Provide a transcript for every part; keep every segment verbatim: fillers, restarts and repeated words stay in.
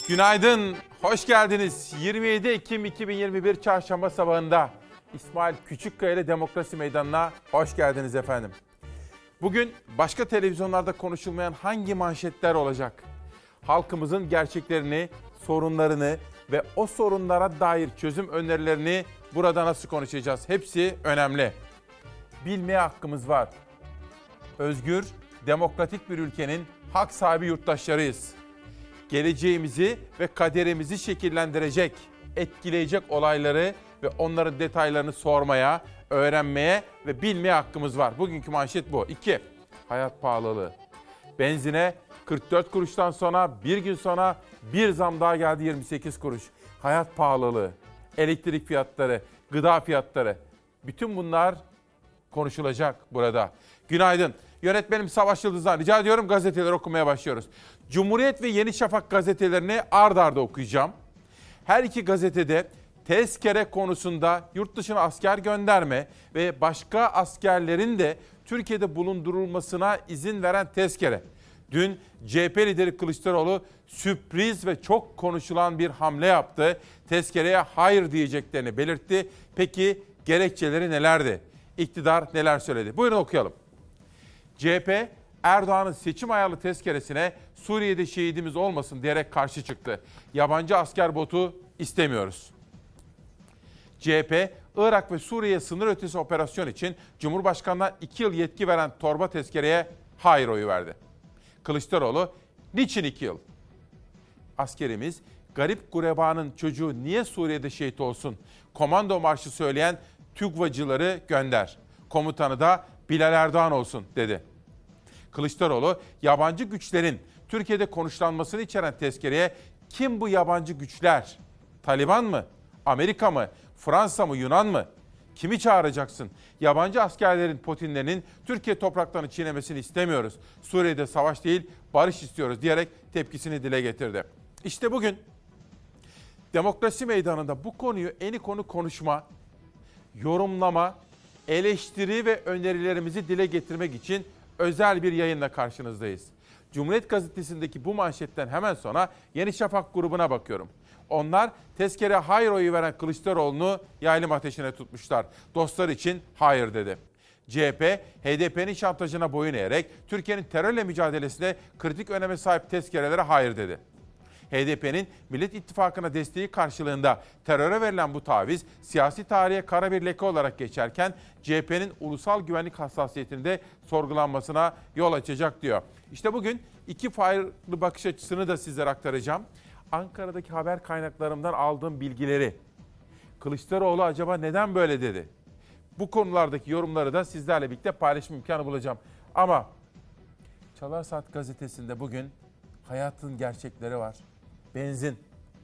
Günaydın, hoş geldiniz. yirmi yedi Ekim iki bin yirmi bir Çarşamba sabahında İsmail Küçükkaya ile Demokrasi Meydanı'na hoş geldiniz efendim. Bugün başka televizyonlarda konuşulmayan hangi manşetler olacak? Halkımızın gerçeklerini, sorunlarını ve o sorunlara dair çözüm önerilerini burada nasıl konuşacağız? Hepsi önemli. Bilmeye hakkımız var. Özgür, demokratik bir ülkenin hak sahibi yurttaşlarıyız. Geleceğimizi ve kaderimizi şekillendirecek, etkileyecek olayları ve onların detaylarını sormaya, öğrenmeye ve bilmeye hakkımız var. Bugünkü manşet bu. İki, hayat pahalılığı. Benzine kırk dört kuruştan sonra bir gün sonra bir zam daha geldi, yirmi sekiz kuruş. Hayat pahalılığı, elektrik fiyatları, gıda fiyatları, bütün bunlar konuşulacak burada. Günaydın. Yönetmenim Savaş Yıldız'dan rica ediyorum, gazeteleri okumaya başlıyoruz. Cumhuriyet ve Yeni Şafak gazetelerini ard arda okuyacağım. Her iki gazetede tezkere konusunda yurt dışına asker gönderme ve başka askerlerin de Türkiye'de bulundurulmasına izin veren tezkere. Dün C H P lideri Kılıçdaroğlu sürpriz ve çok konuşulan bir hamle yaptı. Tezkereye hayır diyeceklerini belirtti. Peki gerekçeleri nelerdi? İktidar neler söyledi? Buyurun okuyalım. C H P, Erdoğan'ın seçim ayarlı tezkeresine Suriye'de şehidimiz olmasın diyerek karşı çıktı. Yabancı asker botu istemiyoruz. C H P, Irak ve Suriye sınır ötesi operasyon için Cumhurbaşkanı'na iki yıl yetki veren torba tezkereye hayır oyu verdi. Kılıçdaroğlu, niçin iki yıl? Askerimiz, garip gurebanın çocuğu niye Suriye'de şehit olsun? Komando marşı söyleyen TÜGVA'cıları gönder. Komutanı da Bilal Erdoğan olsun dedi. Kılıçdaroğlu, yabancı güçlerin Türkiye'de konuşlanmasını içeren tezkereye kim bu yabancı güçler? Taliban mı? Amerika mı? Fransa mı? Yunan mı? Kimi çağıracaksın? Yabancı askerlerin Putinlerinin Türkiye topraklarını çiğnemesini istemiyoruz. Suriye'de savaş değil, barış istiyoruz diyerek tepkisini dile getirdi. İşte bugün Demokrasi Meydanı'nda bu konuyu eni konu konuşma, yorumlama, eleştiri ve önerilerimizi dile getirmek için özel bir yayınla karşınızdayız. Cumhuriyet Gazetesi'ndeki bu manşetten hemen sonra Yeni Şafak grubuna bakıyorum. Onlar tezkere hayır oyu veren Kılıçdaroğlu'nu yaylım ateşine tutmuşlar. Dostlar için hayır dedi. C H P, H D P'nin şantajına boyun eğerek Türkiye'nin terörle mücadelesine kritik öneme sahip tezkerelere hayır dedi. H D P'nin Millet İttifakı'na desteği karşılığında teröre verilen bu taviz siyasi tarihe kara bir leke olarak geçerken C H P'nin ulusal güvenlik hassasiyetini de sorgulanmasına yol açacak diyor. İşte bugün iki farklı bakış açısını da sizlere aktaracağım. Ankara'daki haber kaynaklarımdan aldığım bilgileri, Kılıçdaroğlu acaba neden böyle dedi? Bu konulardaki yorumları da sizlerle birlikte paylaşma imkanı bulacağım. Ama Çalar Saat gazetesinde bugün hayatın gerçekleri var. Benzin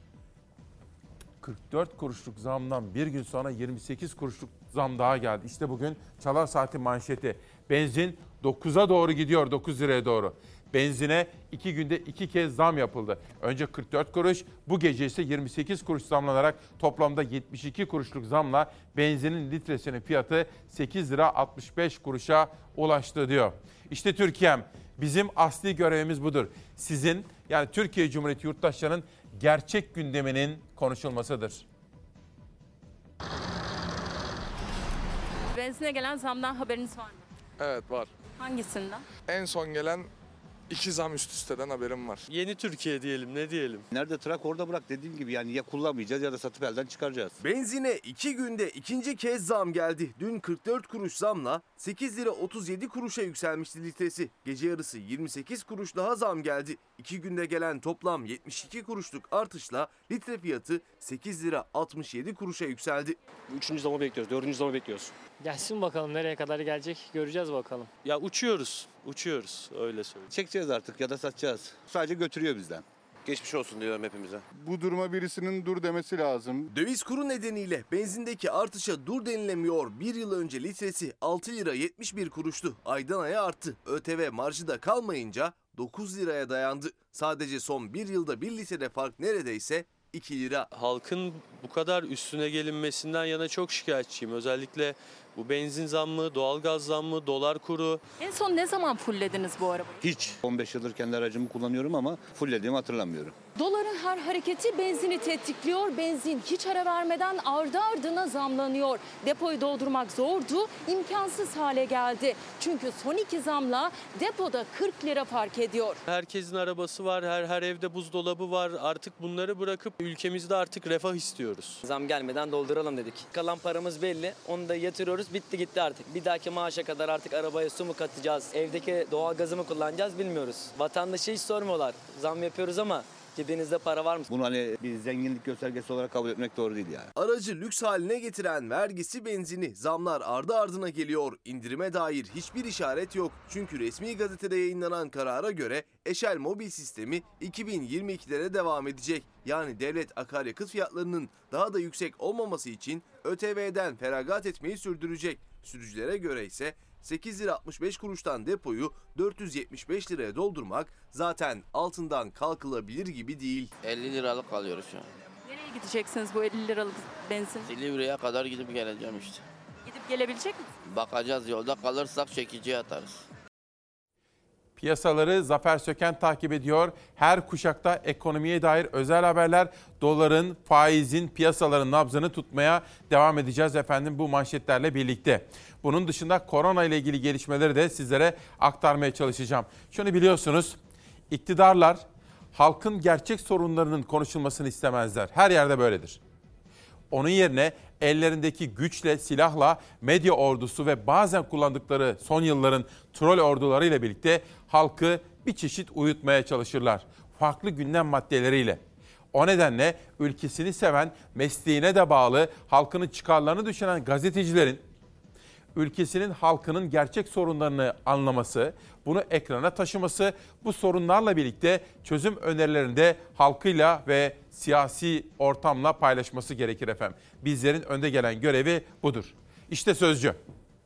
kırk dört kuruşluk zamdan bir gün sonra yirmi sekiz kuruşluk zam daha geldi. İşte bugün Çalar Saat'in manşeti. Benzin dokuza doğru gidiyor, dokuz liraya doğru. Benzine iki günde iki kez zam yapıldı. Önce kırk dört kuruş, bu gece ise yirmi sekiz kuruş zamlanarak toplamda yetmiş iki kuruşluk zamla benzinin litresinin fiyatı sekiz lira altmış beş kuruşa ulaştı diyor. İşte Türkiye'm, bizim asli görevimiz budur. Sizin, yani Türkiye Cumhuriyeti yurttaşlarının gerçek gündeminin konuşulmasıdır. Benzine gelen zamdan haberiniz var mı? Evet, var. Hangisinden? En son gelen iki zam üst üsteden haberim var. Yeni Türkiye diyelim, ne diyelim? Nerede trak orada bırak, dediğim gibi yani ya kullanmayacağız ya da satıp elden çıkaracağız. Benzine iki günde ikinci kez zam geldi. Dün kırk dört kuruş zamla sekiz lira otuz yedi kuruşa yükselmişti litresi. Gece yarısı yirmi sekiz kuruş daha zam geldi. İki günde gelen toplam yetmiş iki kuruşluk artışla litre fiyatı sekiz lira altmış yedi kuruşa yükseldi. Üçüncü zamı bekliyoruz, dördüncü zamı bekliyoruz. Gelsin bakalım, nereye kadar gelecek göreceğiz bakalım. Ya uçuyoruz, uçuyoruz öyle söyleyeyim. Çekeceğiz artık ya da satacağız. Sadece götürüyor bizden. Geçmiş olsun diyorum hepimize. Bu duruma birisinin dur demesi lazım. Döviz kuru nedeniyle benzindeki artışa dur denilemiyor. Bir yıl önce litresi altı lira yetmiş bir kuruştu. Aydan aya arttı. ÖTV marjı da kalmayınca dokuz liraya dayandı. Sadece son bir yılda bir litrede fark neredeyse iki lira. Halkın bu kadar üstüne gelinmesinden yana çok şikayetçiyim. Özellikle bu benzin zammı, doğalgaz zammı, dolar kuru. En son ne zaman fullediniz bu arabayı? Hiç. on beş yıldır kendi aracımı kullanıyorum ama fullediğimi hatırlamıyorum. Doların her hareketi benzini tetikliyor. Benzin hiç ara vermeden ardı ardına zamlanıyor. Depoyu doldurmak zordu, imkansız hale geldi. Çünkü son iki zamla depoda kırk lira fark ediyor. Herkesin arabası var, her her evde buzdolabı var. Artık bunları bırakıp ülkemizde artık refah istiyoruz. Zam gelmeden dolduralım dedik. Kalan paramız belli. Onu da yatırıyoruz. Bitti gitti artık. Bir dahaki maaşa kadar artık arabaya su mu katacağız? Evdeki doğalgazı mı kullanacağız bilmiyoruz. Vatandaşı hiç sormuyorlar. Zam yapıyoruz ama cebinizde para var mı? Bunu hani bir zenginlik göstergesi olarak kabul etmek doğru değil yani. Aracı lüks haline getiren vergisi benzini, zamlar ardı ardına geliyor. İndirime dair hiçbir işaret yok. Çünkü resmi gazetede yayınlanan karara göre Eşel mobil sistemi iki bin yirmi ikilere devam edecek. Yani devlet akaryakıt fiyatlarının daha da yüksek olmaması için ÖTV'den feragat etmeyi sürdürecek. Sürücülere göre ise sekiz lira altmış beş kuruştan depoyu dört yüz yetmiş beş liraya doldurmak zaten altından kalkılabilir gibi değil. elli liralık alıyoruz şu an. Nereye gideceksiniz bu elli liralık benzin? Silivri'ye kadar gidip geleceğim işte. Gidip gelebilecek misiniz? Bakacağız, yolda kalırsak çekiciye atarız. Piyasaları Zafer Söken takip ediyor. Her kuşakta ekonomiye dair özel haberler, doların, faizin, piyasaların nabzını tutmaya devam edeceğiz efendim bu manşetlerle birlikte. Bunun dışında korona ile ilgili gelişmeleri de sizlere aktarmaya çalışacağım. Şunu biliyorsunuz, iktidarlar halkın gerçek sorunlarının konuşulmasını istemezler. Her yerde böyledir. Onun yerine ellerindeki güçle, silahla, medya ordusu ve bazen kullandıkları son yılların troll orduları ile birlikte halkı bir çeşit uyutmaya çalışırlar. Farklı gündem maddeleriyle. O nedenle ülkesini seven, mesleğine de bağlı, halkının çıkarlarını düşünen gazetecilerin ülkesinin halkının gerçek sorunlarını anlaması, bunu ekrana taşıması, bu sorunlarla birlikte çözüm önerilerini de halkıyla ve siyasi ortamla paylaşması gerekir efendim. Bizlerin önde gelen görevi budur. İşte Sözcü.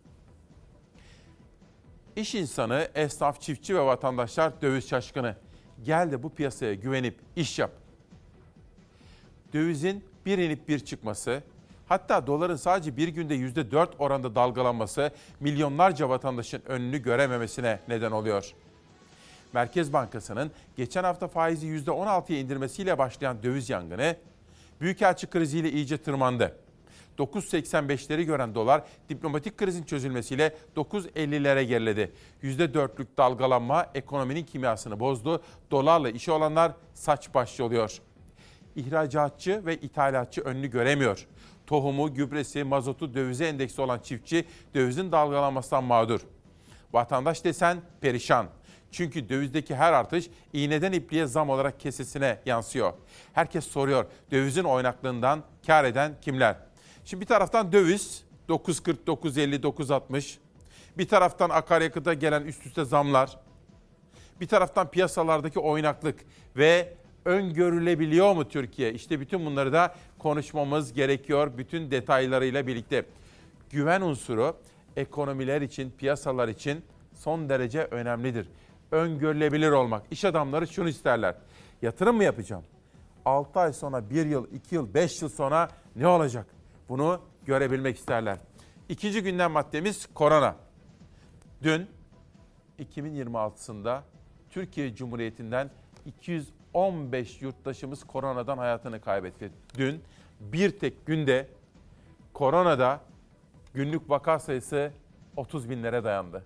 İş insanı, esnaf, çiftçi ve vatandaşlar döviz şaşkını. Gel de bu piyasaya güvenip iş yap. Dövizin bir inip bir çıkması, hatta doların sadece bir günde yüzde dört oranda dalgalanması milyonlarca vatandaşın önünü görememesine neden oluyor. Merkez Bankası'nın geçen hafta faizi yüzde on altıya indirmesiyle başlayan döviz yangını, büyükelçi kriziyle iyice tırmandı. dokuz seksen beşleri gören dolar diplomatik krizin çözülmesiyle dokuz ellilere geriledi. yüzde dörtlük dalgalanma ekonominin kimyasını bozdu. Dolarla işi olanlar saç baş yoluyor. İhracatçı ve ithalatçı önünü göremiyor. Tohumu, gübresi, mazotu dövize endeksi olan çiftçi dövizin dalgalanmasından mağdur. Vatandaş desen perişan. Çünkü dövizdeki her artış iğneden ipliğe zam olarak kesesine yansıyor. Herkes soruyor, dövizin oynaklığından kar eden kimler? Şimdi bir taraftan döviz dokuz kırk, dokuz elli, dokuz altmış. Bir taraftan akaryakıta gelen üst üste zamlar. Bir taraftan piyasalardaki oynaklık ve öngörülebiliyor mu Türkiye? İşte bütün bunları da konuşmamız gerekiyor bütün detaylarıyla birlikte. Güven unsuru ekonomiler için, piyasalar için son derece önemlidir. Öngörülebilir olmak. İş adamları şunu isterler. Yatırım mı yapacağım? altı ay sonra, bir yıl, iki yıl, beş yıl sonra ne olacak? Bunu görebilmek isterler. İkinci gündem maddemiz korona. Dün iki bin yirmi altısında Türkiye Cumhuriyeti'nden iki yüz on beş yurttaşımız koronadan hayatını kaybetti. Dün bir tek günde koronada günlük vaka sayısı otuz binlere dayandı.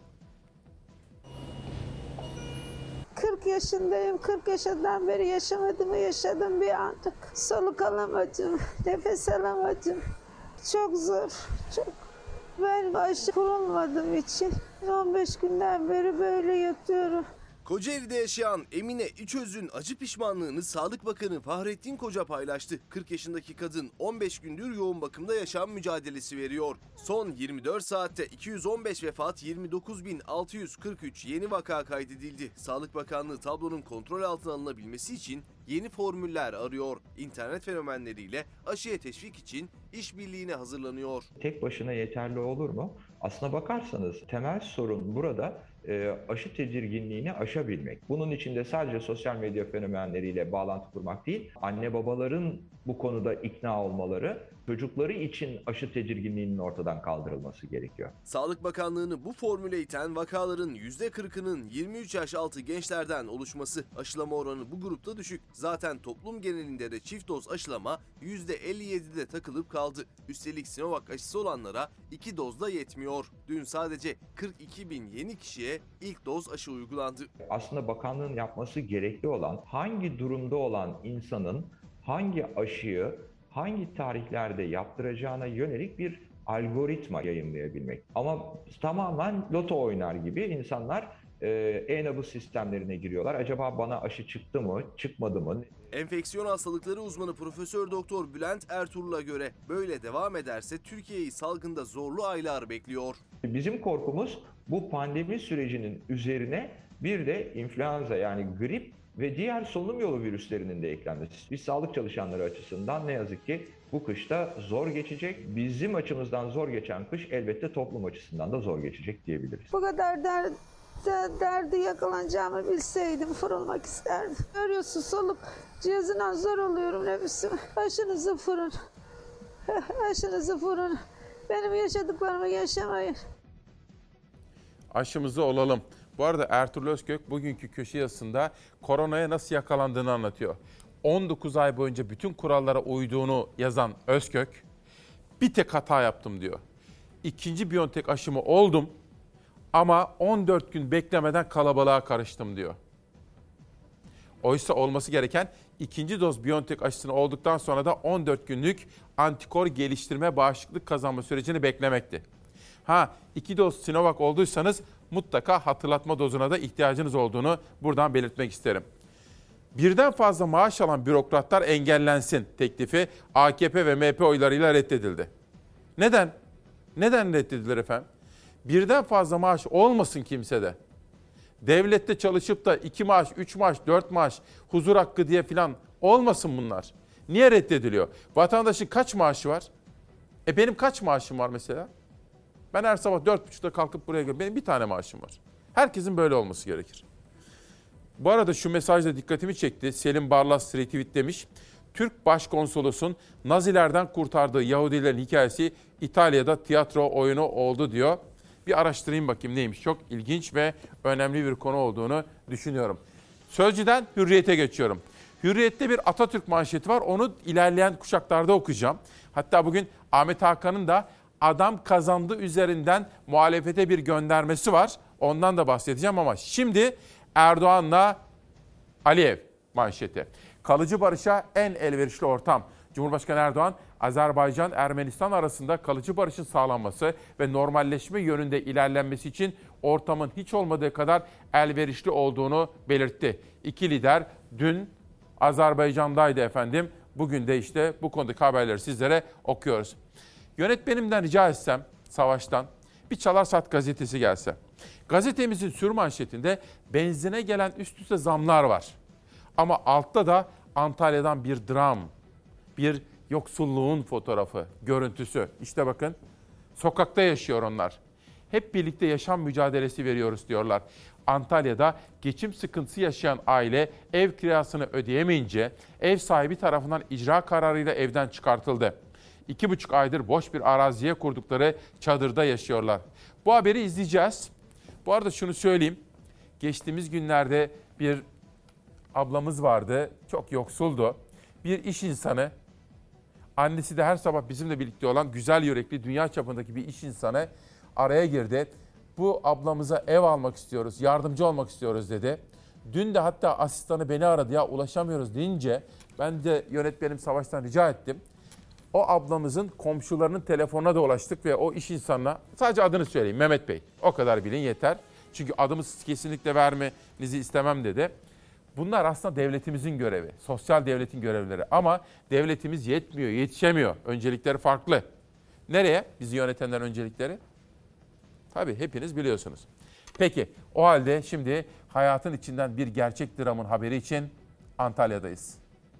kırk yaşındayım. kırk yaşından beri yaşamadığımı yaşadım bir anda. Soluk alamadım, nefes alamadım. Çok zor, çok. Ben aşı kurulmadığım için on beş günden beri böyle yatıyorum. Kocaeli'de yaşayan Emine İçöz'ün acı pişmanlığını Sağlık Bakanı Fahrettin Koca paylaştı. kırk yaşındaki kadın on beş gündür yoğun bakımda yaşam mücadelesi veriyor. Son yirmi dört saatte iki yüz on beş vefat, yirmi dokuz bin altı yüz kırk üç yeni vaka kaydedildi. Sağlık Bakanlığı tablonun kontrol altına alınabilmesi için yeni formüller arıyor. İnternet fenomenleriyle aşıya teşvik için işbirliğine hazırlanıyor. Tek başına yeterli olur mu? Aslına bakarsanız temel sorun burada e, aşı tedirginliğini aşabilmek. Bunun içinde sadece sosyal medya fenomenleriyle bağlantı kurmak değil, anne babaların bu konuda ikna olmaları, çocukları için aşı tedirginliğinin ortadan kaldırılması gerekiyor. Sağlık Bakanlığı'nı bu formüle iten vakaların yüzde kırkının yirmi üç yaş altı gençlerden oluşması. Aşılama oranı bu grupta düşük. Zaten toplum genelinde de çift doz aşılama yüzde elli yedide takılıp kaldı. Üstelik Sinovac aşısı olanlara iki doz da yetmiyor. Dün sadece kırk iki bin yeni kişiye ilk doz aşı uygulandı. Aslında bakanlığın yapması gerekli olan, hangi durumda olan insanın hangi aşıyı hangi tarihlerde yaptıracağına yönelik bir algoritma yayımlayabilmek. Ama tamamen loto oynar gibi insanlar e, e-nabız sistemlerine giriyorlar. Acaba bana aşı çıktı mı, çıkmadı mı? Enfeksiyon hastalıkları uzmanı Profesör Doktor Bülent Ertuğrul'a göre böyle devam ederse Türkiye'yi salgında zorlu aylar bekliyor. Bizim korkumuz bu pandemi sürecinin üzerine bir de influenza yani grip ve diğer solunum yolu virüslerinin de eklenmesi. Biz sağlık çalışanları açısından ne yazık ki bu kışta zor geçecek. Bizim açımızdan zor geçen kış elbette toplum açısından da zor geçecek diyebiliriz. Bu kadar der, der, derdi yakalanacağımı bilseydim fırılmak isterdim. Görüyorsun soluk cihazından zor oluyorum nefesim. Aşınızı fırın. Aşınızı fırın. Benim yaşadıklarımı yaşamayın. Aşımızı olalım. Bu arada Ertuğrul Özkök bugünkü köşe yazısında koronaya nasıl yakalandığını anlatıyor. on dokuz ay boyunca bütün kurallara uyduğunu yazan Özkök, bir tek hata yaptım diyor. İkinci Biontech aşımı oldum ama on dört gün beklemeden kalabalığa karıştım diyor. Oysa olması gereken ikinci doz Biontech aşısını olduktan sonra da on dört günlük antikor geliştirme bağışıklık kazanma sürecini beklemekti. Ha, iki doz Sinovac olduysanız mutlaka hatırlatma dozuna da ihtiyacınız olduğunu buradan belirtmek isterim. Birden fazla maaş alan bürokratlar engellensin teklifi A K P ve M H P oylarıyla reddedildi. Neden? Neden reddedildiler efendim? Birden fazla maaş olmasın kimsede. Devlette çalışıp da iki maaş, üç maaş, dört maaş, huzur hakkı diye filan olmasın bunlar. Niye reddediliyor? Vatandaşın kaç maaşı var? E benim kaç maaşım var mesela? Ben her sabah dört buçukta kalkıp buraya geliyorum. Benim bir tane maaşım var. Herkesin böyle olması gerekir. Bu arada şu mesaj da dikkatimi çekti. Selim Barlas retweet demiş. Türk Başkonsolos'un Nazilerden kurtardığı Yahudilerin hikayesi İtalya'da tiyatro oyunu oldu diyor. Bir araştırayım bakayım neymiş. Çok ilginç ve önemli bir konu olduğunu düşünüyorum. Sözcü'den Hürriyet'e geçiyorum. Hürriyet'te bir Atatürk manşeti var. Onu ilerleyen kuşaklarda okuyacağım. Hatta bugün Ahmet Hakan'ın da adam kazandı üzerinden muhalefete bir göndermesi var. Ondan da bahsedeceğim ama şimdi Erdoğan'la Aliyev manşeti. Kalıcı barışa en elverişli ortam. Cumhurbaşkanı Erdoğan, Azerbaycan-Ermenistan arasında kalıcı barışın sağlanması ve normalleşme yönünde ilerlenmesi için ortamın hiç olmadığı kadar elverişli olduğunu belirtti. İki lider dün Azerbaycan'daydı efendim. Bugün de işte bu konudaki haberleri sizlere okuyoruz. Yönetmenimden rica etsem Savaş'tan bir Çalarsat gazetesi gelse. Gazetemizin sürmanşetinde benzine gelen üst üste zamlar var. Ama altta da Antalya'dan bir dram, bir yoksulluğun fotoğrafı, görüntüsü. İşte bakın, sokakta yaşıyor onlar. Hep birlikte yaşam mücadelesi veriyoruz diyorlar. Antalya'da geçim sıkıntısı yaşayan aile ev kirasını ödeyemeyince ev sahibi tarafından icra kararıyla evden çıkartıldı. İki buçuk aydır boş bir araziye kurdukları çadırda yaşıyorlar. Bu haberi izleyeceğiz. Bu arada şunu söyleyeyim. Geçtiğimiz günlerde bir ablamız vardı. Çok yoksuldu. Bir iş insanı. Annesi de her sabah bizimle birlikte olan güzel yürekli dünya çapındaki bir iş insanı araya girdi. Bu ablamıza ev almak istiyoruz, yardımcı olmak istiyoruz dedi. Dün de hatta asistanı beni aradı, ya ulaşamıyoruz deyince ben de yönetmenim Savaş'tan rica ettim. O ablamızın komşularının telefonuna da ulaştık ve o iş insanına sadece adını söyleyeyim, Mehmet Bey. O kadar bilin yeter. Çünkü adımı kesinlikle vermenizi istemem dedi. Bunlar aslında devletimizin görevi, sosyal devletin görevleri. Ama devletimiz yetmiyor, yetişemiyor. Öncelikleri farklı. Nereye bizi yönetenler öncelikleri? Tabii hepiniz biliyorsunuz. Peki o halde şimdi hayatın içinden bir gerçek dramın haberi için Antalya'dayız.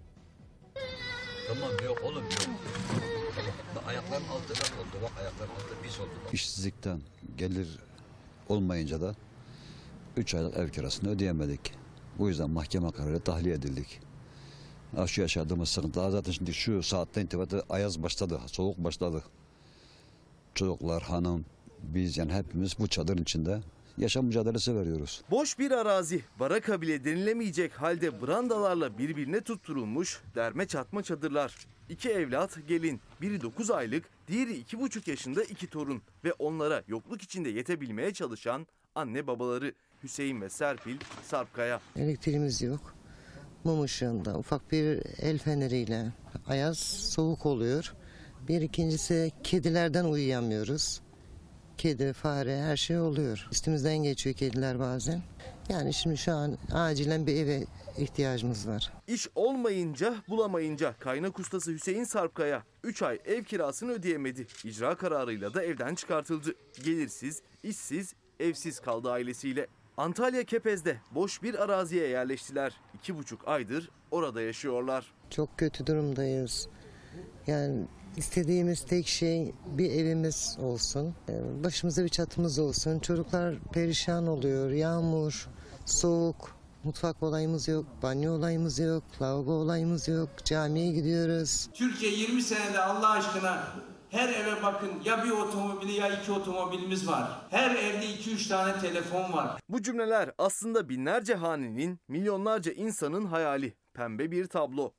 Tamam yok oğlum yok. Bak ayakların altı bak oldu bak ayakların altı pis oldu. Bak. İşsizlikten gelir olmayınca da üç aylık ev kirasını ödeyemedik. Bu yüzden mahkeme kararıyla tahliye edildik. Şu yaşadığımız sıkıntılar zaten şimdi şu saatten itibaren ayaz başladı, soğuk başladı. Çocuklar, hanım, biz yani hepimiz bu çadırın içinde yaşam mücadelesi veriyoruz. Boş bir arazi, baraka bile denilemeyecek halde brandalarla birbirine tutturulmuş derme çatma çadırlar. İki evlat, gelin, biri dokuz aylık, diğeri iki buçuk yaşında iki torun ve onlara yokluk içinde yetebilmeye çalışan anne babaları Hüseyin ve Serpil Sarpkaya. Elektriğimiz yok. Mum ışığında ufak bir el feneriyle ayaz soğuk oluyor. Bir ikincisi kedilerden uyuyamıyoruz. Kedi, fare her şey oluyor. Üstümüzden geçiyor kediler bazen. Yani şimdi şu an acilen bir eve ihtiyacımız var. İş olmayınca bulamayınca kaynak ustası Hüseyin Sarpkaya üç ay ev kirasını ödeyemedi. İcra kararıyla da evden çıkartıldı. Gelirsiz, işsiz, evsiz kaldı ailesiyle. Antalya Kepez'de boş bir araziye yerleştiler. İki buçuk aydır orada yaşıyorlar. Çok kötü durumdayız. Yani istediğimiz tek şey bir evimiz olsun. Başımıza bir çatımız olsun. Çocuklar perişan oluyor. Yağmur, soğuk, mutfak olayımız yok, banyo olayımız yok, lavabo olayımız yok, camiye gidiyoruz. Türkiye yirmi senede Allah aşkına her eve bakın, ya bir otomobili ya iki otomobilimiz var. Her evde iki üç tane telefon var. Bu cümleler aslında binlerce hanenin, milyonlarca insanın hayali. Pembe bir tablo.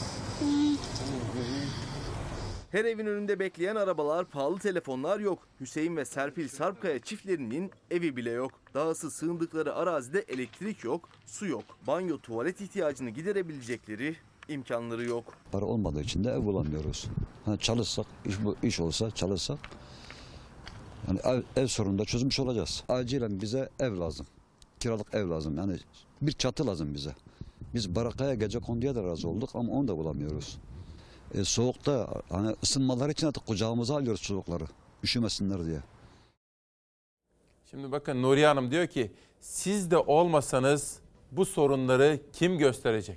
Her evin önünde bekleyen arabalar, pahalı telefonlar yok. Hüseyin ve Serpil Sarpkaya çiftlerinin evi bile yok. Dahası sığındıkları arazide elektrik yok, su yok. Banyo, tuvalet ihtiyacını giderebilecekleri imkanları yok. Para olmadığı için de ev bulamıyoruz. Hani çalışsak, iş, iş olsa çalışsak, yani ev, ev sorununda çözmüş olacağız. Acilen bize ev lazım. Kiralık ev lazım. Yani bir çatı lazım bize. Biz barakaya, gecekonduya da razı olduk ama onu da bulamıyoruz. E, soğukta hani ısınmaları için artık kucağımıza alıyoruz çocukları. Üşümesinler diye. Şimdi bakın Nuriye Hanım diyor ki siz de olmasanız bu sorunları kim gösterecek?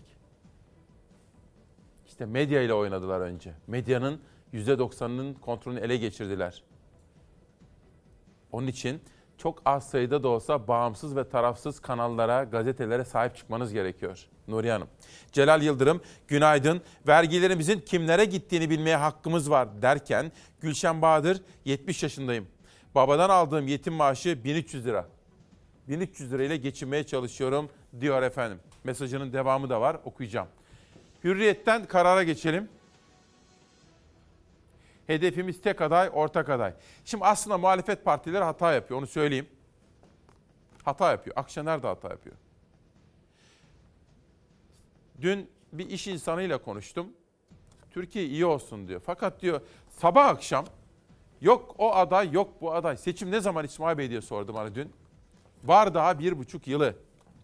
İşte medya ile oynadılar önce. Medyanın yüzde doksanının kontrolünü ele geçirdiler. Onun için çok az sayıda da olsa bağımsız ve tarafsız kanallara, gazetelere sahip çıkmanız gerekiyor. Nuriye Hanım. Celal Yıldırım, günaydın. Vergilerimizin kimlere gittiğini bilmeye hakkımız var derken Gülşen Bahadır, yetmiş yaşındayım. Babadan aldığım yetim maaşı bin üç yüz lira. bin üç yüz lirayla geçinmeye çalışıyorum diyor efendim. Mesajının devamı da var, okuyacağım. Hürriyet'ten karara geçelim. Hedefimiz tek aday, ortak aday. Şimdi aslında muhalefet partileri hata yapıyor, onu söyleyeyim. Hata yapıyor. Akşener de hata yapıyor. Dün bir iş insanıyla konuştum. Türkiye iyi olsun diyor. Fakat diyor sabah akşam yok o aday, yok bu aday. Seçim ne zaman İsmail Bey diye sordum hani dün. Var daha bir buçuk yılı.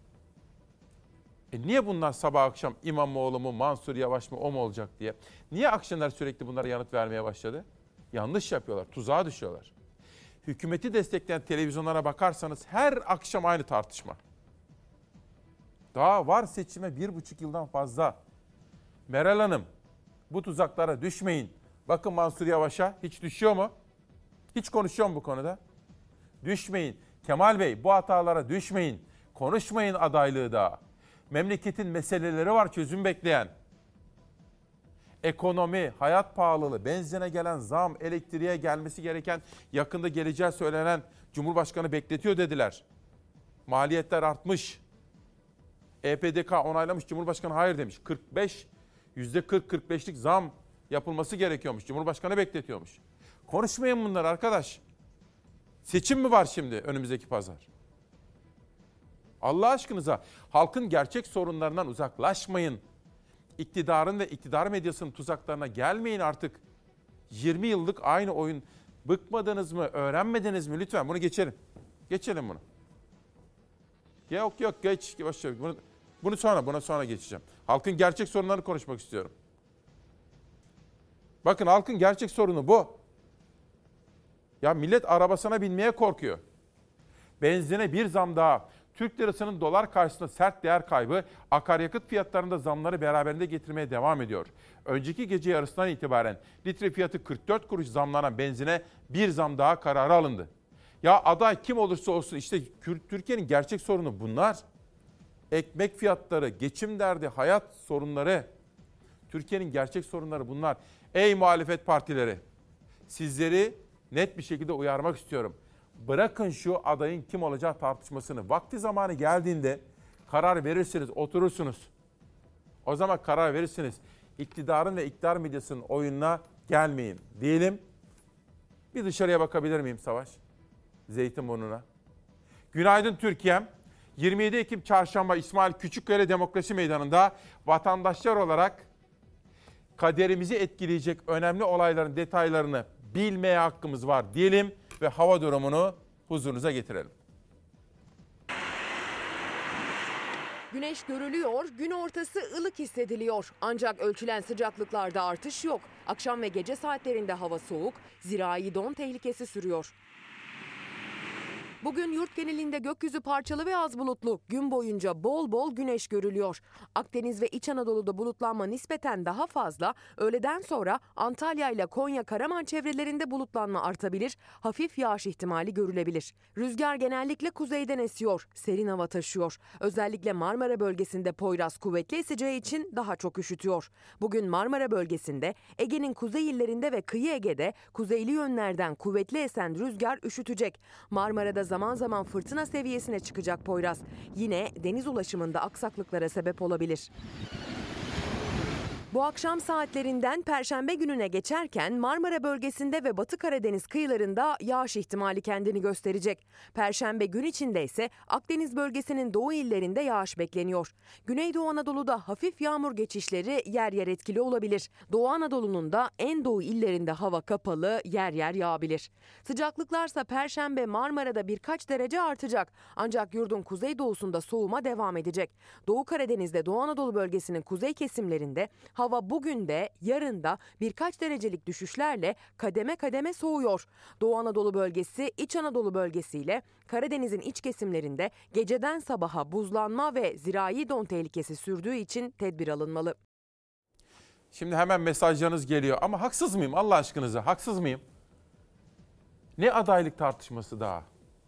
E niye bunlar sabah akşam İmamoğlu mu, Mansur Yavaş mı, o mu olacak diye? Niye Akşener sürekli bunlara yanıt vermeye başladı? Yanlış yapıyorlar, tuzağa düşüyorlar. Hükümeti destekleyen televizyonlara bakarsanız her akşam aynı tartışma. Daha var seçime bir buçuk yıldan fazla. Meral Hanım, bu tuzaklara düşmeyin. Bakın Mansur Yavaş'a hiç düşüyor mu? Hiç konuşuyor mu bu konuda? Düşmeyin. Kemal Bey, bu hatalara düşmeyin. Konuşmayın adaylığı da. Memleketin meseleleri var çözüm bekleyen. Ekonomi, hayat pahalılığı, benzine gelen zam, elektriğe gelmesi gereken, yakında geleceği söylenen Cumhurbaşkanı bekletiyor dediler. Maliyetler artmış. E P D K onaylamış, Cumhurbaşkanı hayır demiş. kırk beş, yüzde kırk kırk beşlik zam yapılması gerekiyormuş. Cumhurbaşkanı bekletiyormuş. Konuşmayın bunlar arkadaş. Seçim mi var şimdi önümüzdeki pazar? Allah aşkınıza halkın gerçek sorunlarından uzaklaşmayın. İktidarın ve iktidar medyasının tuzaklarına gelmeyin artık. yirmi yıllık aynı oyun. Bıkmadınız mı, öğrenmediniz mi? Lütfen bunu geçelim. Geçelim bunu. Yok yok geç. Bunu, bunu sonra, buna sonra geçeceğim. Halkın gerçek sorunlarını konuşmak istiyorum. Bakın halkın gerçek sorunu bu. Ya millet arabasına binmeye korkuyor. Benzine bir zam daha. Türk lirasının dolar karşısında sert değer kaybı akaryakıt fiyatlarında zamları beraberinde getirmeye devam ediyor. Önceki gece yarısından itibaren litre fiyatı kırk dört kuruş zamlanan benzine bir zam daha kararı alındı. Ya aday kim olursa olsun işte Türkiye'nin gerçek sorunu bunlar. Ekmek fiyatları, geçim derdi, hayat sorunları. Türkiye'nin gerçek sorunları bunlar. Ey muhalefet partileri, sizleri net bir şekilde uyarmak istiyorum. Bırakın şu adayın kim olacağı tartışmasını. Vakti zamanı geldiğinde karar verirsiniz, oturursunuz. O zaman karar verirsiniz. İktidarın ve iktidar medyasının oyununa gelmeyin diyelim. Bir dışarıya bakabilir miyim Savaş? Zeytinburnu'na. Günaydın Türkiye'm. yirmi yedi Ekim Çarşamba İsmail Küçükkaya Demokrasi Meydanı'nda vatandaşlar olarak kaderimizi etkileyecek önemli olayların detaylarını bilmeye hakkımız var diyelim ve hava durumunu huzurunuza getirelim. Güneş görülüyor, gün ortası ılık hissediliyor. Ancak ölçülen sıcaklıklarda artış yok. Akşam ve gece saatlerinde hava soğuk, zirai don tehlikesi sürüyor. Bugün yurt genelinde gökyüzü parçalı ve az bulutlu. Gün boyunca bol bol güneş görülüyor. Akdeniz ve İç Anadolu'da bulutlanma nispeten daha fazla. Öğleden sonra Antalya ile Konya Karaman çevrelerinde bulutlanma artabilir. Hafif yağış ihtimali görülebilir. Rüzgar genellikle kuzeyden esiyor. Serin hava taşıyor. Özellikle Marmara bölgesinde Poyraz kuvvetli eseceği için daha çok üşütüyor. Bugün Marmara bölgesinde, Ege'nin kuzey illerinde ve kıyı Ege'de kuzeyli yönlerden kuvvetli esen rüzgar üşütecek. Marmara'da zaman zaman fırtına seviyesine çıkacak Poyraz. Yine deniz ulaşımında aksaklıklara sebep olabilir. Bu akşam saatlerinden Perşembe gününe geçerken Marmara bölgesinde ve Batı Karadeniz kıyılarında yağış ihtimali kendini gösterecek. Perşembe gün içinde ise Akdeniz bölgesinin doğu illerinde yağış bekleniyor. Güneydoğu Anadolu'da hafif yağmur geçişleri yer yer etkili olabilir. Doğu Anadolu'nun da en doğu illerinde hava kapalı, yer yer yağabilir. Sıcaklıklarsa Perşembe Marmara'da birkaç derece artacak. Ancak yurdun kuzeydoğusunda soğuma devam edecek. Doğu Karadeniz'de Doğu Anadolu bölgesinin kuzey kesimlerinde hava bugün de yarın da birkaç derecelik düşüşlerle kademe kademe soğuyor. Doğu Anadolu bölgesi, İç Anadolu bölgesiyle Karadeniz'in iç kesimlerinde geceden sabaha buzlanma ve zirai don tehlikesi sürdüğü için tedbir alınmalı. Şimdi hemen mesajlarınız geliyor ama haksız mıyım Allah aşkınıza, haksız mıyım? Ne adaylık tartışması daha?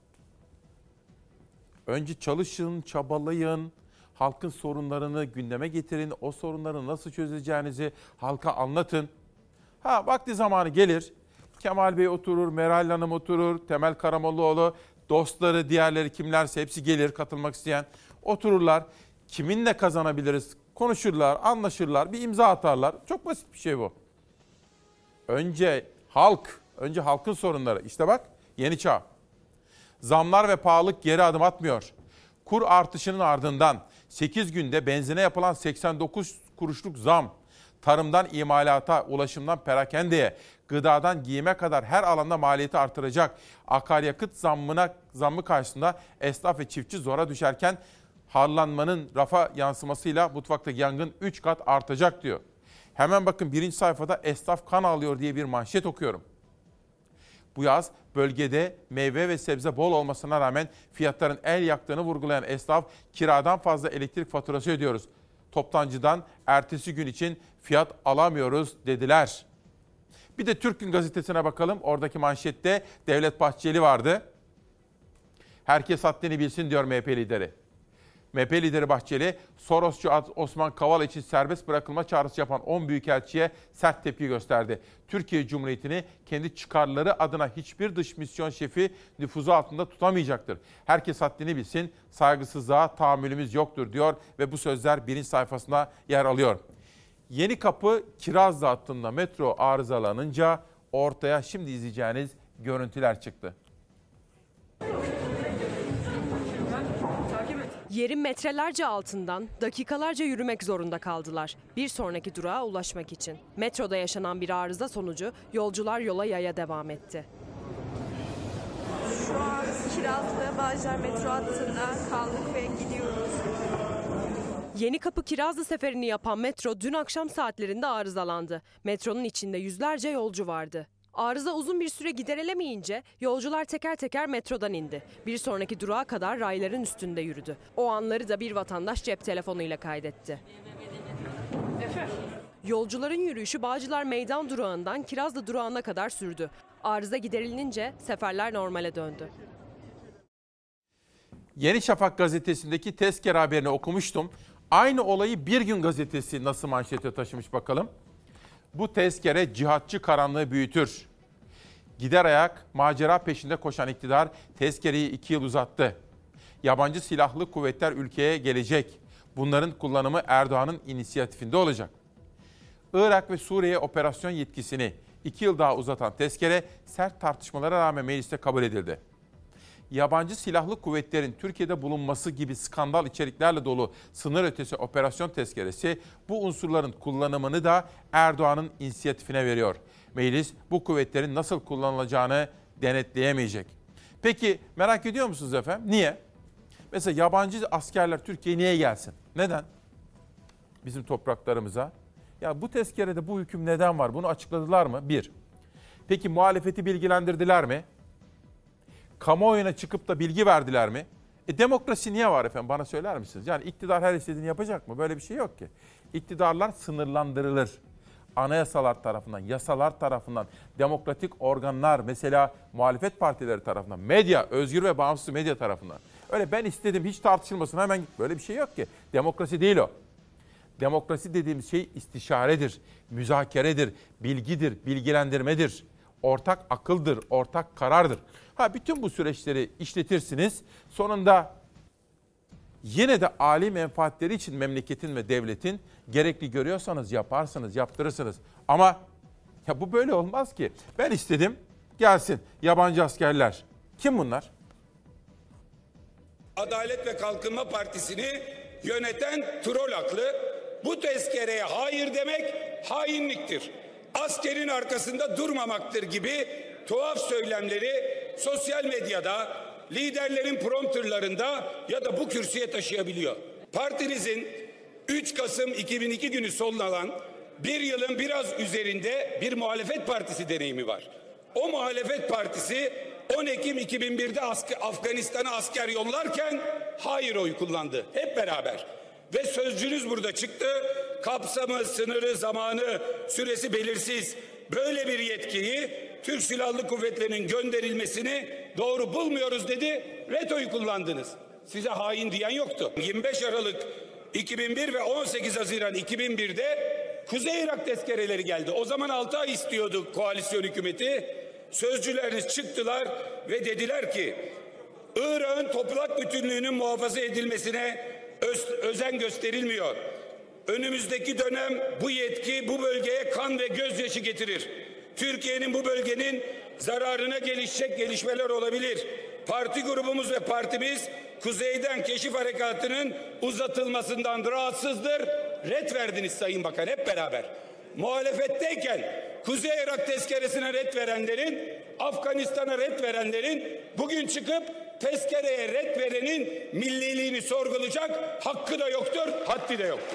Önce çalışın, çabalayın. Halkın sorunlarını gündeme getirin. O sorunları nasıl çözeceğinizi halka anlatın. Ha vakti zamanı gelir. Kemal Bey oturur, Meral Hanım oturur, Temel Karamollaoğlu, dostları, diğerleri kimlerse hepsi gelir katılmak isteyen. Otururlar. Kiminle kazanabiliriz? Konuşurlar, anlaşırlar, bir imza atarlar. Çok basit bir şey bu. Önce halk, önce halkın sorunları. İşte bak yeni çağ. Zamlar ve pahalılık geri adım atmıyor. Kur artışının ardından sekiz günde benzine yapılan seksen dokuz kuruşluk zam, tarımdan imalata, ulaşımdan perakendeye, gıdadan giyime kadar her alanda maliyeti artıracak. Akaryakıt zammına zammı karşısında esnaf ve çiftçi zora düşerken harlanmanın rafa yansımasıyla mutfaktaki yangın üç kat artacak diyor. Hemen bakın birinci sayfada esnaf kan ağlıyor diye bir manşet okuyorum. Bu yaz bölgede meyve ve sebze bol olmasına rağmen fiyatların el yaktığını vurgulayan esnaf, kiradan fazla elektrik faturası ödüyoruz. Toptancıdan ertesi gün için fiyat alamıyoruz dediler. Bir de Türk Gün Gazetesi'ne bakalım. Oradaki manşette Devlet Bahçeli vardı. Herkes haddini bilsin diyor M H P lideri. M H P lideri Bahçeli, Sorosçu Osman Kavala için serbest bırakılma çağrısı yapan on büyükelçiye sert tepki gösterdi. Türkiye Cumhuriyeti'ni kendi çıkarları adına hiçbir dış misyon şefi nüfuzu altında tutamayacaktır. Herkes haddini bilsin, saygısızlığa tahammülümüz yoktur diyor ve bu sözler birinci sayfasında yer alıyor. Yenikapı Kirazlı hattında metro arızalanınca ortaya şimdi izleyeceğiniz görüntüler çıktı. Yerin metrelerce altından dakikalarca yürümek zorunda kaldılar. Bir sonraki durağa ulaşmak için. Metroda yaşanan bir arıza sonucu yolcular yola yaya devam etti. Şu an Kirazlı Bağcılar metro hattında kaldık ve gidiyoruz. Yenikapı Kirazlı seferini yapan metro dün akşam saatlerinde arızalandı. Metronun içinde yüzlerce yolcu vardı. Arıza uzun bir süre giderilemeyince yolcular teker teker metrodan indi. Bir sonraki durağa kadar rayların üstünde yürüdü. O anları da bir vatandaş cep telefonuyla kaydetti. Yolcuların yürüyüşü Bağcılar Meydan durağından Kirazlı durağına kadar sürdü. Arıza giderilince seferler normale döndü. Yeni Şafak gazetesindeki tezkere haberini okumuştum. Aynı olayı Bir Gün gazetesi nasıl manşete taşımış bakalım. Bu tezkere cihatçı karanlığı büyütür. Gider ayak, macera peşinde koşan iktidar tezkereyi iki yıl uzattı. Yabancı silahlı kuvvetler ülkeye gelecek. Bunların kullanımı Erdoğan'ın inisiyatifinde olacak. Irak ve Suriye operasyon yetkisini iki yıl daha uzatan tezkere sert tartışmalara rağmen mecliste kabul edildi. Yabancı silahlı kuvvetlerin Türkiye'de bulunması gibi skandal içeriklerle dolu sınır ötesi operasyon tezkeresi bu unsurların kullanımını da Erdoğan'ın inisiyatifine veriyor. Meclis bu kuvvetlerin nasıl kullanılacağını denetleyemeyecek. Peki merak ediyor musunuz efendim? Niye? Mesela yabancı askerler Türkiye'ye niye gelsin? Neden? Bizim topraklarımıza. Ya bu tezkerede bu hüküm neden var? Bunu açıkladılar mı? Bir. Peki muhalefeti bilgilendirdiler mi? Kamuoyuna çıkıp da bilgi verdiler mi? E demokrasi niye var efendim? Bana söyler misiniz? Yani iktidar her istediğini yapacak mı? Böyle bir şey yok ki. İktidarlar sınırlandırılır. Anayasalar tarafından, yasalar tarafından, demokratik organlar, mesela muhalefet partileri tarafından, medya, özgür ve bağımsız medya tarafından. Öyle ben istedim hiç tartışılmasın hemen git. Böyle bir şey yok ki. Demokrasi değil o. Demokrasi dediğimiz şey istişaredir, müzakeredir, bilgidir, bilgilendirmedir. Ortak akıldır, ortak karardır. Ha bütün bu süreçleri işletirsiniz. Sonunda yine de âli menfaatleri için memleketin ve devletin gerekli görüyorsanız yaparsınız, yaptırırsınız. Ama ya bu böyle olmaz ki. Ben istedim gelsin yabancı askerler. Kim bunlar? Adalet ve Kalkınma Partisi'ni yöneten troll aklı. Bu tezkereye hayır demek hainliktir. Askerin arkasında durmamaktır gibi tuhaf söylemleri sosyal medyada, liderlerin prompterlarında ya da bu kürsüye taşıyabiliyor. Partinizin üç Kasım iki bin iki günü sonlanan bir yılın biraz üzerinde bir muhalefet partisi deneyimi var. O muhalefet partisi on Ekim iki bin birde Afganistan'a asker yollarken hayır oyu kullandı. Hep beraber. Ve sözcünüz burada çıktı. Kapsamı, sınırı, zamanı, süresi belirsiz. Böyle bir yetkiyi Türk Silahlı Kuvvetleri'nin gönderilmesini doğru bulmuyoruz dedi. Retoyu kullandınız. Size hain diyen yoktu. yirmi beş Aralık iki bin bir ve on sekiz Haziran iki bin birde Kuzey Irak tezkereleri geldi. O zaman altı ay istiyordu koalisyon hükümeti. Sözcüleriniz çıktılar ve dediler ki Irak'ın toprak bütünlüğünün muhafaza edilmesine öz, özen gösterilmiyor. Önümüzdeki dönem bu yetki bu bölgeye kan ve gözyaşı getirir. Türkiye'nin bu bölgenin zararına gelişecek gelişmeler olabilir. Parti grubumuz ve partimiz kuzeyden keşif harekatının uzatılmasından rahatsızdır. Ret verdiniz Sayın Bakan hep beraber. Muhalefetteyken Kuzey Irak tezkeresine ret verenlerin, Afganistan'a ret verenlerin bugün çıkıp tezkereye ret verenin milliliğini sorgulayacak hakkı da yoktur, haddi de yoktur.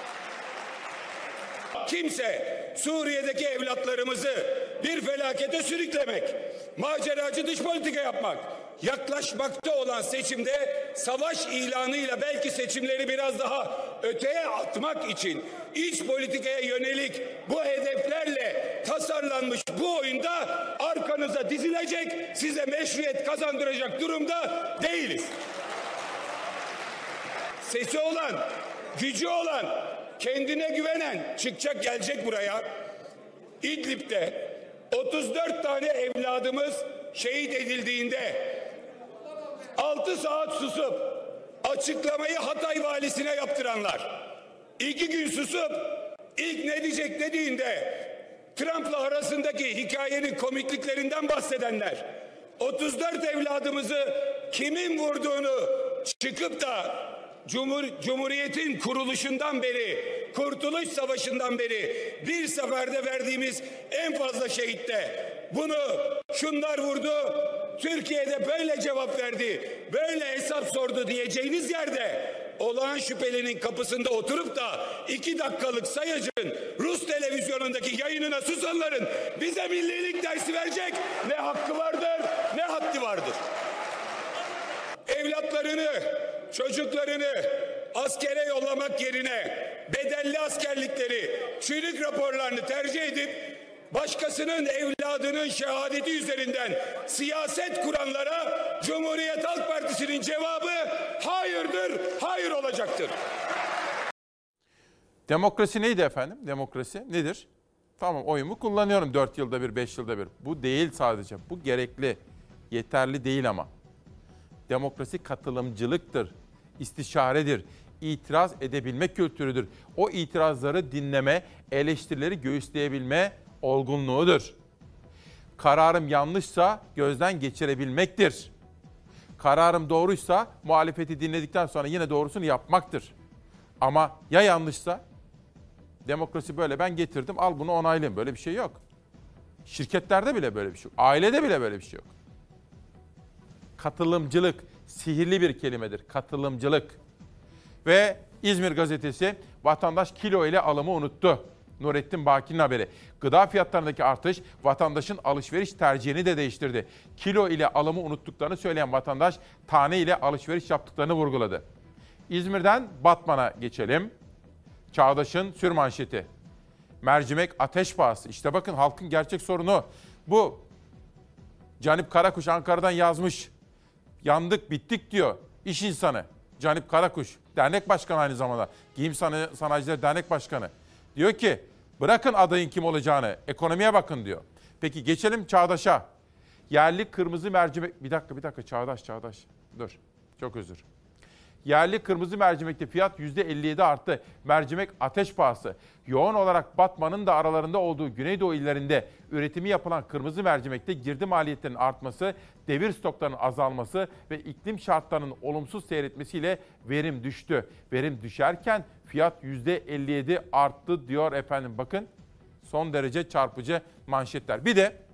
Kimse Suriye'deki evlatlarımızı bir felakete sürüklemek, maceracı dış politika yapmak, yaklaşmakta olan seçimde savaş ilanıyla belki seçimleri biraz daha öteye atmak için iç politikaya yönelik bu hedeflerle tasarlanmış bu oyunda arkanıza dizilecek, size meşruiyet kazandıracak durumda değiliz. Sesi olan, gücü olan, kendine güvenen çıkacak gelecek buraya. İdlib'de otuz dört tane evladımız şehit edildiğinde altı saat susup açıklamayı Hatay valisine yaptıranlar, iki gün susup ilk ne diyecek dediğinde Trump'la arasındaki hikayenin komikliklerinden bahsedenler, otuz dört evladımızı kimin vurduğunu çıkıp da Cumhur, Cumhuriyet'in kuruluşundan beri, Kurtuluş Savaşı'ndan beri bir seferde verdiğimiz en fazla şehitte bunu şunlar vurdu, Türkiye'de böyle cevap verdi, böyle hesap sordu diyeceğiniz yerde olağan şüphelinin kapısında oturup da iki dakikalık sayacın Rus televizyonundaki yayınına susanların bize millilik dersi verecek ne hakkı vardır ne haddi vardır. Evlatlarını, çocuklarını askere yollamak yerine bedelli askerlikleri, çürük raporlarını tercih edip başkasının evladı evladının şehadeti üzerinden siyaset kuranlara Cumhuriyet Halk Partisi'nin cevabı hayırdır, hayır olacaktır. Demokrasi neydi efendim? Demokrasi nedir? Tamam, oyumu kullanıyorum dört yılda bir, beş yılda bir. Bu değil sadece. Bu gerekli, yeterli değil ama. Demokrasi katılımcılıktır, istişaredir, itiraz edebilme kültürüdür. O itirazları dinleme, eleştirileri göğüsleyebilme olgunluğudur. Kararım yanlışsa gözden geçirebilmektir. Kararım doğruysa muhalefeti dinledikten sonra yine doğrusunu yapmaktır. Ama ya yanlışsa? Demokrasi böyle, ben getirdim, al bunu onaylayın. Böyle bir şey yok. Şirketlerde bile böyle bir şey yok. Ailede bile böyle bir şey yok. Katılımcılık sihirli bir kelimedir. Katılımcılık. Ve İzmir gazetesi vatandaş kilo ile alımı unuttu. Nurettin Baki'nin haberi. Gıda fiyatlarındaki artış vatandaşın alışveriş tercihini de değiştirdi. Kilo ile alımı unuttuklarını söyleyen vatandaş tane ile alışveriş yaptıklarını vurguladı. İzmir'den Batman'a geçelim. Çağdaş'ın sürmanşeti. Mercimek ateş pahası. İşte bakın halkın gerçek sorunu bu. Canip Karakuş Ankara'dan yazmış. Yandık bittik diyor iş insanı. Canip Karakuş dernek başkanı aynı zamanda. Giyim Sanayicileri Dernek Başkanı. Diyor ki bırakın adayın kim olacağını, ekonomiye bakın diyor. Peki geçelim Çağdaş'a. Yerli kırmızı mercimek... Bir dakika bir dakika Çağdaş Çağdaş. Dur çok özür. Yerli kırmızı mercimekte fiyat yüzde elli yedi arttı. Mercimek ateş pahası. Yoğun olarak Batman'ın da aralarında olduğu Güneydoğu illerinde üretimi yapılan kırmızı mercimekte girdi maliyetlerinin artması, devir stoklarının azalması ve iklim şartlarının olumsuz seyretmesiyle verim düştü. Verim düşerken fiyat yüzde elli yedi arttı diyor efendim. Bakın son derece çarpıcı manşetler. Bir de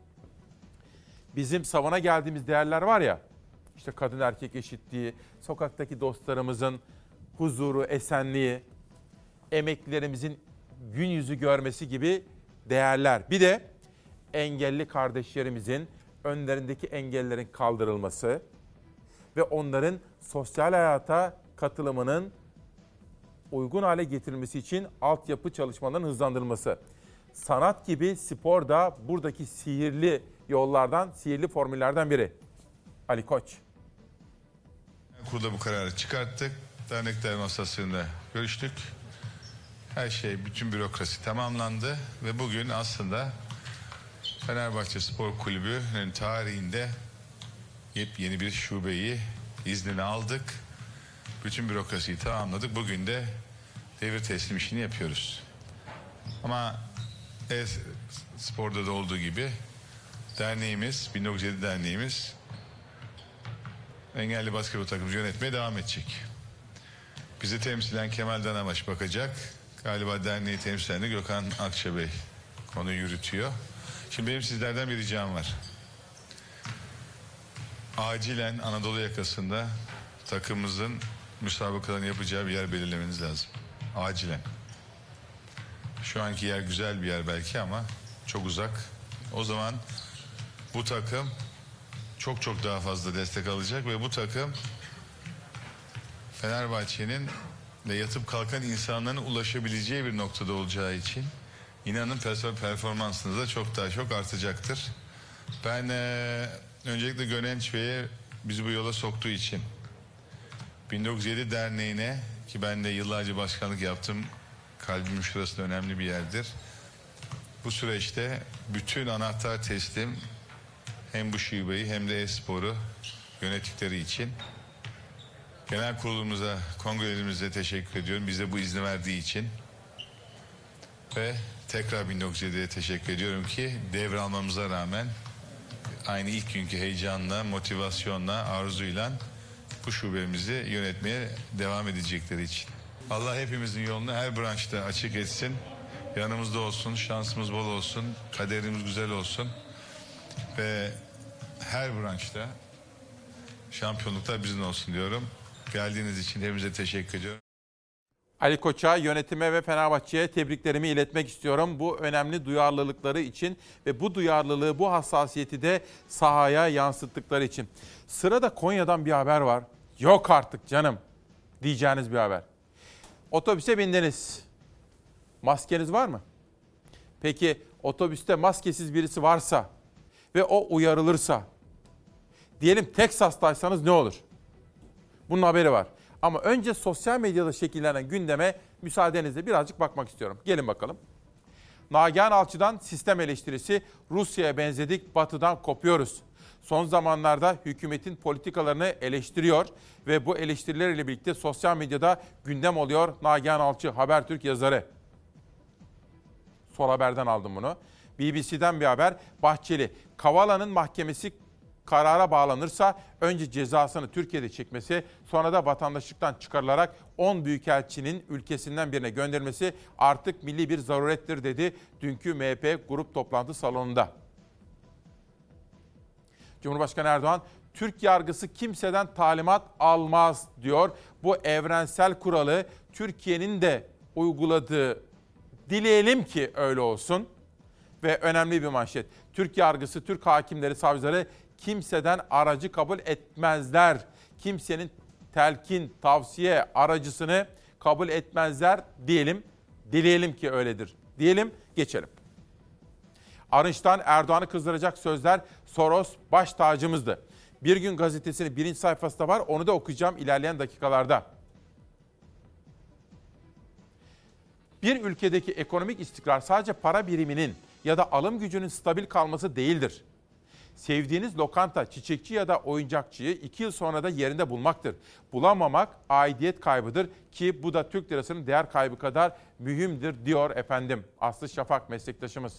bizim savuna geldiğimiz değerler var ya, İşte kadın erkek eşitliği, sokaktaki dostlarımızın huzuru, esenliği, emeklilerimizin gün yüzü görmesi gibi değerler. Bir de engelli kardeşlerimizin önlerindeki engellerin kaldırılması ve onların sosyal hayata katılımının uygun hale getirilmesi için altyapı çalışmalarının hızlandırılması. Sanat gibi spor da buradaki sihirli yollardan, sihirli formüllerden biri. Ali Koç. Kurulda bu kararı çıkarttık. Dernekler masasında görüştük. Her şey, bütün bürokrasi tamamlandı ve bugün aslında Fenerbahçe Spor Kulübü'nün tarihinde yepyeni bir şubeyi iznini aldık. Bütün bürokrasiyi tamamladık. Bugün de devir teslim işini yapıyoruz. Ama e-sporda da olduğu gibi derneğimiz, bin dokuz yüz yedi derneğimiz engelli basketbol takımı yönetmeye devam edecek. Bizi temsilen Kemal Danamaş bakacak. Galiba derneği temsilen de Gökhan Akça Bey konuyu yürütüyor. Şimdi benim sizlerden bir ricam var. Acilen Anadolu yakasında takımımızın müsabakalarını yapacağı bir yer belirlemeniz lazım. Acilen. Şu anki yer güzel bir yer belki ama çok uzak. O zaman bu takım çok çok daha fazla destek alacak ve bu takım Fenerbahçe'nin ve yatıp kalkan insanların ulaşabileceği bir noktada olacağı için inanın performansınız da çok daha çok artacaktır. Ben e, öncelikle Gönenç Bey'e bizi bu yola soktuğu için bin dokuz yüz yedi Derneği'ne, ki ben de yıllarca başkanlık yaptım, kalbimin şurası önemli bir yerdir. Bu süreçte bütün anahtar teslim hem bu şubeyi hem de e-sporu yönettikleri için genel kurulumuza, kongrelerimize teşekkür ediyorum. Bize bu izni verdiği için. Ve tekrar bin dokuz yüz yediye teşekkür ediyorum ki devralmamıza rağmen aynı ilk günkü heyecanla, motivasyonla, arzuyla bu şubemizi yönetmeye devam edecekleri için. Allah hepimizin yolunu her branşta açık etsin. Yanımızda olsun, şansımız bol olsun, kaderimiz güzel olsun. Ve her branşta şampiyonluklar bizim olsun diyorum. Geldiğiniz için hepinize teşekkür ediyorum. Ali Koç'a, yönetime ve Fenerbahçe'ye tebriklerimi iletmek istiyorum. Bu önemli duyarlılıkları için ve bu duyarlılığı, bu hassasiyeti de sahaya yansıttıkları için. Sırada Konya'dan bir haber var. Yok artık canım diyeceğiniz bir haber. Otobüse bindiniz. Maskeniz var mı? Peki otobüste maskesiz birisi varsa ve o uyarılırsa, diyelim Teksas'taysanız ne olur? Bunun haberi var. Ama önce sosyal medyada şekillenen gündeme müsaadenizle birazcık bakmak istiyorum. Gelin bakalım. Nagihan Alçı'dan sistem eleştirisi, Rusya'ya benzedik, Batı'dan kopuyoruz. Son zamanlarda hükümetin politikalarını eleştiriyor ve bu eleştirileriyle birlikte sosyal medyada gündem oluyor Nagihan Alçı, Habertürk yazarı. Sol Haber'den aldım bunu. B B C'den bir haber. Bahçeli, Kavala'nın mahkemesi karara bağlanırsa önce cezasını Türkiye'de çekmesi, sonra da vatandaşlıktan çıkarılarak on büyükelçinin ülkesinden birine göndermesi artık milli bir zarurettir dedi dünkü M H P grup toplantı salonunda. Cumhurbaşkanı Erdoğan, Türk yargısı kimseden talimat almaz diyor. Bu evrensel kuralı Türkiye'nin de uyguladığı, dileyelim ki öyle olsun. Ve önemli bir manşet. Türk yargısı, Türk hakimleri, savcıları kimseden aracı kabul etmezler. Kimsenin telkin, tavsiye aracısını kabul etmezler diyelim. Dileyelim ki öyledir. Diyelim, geçelim. Arınç'tan Erdoğan'ı kızdıracak sözler, Soros baş tacımızdı. Bir Gün Gazetesi'nin birinci sayfasında var, onu da okuyacağım ilerleyen dakikalarda. Bir ülkedeki ekonomik istikrar sadece para biriminin ya da alım gücünün stabil kalması değildir. Sevdiğiniz lokanta, çiçekçi ya da oyuncakçıyı iki yıl sonra da yerinde bulmaktır. Bulamamak aidiyet kaybıdır ki bu da Türk lirasının değer kaybı kadar mühimdir diyor efendim Aslı Şafak meslektaşımız.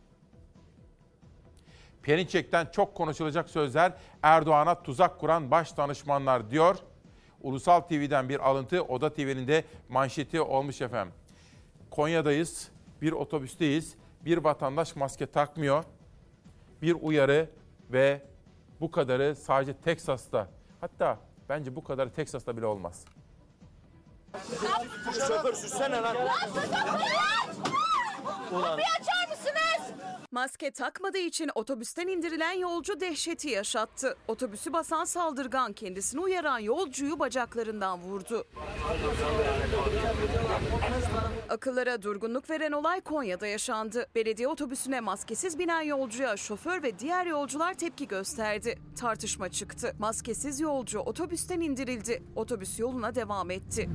Perinçek'ten çok konuşulacak sözler, Erdoğan'a tuzak kuran baş danışmanlar diyor. Ulusal T V'den bir alıntı, Oda T V'nin de manşeti olmuş efendim. Konya'dayız, bir otobüsteyiz, bir vatandaş maske takmıyor. Bir uyarı ve bu kadarı sadece Teksas'ta. Hatta bence bu kadarı Teksas'ta bile olmaz. Şoför sürsene lan. Kapıyı açar mısınız? Maske takmadığı için otobüsten indirilen yolcu dehşeti yaşattı. Otobüsü basan saldırgan kendisini uyaran yolcuyu bacaklarından vurdu. Akıllara durgunluk veren olay Konya'da yaşandı. Belediye otobüsüne maskesiz binen yolcuya şoför ve diğer yolcular tepki gösterdi. Tartışma çıktı. Maskesiz yolcu otobüsten indirildi. Otobüs yoluna devam etti.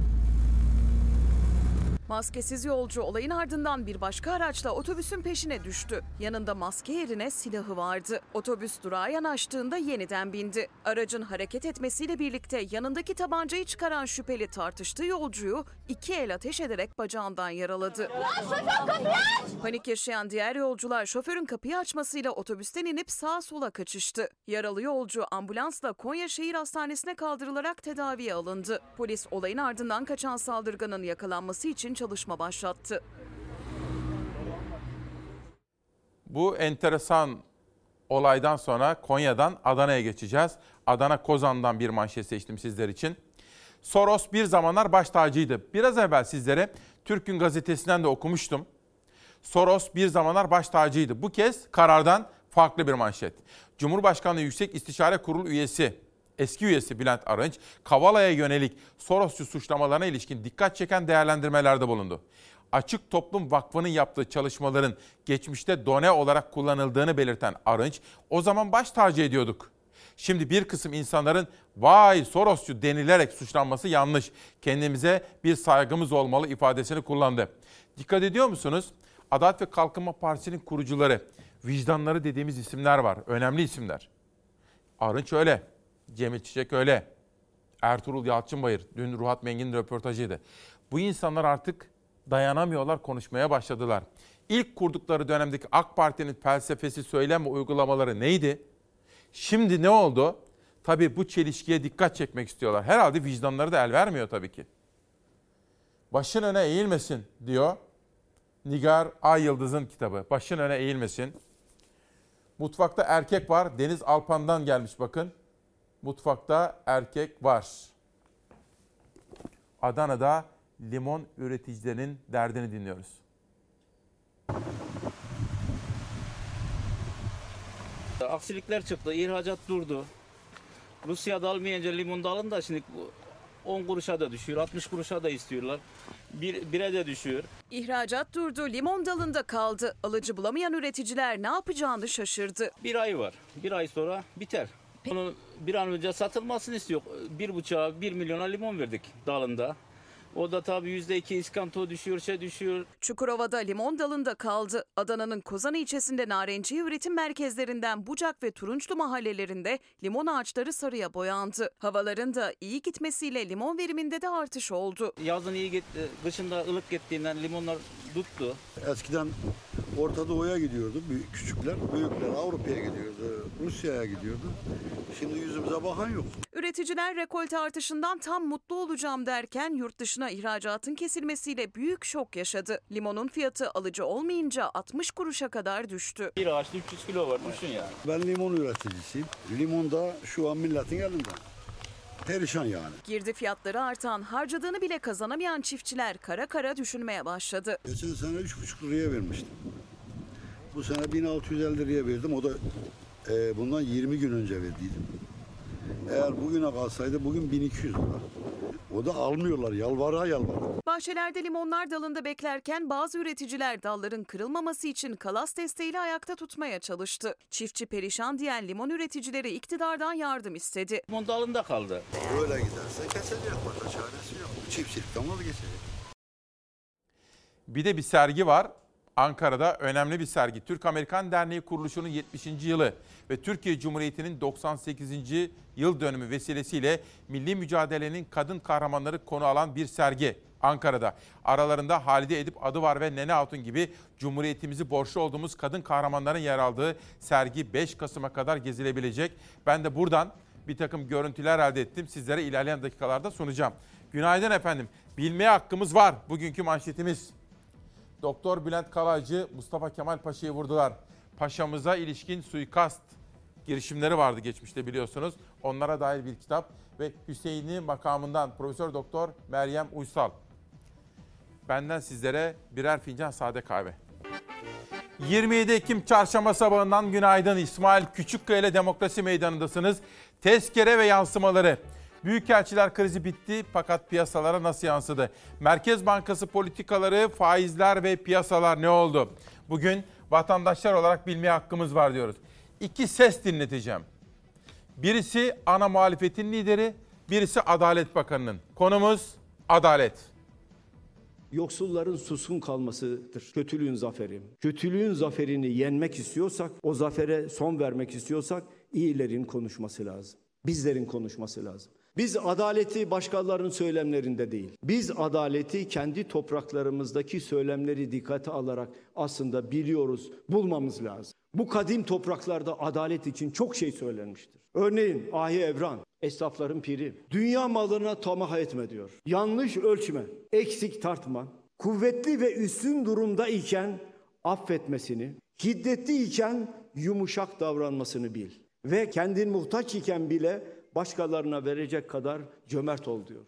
Maskesiz yolcu olayın ardından bir başka araçla otobüsün peşine düştü. Yanında maske yerine silahı vardı. Otobüs durağa yanaştığında yeniden bindi. Aracın hareket etmesiyle birlikte yanındaki tabancayı çıkaran şüpheli tartıştığı yolcuyu iki el ateş ederek bacağından yaraladı. Panik yaşayan diğer yolcular şoförün kapıyı açmasıyla otobüsten inip sağa sola kaçıştı. Yaralı yolcu ambulansla Konya Şehir Hastanesi'ne kaldırılarak tedaviye alındı. Polis olayın ardından kaçan saldırganın yakalanması için çalışma başlattı. Bu enteresan olaydan sonra Konya'dan Adana'ya geçeceğiz. Adana Kozan'dan bir manşet seçtim sizler için. Soros bir zamanlar baş tacıydı. Biraz evvel sizlere Türk Gün Gazetesi'nden de okumuştum. Soros bir zamanlar baş tacıydı. Bu kez karardan farklı bir manşet. Cumhurbaşkanlığı Yüksek İstişare Kurulu üyesi, eski üyesi Bülent Arınç, Kavala'ya yönelik Sorosçu suçlamalarına ilişkin dikkat çeken değerlendirmelerde bulundu. Açık Toplum Vakfı'nın yaptığı çalışmaların geçmişte done olarak kullanıldığını belirten Arınç, o zaman baş tacı ediyorduk. Şimdi bir kısım insanların vay Sorosçu denilerek suçlanması yanlış. Kendimize bir saygımız olmalı ifadesini kullandı. Dikkat ediyor musunuz? Adalet ve Kalkınma Partisi'nin kurucuları, vicdanları dediğimiz isimler var. Önemli isimler. Arınç öyle. Cemil Çiçek öyle. Ertuğrul Yalçınbayır. Dün Ruhat Mengin'in röportajıydı. Bu insanlar artık dayanamıyorlar, konuşmaya başladılar. İlk kurdukları dönemdeki AK Parti'nin felsefesi, söylem ve uygulamaları neydi? Şimdi ne oldu? Tabii bu çelişkiye dikkat çekmek istiyorlar. Herhalde vicdanları da el vermiyor tabii ki. Başın öne eğilmesin diyor Nigar Ay Yıldız'ın kitabı. Başın öne eğilmesin. Mutfakta erkek var. Deniz Alpan'dan gelmiş bakın. Mutfakta erkek var. Adana'da limon üreticilerinin derdini dinliyoruz. Aksilikler çıktı. İhracat durdu. Rusya'da almayınca limon da alın da şimdi on kuruşa da düşüyor, altmış kuruşa da istiyorlar. Bir, bire de düşüyor. İhracat durdu, limon dalında kaldı. Alıcı bulamayan üreticiler ne yapacağını şaşırdı. Bir ay var. Bir ay sonra biter. Onun bir an önce satılmasını istiyor. Bir buçuğa, bir milyona limon verdik dalında. O da tabii yüzde iki iskanto düşüyor, şey düşüyor. Çukurova'da limon dalında kaldı. Adana'nın Kozan ilçesinde narenciye üretim merkezlerinden Bucak ve Turunçlu mahallelerinde limon ağaçları sarıya boyandı. Havaların da iyi gitmesiyle limon veriminde de artış oldu. Yazın iyi gitti, kışında ılık gittiğinden limonlar tuttu. Eskiden Orta Doğu'ya gidiyordu büyük, küçükler, büyükler Avrupa'ya gidiyordu, Rusya'ya gidiyordu. Şimdi yüzümüze bakan yok. Üreticiler rekolte artışından tam mutlu olacağım derken yurt dışına ihracatın kesilmesiyle büyük şok yaşadı. Limonun fiyatı alıcı olmayınca altmış kuruşa kadar düştü. Bir ağaçta üç yüz kilo var, düşün yani. Ben limon üreticisiyim. Limon da şu an milletin elinde. Perişan yani. Girdi fiyatları artan, harcadığını bile kazanamayan çiftçiler kara kara düşünmeye başladı. Geçen sene üç buçuk liraya vermiştim. Bu sene bin altı yüz elli liraya verdim. O da e, bundan yirmi gün önce verdiydim. Eğer bugüne kalsaydı bugün bin iki yüz lira. O da almıyorlar, yalvara yalvara. Bahçelerde limonlar dalında beklerken bazı üreticiler dalların kırılmaması için kalas desteğiyle ayakta tutmaya çalıştı. Çiftçi perişan diyen limon üreticileri iktidardan yardım istedi. Limon dalında kaldı. Böyle giderse kesecek, başka çaresi yok. Çiftçilikten vazgeçecek. Bir de bir sergi var. Ankara'da önemli bir sergi. Türk-Amerikan Derneği kuruluşunun yetmişinci yılı ve Türkiye Cumhuriyeti'nin doksan sekizinci yıl dönümü vesilesiyle milli mücadelenin kadın kahramanları konu alan bir sergi Ankara'da. Aralarında Halide Edip Adıvar ve Nene Hatun gibi Cumhuriyetimizi borçlu olduğumuz kadın kahramanların yer aldığı sergi beş Kasım'a kadar gezilebilecek. Ben de buradan bir takım görüntüler elde ettim. Sizlere ilerleyen dakikalarda sunacağım. Günaydın efendim. Bilmeye hakkımız var. Bugünkü manşetimiz. Doktor Bülent Kalaycı, Mustafa Kemal Paşa'yı vurdular. Paşamıza ilişkin suikast girişimleri vardı geçmişte biliyorsunuz. Onlara dair bir kitap ve Hüseyin'i makamından Profesör Doktor Meryem Uysal. Benden sizlere birer fincan sade kahve. yirmi yedi Ekim çarşamba sabahından günaydın. İsmail Küçükkaya ile Demokrasi Meydanı'ndasınız. Tezkere ve yansımaları. Büyükelçiler krizi bitti fakat piyasalara nasıl yansıdı? Merkez Bankası politikaları, faizler ve piyasalar ne oldu? Bugün vatandaşlar olarak bilmeye hakkımız var diyoruz. İki ses dinleteceğim. Birisi ana muhalefetin lideri, birisi Adalet Bakanı'nın. Konumuz adalet. Yoksulların suskun kalmasıdır kötülüğün zaferi. Kötülüğün zaferini yenmek istiyorsak, o zafere son vermek istiyorsak iyilerin konuşması lazım. Bizlerin konuşması lazım. Biz adaleti başkalarının söylemlerinde değil, biz adaleti kendi topraklarımızdaki söylemleri dikkate alarak aslında biliyoruz, bulmamız lazım. Bu kadim topraklarda adalet için çok şey söylenmiştir. Örneğin Ahi Evran, esnafların piri, dünya malına tamah etme diyor. Yanlış ölçme, eksik tartma, kuvvetli ve üstün durumda iken affetmesini, şiddetli iken yumuşak davranmasını bil. Ve kendin muhtaç iken bile başkalarına verecek kadar cömert ol diyor.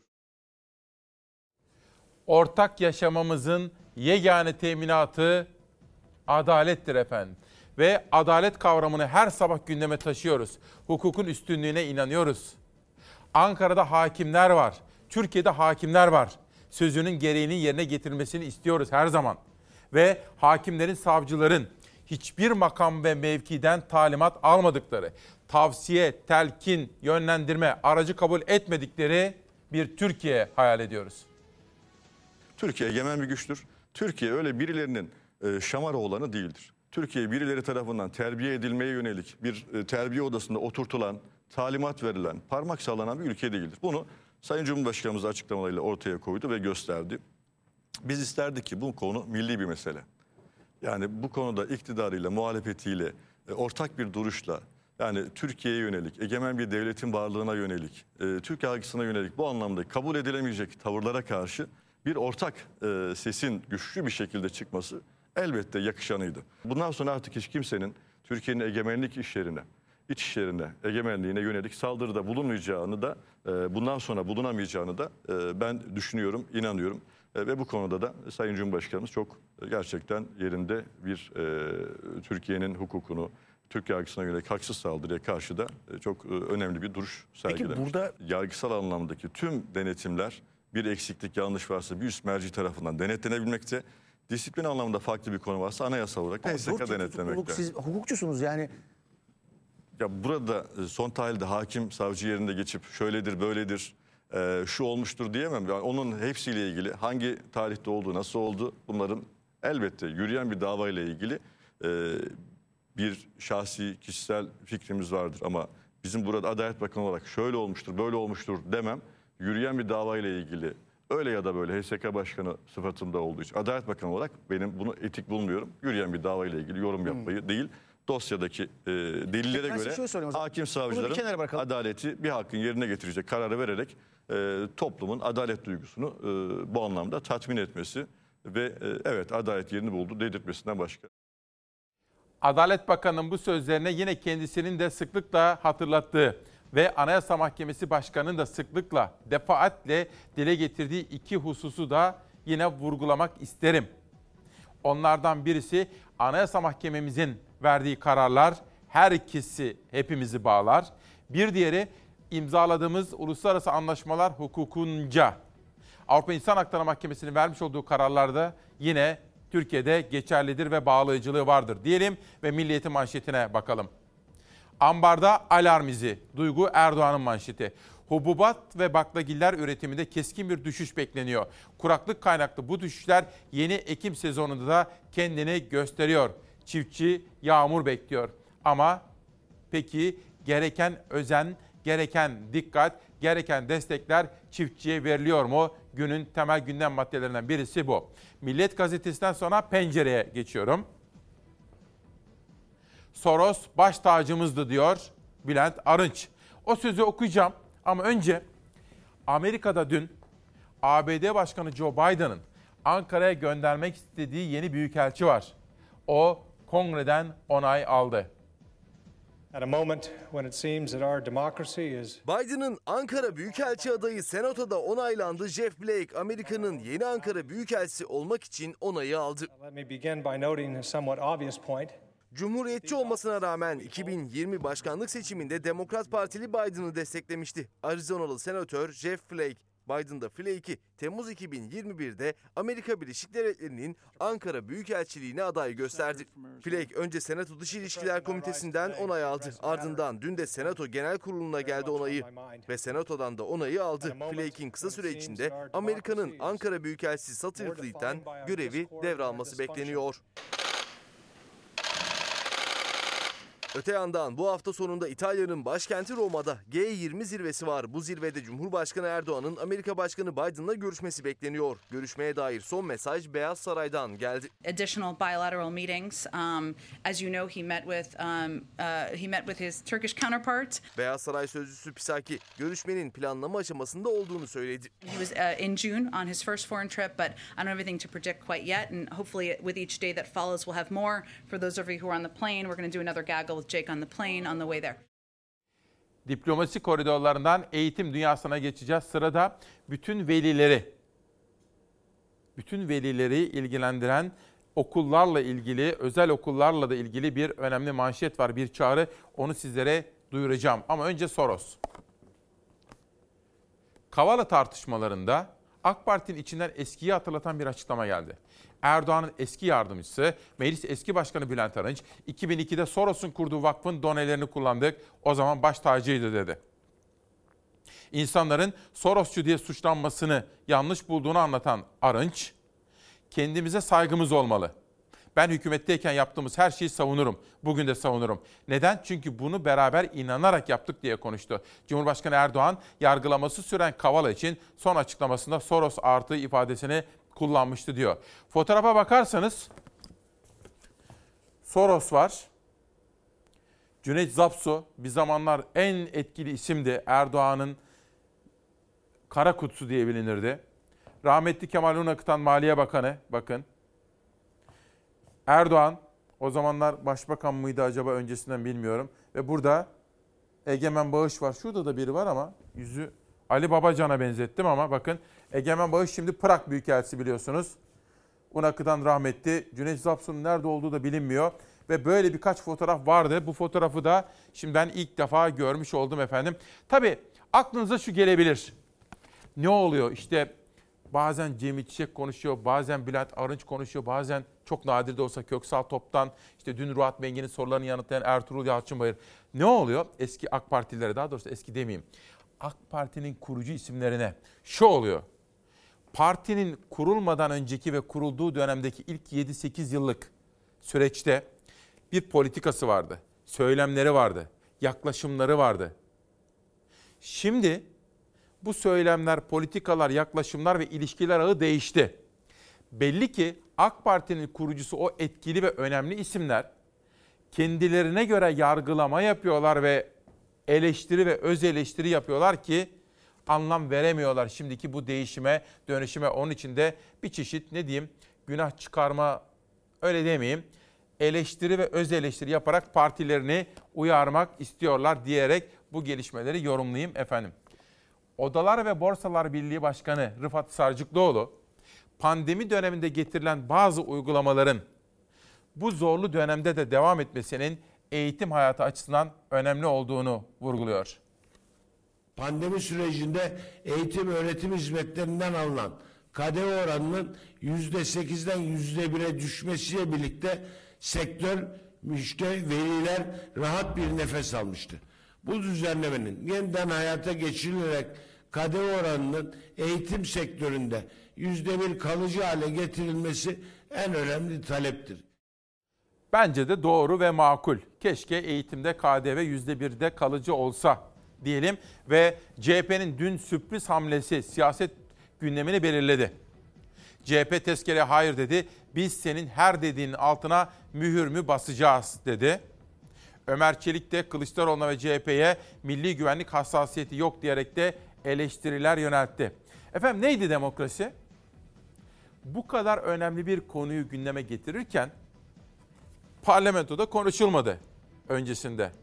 Ortak yaşamamızın yegane teminatı adalettir efendim. Ve adalet kavramını her sabah gündeme taşıyoruz. Hukukun üstünlüğüne inanıyoruz. Ankara'da hakimler var. Türkiye'de hakimler var. Sözünün gereğinin yerine getirilmesini istiyoruz her zaman. Ve hakimlerin, savcıların hiçbir makam ve mevkiden talimat almadıkları, tavsiye, telkin, yönlendirme, aracı kabul etmedikleri bir Türkiye hayal ediyoruz. Türkiye egemen bir güçtür. Türkiye öyle birilerinin e, şamara olanı değildir. Türkiye birileri tarafından terbiye edilmeye yönelik bir e, terbiye odasında oturtulan, talimat verilen, parmak sallanan bir ülke değildir. Bunu Sayın Cumhurbaşkanımız açıklamalarıyla ortaya koydu ve gösterdi. Biz isterdik ki bu konu milli bir mesele. Yani bu konuda iktidarıyla, muhalefetiyle, e, ortak bir duruşla, yani Türkiye'ye yönelik, egemen bir devletin varlığına yönelik, e, Türk algısına yönelik bu anlamda kabul edilemeyecek tavırlara karşı bir ortak e, sesin güçlü bir şekilde çıkması elbette yakışanıydı. Bundan sonra artık hiç kimsenin Türkiye'nin egemenlik işlerine, iç işlerine, egemenliğine yönelik saldırıda bulunmayacağını da, e, bundan sonra bulunamayacağını da e, ben düşünüyorum, inanıyorum. E, ve bu konuda da Sayın Cumhurbaşkanımız çok e, gerçekten yerinde bir e, Türkiye'nin hukukunu, Türk yargısına yönelik haksız saldırıya karşı da e, çok e, önemli bir duruş sergilemiş. Peki burada yargısal anlamdaki tüm denetimler bir eksiklik, yanlış varsa bir üst merci tarafından denetlenebilmekte. Disiplin anlamında farklı bir konu varsa anayasal olarak H S K denetlemekte. siz hukukçusunuz yani. Ya burada e, son tahlilde hakim savcı yerinde geçip şöyledir böyledir e, şu olmuştur diyemem. Yani onun hepsiyle ilgili hangi tarihte olduğu, nasıl oldu, bunların elbette yürüyen bir davayla ilgili e, bir şahsi kişisel fikrimiz vardır. Ama bizim burada Adalet Bakanı olarak şöyle olmuştur böyle olmuştur demem. Yürüyen bir davayla ilgili öyle ya da böyle H S K Başkanı sıfatımda olduğu için Adalet Bakanı olarak benim bunu etik bulmuyorum. Yürüyen bir davayla ilgili yorum yapmayı hmm. değil, dosyadaki e, delillere göre hakim savcıların adaleti bir hakkın yerine getirecek kararı vererek e, toplumun adalet duygusunu e, bu anlamda tatmin etmesi ve e, evet adalet yerini buldu dedirtmesinden başka. Adalet Bakanı'nın bu sözlerine yine kendisinin de sıklıkla hatırlattığı ve Anayasa Mahkemesi Başkanı'nın da sıklıkla, defaatle dile getirdiği iki hususu da yine vurgulamak isterim. Onlardan birisi Anayasa Mahkememizin verdiği kararlar herkesi, hepimizi bağlar. Bir diğeri imzaladığımız uluslararası anlaşmalar hukukunca. Avrupa İnsan Hakları Mahkemesi'nin vermiş olduğu kararlarda yine Türkiye'de geçerlidir ve bağlayıcılığı vardır diyelim ve Milliyet'in manşetine bakalım. Ambarda alarm izi. Duygu Erdoğan'ın manşeti. Hububat ve baklagiller üretiminde keskin bir düşüş bekleniyor. Kuraklık kaynaklı bu düşüşler yeni ekim sezonunda da kendini gösteriyor. Çiftçi yağmur bekliyor. Ama peki gereken özen, gereken dikkat, gereken destekler çiftçiye veriliyor mu? Günün temel gündem maddelerinden birisi bu. Milliyet gazetesinden sonra Pencere'ye geçiyorum. Soros baş tacımızdı diyor Bülent Arınç. O sözü okuyacağım ama önce Amerika'da dün A B D Başkanı Joe Biden'ın Ankara'ya göndermek istediği yeni büyükelçi var. O kongreden onay aldı. At a moment when it seems that our democracy is Biden'ın Ankara Büyükelçi adayı Senato'da onaylandı. Jeff Flake, Amerika'nın yeni Ankara Büyükelçisi olmak için onayı aldı. Let me begin by noting a somewhat obvious point. Cumhuriyetçi olmasına rağmen iki bin yirmi başkanlık seçiminde Demokrat Partili Biden'ı desteklemişti. Arizonalı senatör Jeff Flake, Biden da Flake'i Temmuz iki bin yirmi bir'de Amerika Birleşik Devletleri'nin Ankara Büyükelçiliğine aday gösterdi. Flake önce Senato Dış İlişkiler Komitesi'nden onay aldı. Ardından dün de Senato Genel Kurulu'na geldi onayı ve Senato'dan da onayı aldı. Flake'in kısa süre içinde Amerika'nın Ankara Büyükelçisi Satterfield'ten görevi devralması bekleniyor. Öte yandan bu hafta sonunda İtalya'nın başkenti Roma'da G yirmi zirvesi var. Bu zirvede Cumhurbaşkanı Erdoğan'ın Amerika Başkanı Biden'la görüşmesi bekleniyor. Görüşmeye dair son mesaj Beyaz Saray'dan geldi. Additional bilateral meetings. Um, as you know, he met with um, uh, he met with his Turkish counterpart. Beyaz Saray sözcüsü Psaki görüşmenin planlama aşamasında olduğunu söyledi. He was uh, in June on his first foreign trip, but I don't have anything to project quite yet, and hopefully with each day that follows we'll have more. For those of you who are on the plane, we're going to do another gaggle Jake on the plane on the way there. Diplomasi koridorlarından eğitim dünyasına geçeceğiz. Sırada bütün velileri, bütün velileri ilgilendiren okullarla ilgili, özel okullarla da ilgili bir önemli manşet var, bir çağrı. Onu sizlere duyuracağım. Ama önce Soros. Kavala tartışmalarında AK Parti'nin içinden eskiyi hatırlatan bir açıklama geldi. Erdoğan'ın eski yardımcısı, Meclis Eski Başkanı Bülent Arınç, iki bin iki'de Soros'un kurduğu vakfın donelerini kullandık, o zaman baş tacıydı dedi. İnsanların Sorosçu diye suçlanmasını yanlış bulduğunu anlatan Arınç, kendimize saygımız olmalı. Ben hükümetteyken yaptığımız her şeyi savunurum. Bugün de savunurum. Neden? Çünkü bunu beraber inanarak yaptık diye konuştu. Cumhurbaşkanı Erdoğan yargılaması süren Kavala için son açıklamasında Soros artı ifadesini kullanmıştı diyor. Fotoğrafa bakarsanız Soros var. Cüneyt Zapsu bir zamanlar en etkili isimdi. Erdoğan'ın kara kutusu diye bilinirdi. Rahmetli Kemal Unakıtan Maliye Bakanı, bakın. Erdoğan, o zamanlar başbakan mıydı acaba öncesinden bilmiyorum. Ve burada Egemen Bağış var. Şurada da biri var ama yüzü Ali Babacan'a benzettim ama bakın. Egemen Bağış şimdi Prag Büyükelçisi biliyorsunuz. Unakıtan rahmetli. Cüneyt Zapsu'nun nerede olduğu da bilinmiyor. Ve böyle birkaç fotoğraf vardı. Bu fotoğrafı da şimdi ben ilk defa görmüş oldum efendim. Tabii aklınıza şu gelebilir. Ne oluyor? İşte bazen Cemil Çiçek konuşuyor, bazen Bülent Arınç konuşuyor, bazen çok nadir de olsa Köksal Top'tan, işte dün Ruat Mengen'in sorularını yanıtlayan Ertuğrul Yalçınbayır. Ne oluyor? Eski AK Partililere, daha doğrusu eski demeyeyim, AK Parti'nin kurucu isimlerine şu oluyor. Partinin kurulmadan önceki ve kurulduğu dönemdeki ilk yedi sekiz yıllık süreçte bir politikası vardı, söylemleri vardı, yaklaşımları vardı. Şimdi bu söylemler, politikalar, yaklaşımlar ve ilişkiler ağı değişti. Belli ki AK Parti'nin kurucusu o etkili ve önemli isimler kendilerine göre yargılama yapıyorlar ve eleştiri ve öz eleştiri yapıyorlar ki anlam veremiyorlar şimdiki bu değişime, dönüşüme. Onun için de bir çeşit ne diyeyim, günah çıkarma, öyle demeyeyim, eleştiri ve öz eleştiri yaparak partilerini uyarmak istiyorlar diyerek bu gelişmeleri yorumlayayım efendim. Odalar ve Borsalar Birliği Başkanı Rıfat Sarcıklıoğlu, pandemi döneminde getirilen bazı uygulamaların bu zorlu dönemde de devam etmesinin eğitim hayatı açısından önemli olduğunu vurguluyor. Pandemi sürecinde eğitim öğretim hizmetlerinden alınan K D V oranının yüzde sekizden yüzde bire düşmesiyle birlikte sektör, müşteri, veliler rahat bir nefes almıştı. Bu düzenlemenin yeniden hayata geçirilerek K D V oranının eğitim sektöründe yüzde bir kalıcı hale getirilmesi en önemli taleptir. Bence de doğru ve makul. Keşke eğitimde K D V yüzde birde kalıcı olsa diyelim ve C H P'nin dün sürpriz hamlesi siyaset gündemini belirledi. C H P tezkereye hayır dedi. Biz senin her dediğinin altına mühür mü basacağız dedi. Ömer Çelik de Kılıçdaroğlu'na ve C H P'ye milli güvenlik hassasiyeti yok diyerek de eleştiriler yöneltti. Efendim neydi demokrasi? Bu kadar önemli bir konuyu gündeme getirirken parlamentoda konuşulmadı öncesinde.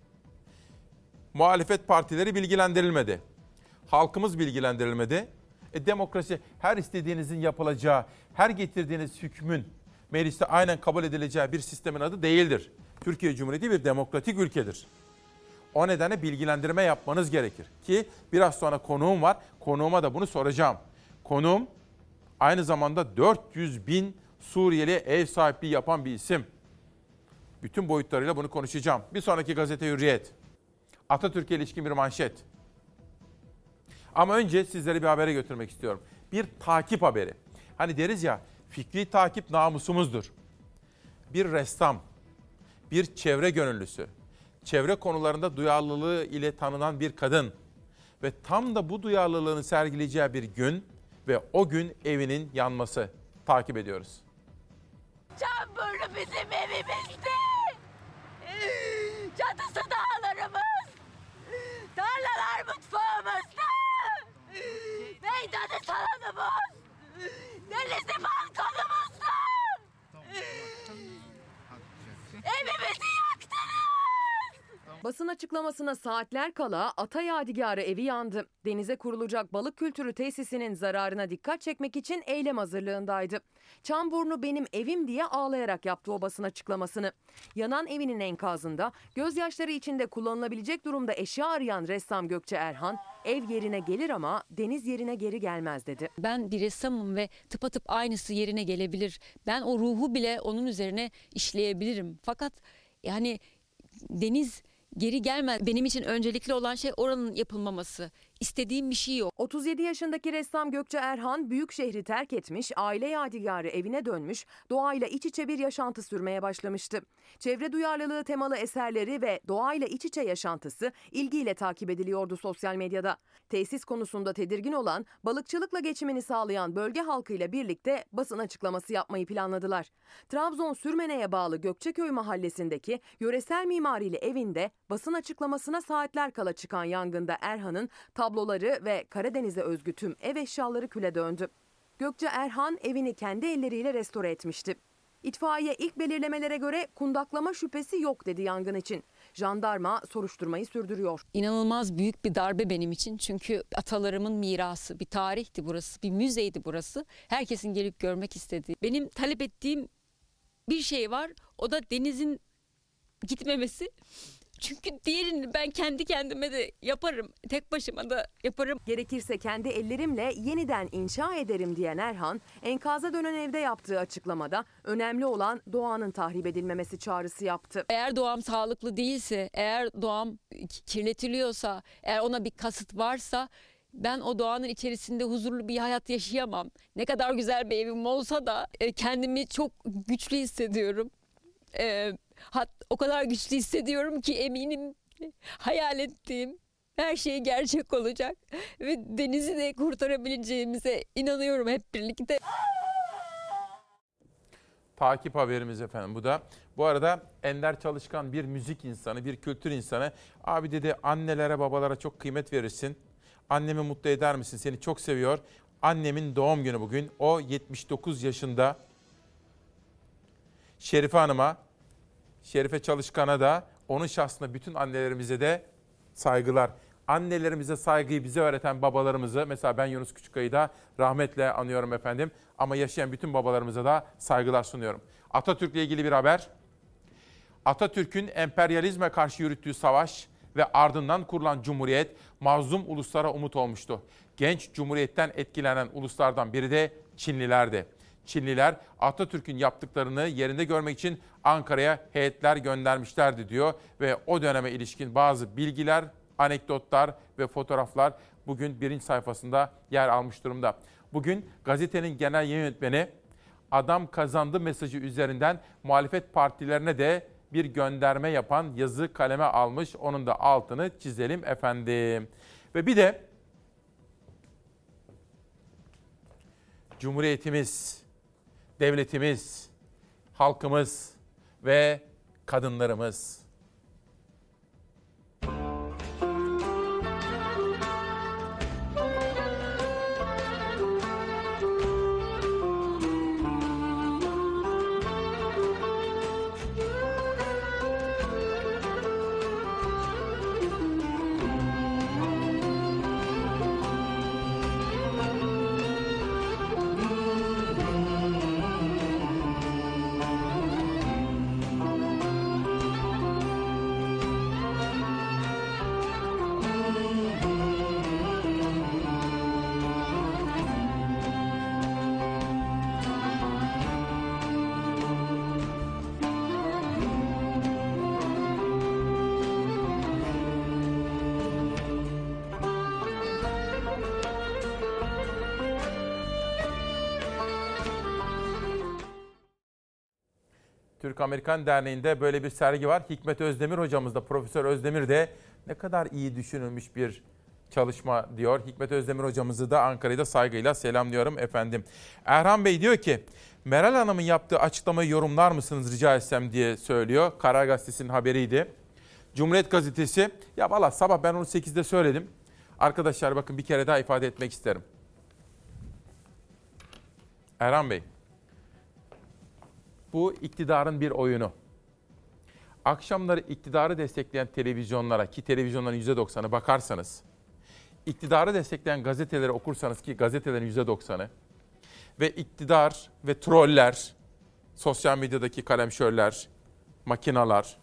Muhalefet partileri bilgilendirilmedi. Halkımız bilgilendirilmedi. E, demokrasi her istediğinizin yapılacağı, her getirdiğiniz hükmün mecliste aynen kabul edileceği bir sistemin adı değildir. Türkiye Cumhuriyeti bir demokratik ülkedir. O nedenle bilgilendirme yapmanız gerekir. Ki biraz sonra konuğum var. Konuğuma da bunu soracağım. Konuğum aynı zamanda dört yüz bin Suriyeli ev sahipliği yapan bir isim. Bütün boyutlarıyla bunu konuşacağım. Bir sonraki gazete Hürriyet. Atatürk'e ilişkin bir manşet. Ama önce sizleri bir habere götürmek istiyorum. Bir takip haberi. Hani deriz ya, fikri takip namusumuzdur. Bir ressam, bir çevre gönüllüsü, çevre konularında duyarlılığı ile tanınan bir kadın ve tam da bu duyarlılığını sergileyeceği bir gün ve o gün evinin yanması. Takip ediyoruz. Çamburlu bizim evimizdi. Çatısı dağlarımız. Tarlalar mutfağımızda. Meydanı salonumuz. Denizi balkonumuzda. Evimizi yaktınız. Basın açıklamasına saatler kala Ata Yadigarı evi yandı. Denize kurulacak balık kültürü tesisinin zararına dikkat çekmek için eylem hazırlığındaydı. Çamburnu benim evim diye ağlayarak yaptı o basın açıklamasını. Yanan evinin enkazında gözyaşları içinde kullanılabilecek durumda eşya arayan ressam Gökçe Erhan, ev yerine gelir ama deniz yerine geri gelmez dedi. Ben bir ressamım ve tıpatıp aynısı yerine gelebilir. Ben o ruhu bile onun üzerine işleyebilirim. Fakat yani deniz geri gelmez. Benim için öncelikli olan şey oranın yapılmaması. İstediğim bir şey yok. otuz yedi yaşındaki ressam Gökçe Erhan büyük şehri terk etmiş, aile yadigarı evine dönmüş, doğayla iç içe bir yaşantı sürmeye başlamıştı. Çevre duyarlılığı temalı eserleri ve doğayla iç içe yaşantısı ilgiyle takip ediliyordu sosyal medyada. Tesis konusunda tedirgin olan, balıkçılıkla geçimini sağlayan bölge halkıyla birlikte basın açıklaması yapmayı planladılar. Trabzon Sürmene'ye bağlı Gökçeköy mahallesindeki yöresel mimarili evinde basın açıklamasına saatler kala çıkan yangında Erhan'ın tabloları ve Karadeniz'e özgü tüm ev eşyaları küle döndü. Gökçe Erhan evini kendi elleriyle restore etmişti. İtfaiye ilk belirlemelere göre kundaklama şüphesi yok dedi yangın için. Jandarma soruşturmayı sürdürüyor. İnanılmaz büyük bir darbe benim için. Çünkü atalarımın mirası, bir tarihti burası, bir müzeydi burası. Herkesin gelip görmek istediği. Benim talep ettiğim bir şey var. O da Deniz'in gitmemesi. Çünkü diğerini ben kendi kendime de yaparım. Tek başıma da yaparım. Gerekirse kendi ellerimle yeniden inşa ederim diyen Erhan, enkaza dönen evde yaptığı açıklamada önemli olan doğanın tahrip edilmemesi çağrısı yaptı. Eğer doğam sağlıklı değilse, eğer doğam kirletiliyorsa, eğer ona bir kasıt varsa ben o doğanın içerisinde huzurlu bir hayat yaşayamam. Ne kadar güzel bir evim olsa da kendimi çok güçlü hissediyorum. Ee, hat, o kadar güçlü hissediyorum ki eminim hayal ettiğim her şey gerçek olacak. Ve Deniz'i de kurtarabileceğimize inanıyorum hep birlikte. Takip haberimiz efendim bu da. Bu arada Ender Çalışkan bir müzik insanı, bir kültür insanı. Abi dedi annelere babalara çok kıymet verirsin. Annemi mutlu eder misin? Seni çok seviyor. Annemin doğum günü bugün. O yetmiş dokuz yaşında. Şerife Hanım'a, Şerife Çalışkan'a da onun şahsına bütün annelerimize de saygılar. Annelerimize saygıyı bize öğreten babalarımızı, mesela ben Yunus Küçükkaya'yı da rahmetle anıyorum efendim. Ama yaşayan bütün babalarımıza da saygılar sunuyorum. Atatürk'le ilgili bir haber. Atatürk'ün emperyalizme karşı yürüttüğü savaş ve ardından kurulan Cumhuriyet mazlum uluslara umut olmuştu. Genç Cumhuriyet'ten etkilenen uluslardan biri de Çinlilerdi. Çinliler Atatürk'ün yaptıklarını yerinde görmek için Ankara'ya heyetler göndermişlerdi diyor ve o döneme ilişkin bazı bilgiler, anekdotlar ve fotoğraflar bugün birinci sayfasında yer almış durumda. Bugün gazetenin genel yayın yönetmeni adam kazandı mesajı üzerinden muhalefet partilerine de bir gönderme yapan yazı kaleme almış. Onun da altını çizelim efendim. Ve bir de Cumhuriyetimiz, devletimiz, halkımız ve kadınlarımız. Türk-Amerikan Derneği'nde böyle bir sergi var. Hikmet Özdemir hocamız da, Profesör Özdemir de ne kadar iyi düşünülmüş bir çalışma diyor. Hikmet Özdemir hocamızı da Ankara'da saygıyla selamlıyorum efendim. Erhan Bey diyor ki, Meral Hanım'ın yaptığı açıklamayı yorumlar mısınız rica etsem diye söylüyor. Karar Gazetesi'nin haberiydi. Cumhuriyet Gazetesi, ya valla sabah ben onu sekizde söyledim. Arkadaşlar bakın bir kere daha ifade etmek isterim. Erhan Bey, bu iktidarın bir oyunu. Akşamları iktidarı destekleyen televizyonlara, ki televizyonların yüzde doksanı bakarsanız, iktidarı destekleyen gazeteleri okursanız, ki gazetelerin yüzde doksanı, ve iktidar ve troller, sosyal medyadaki kalemşörler, makinalar,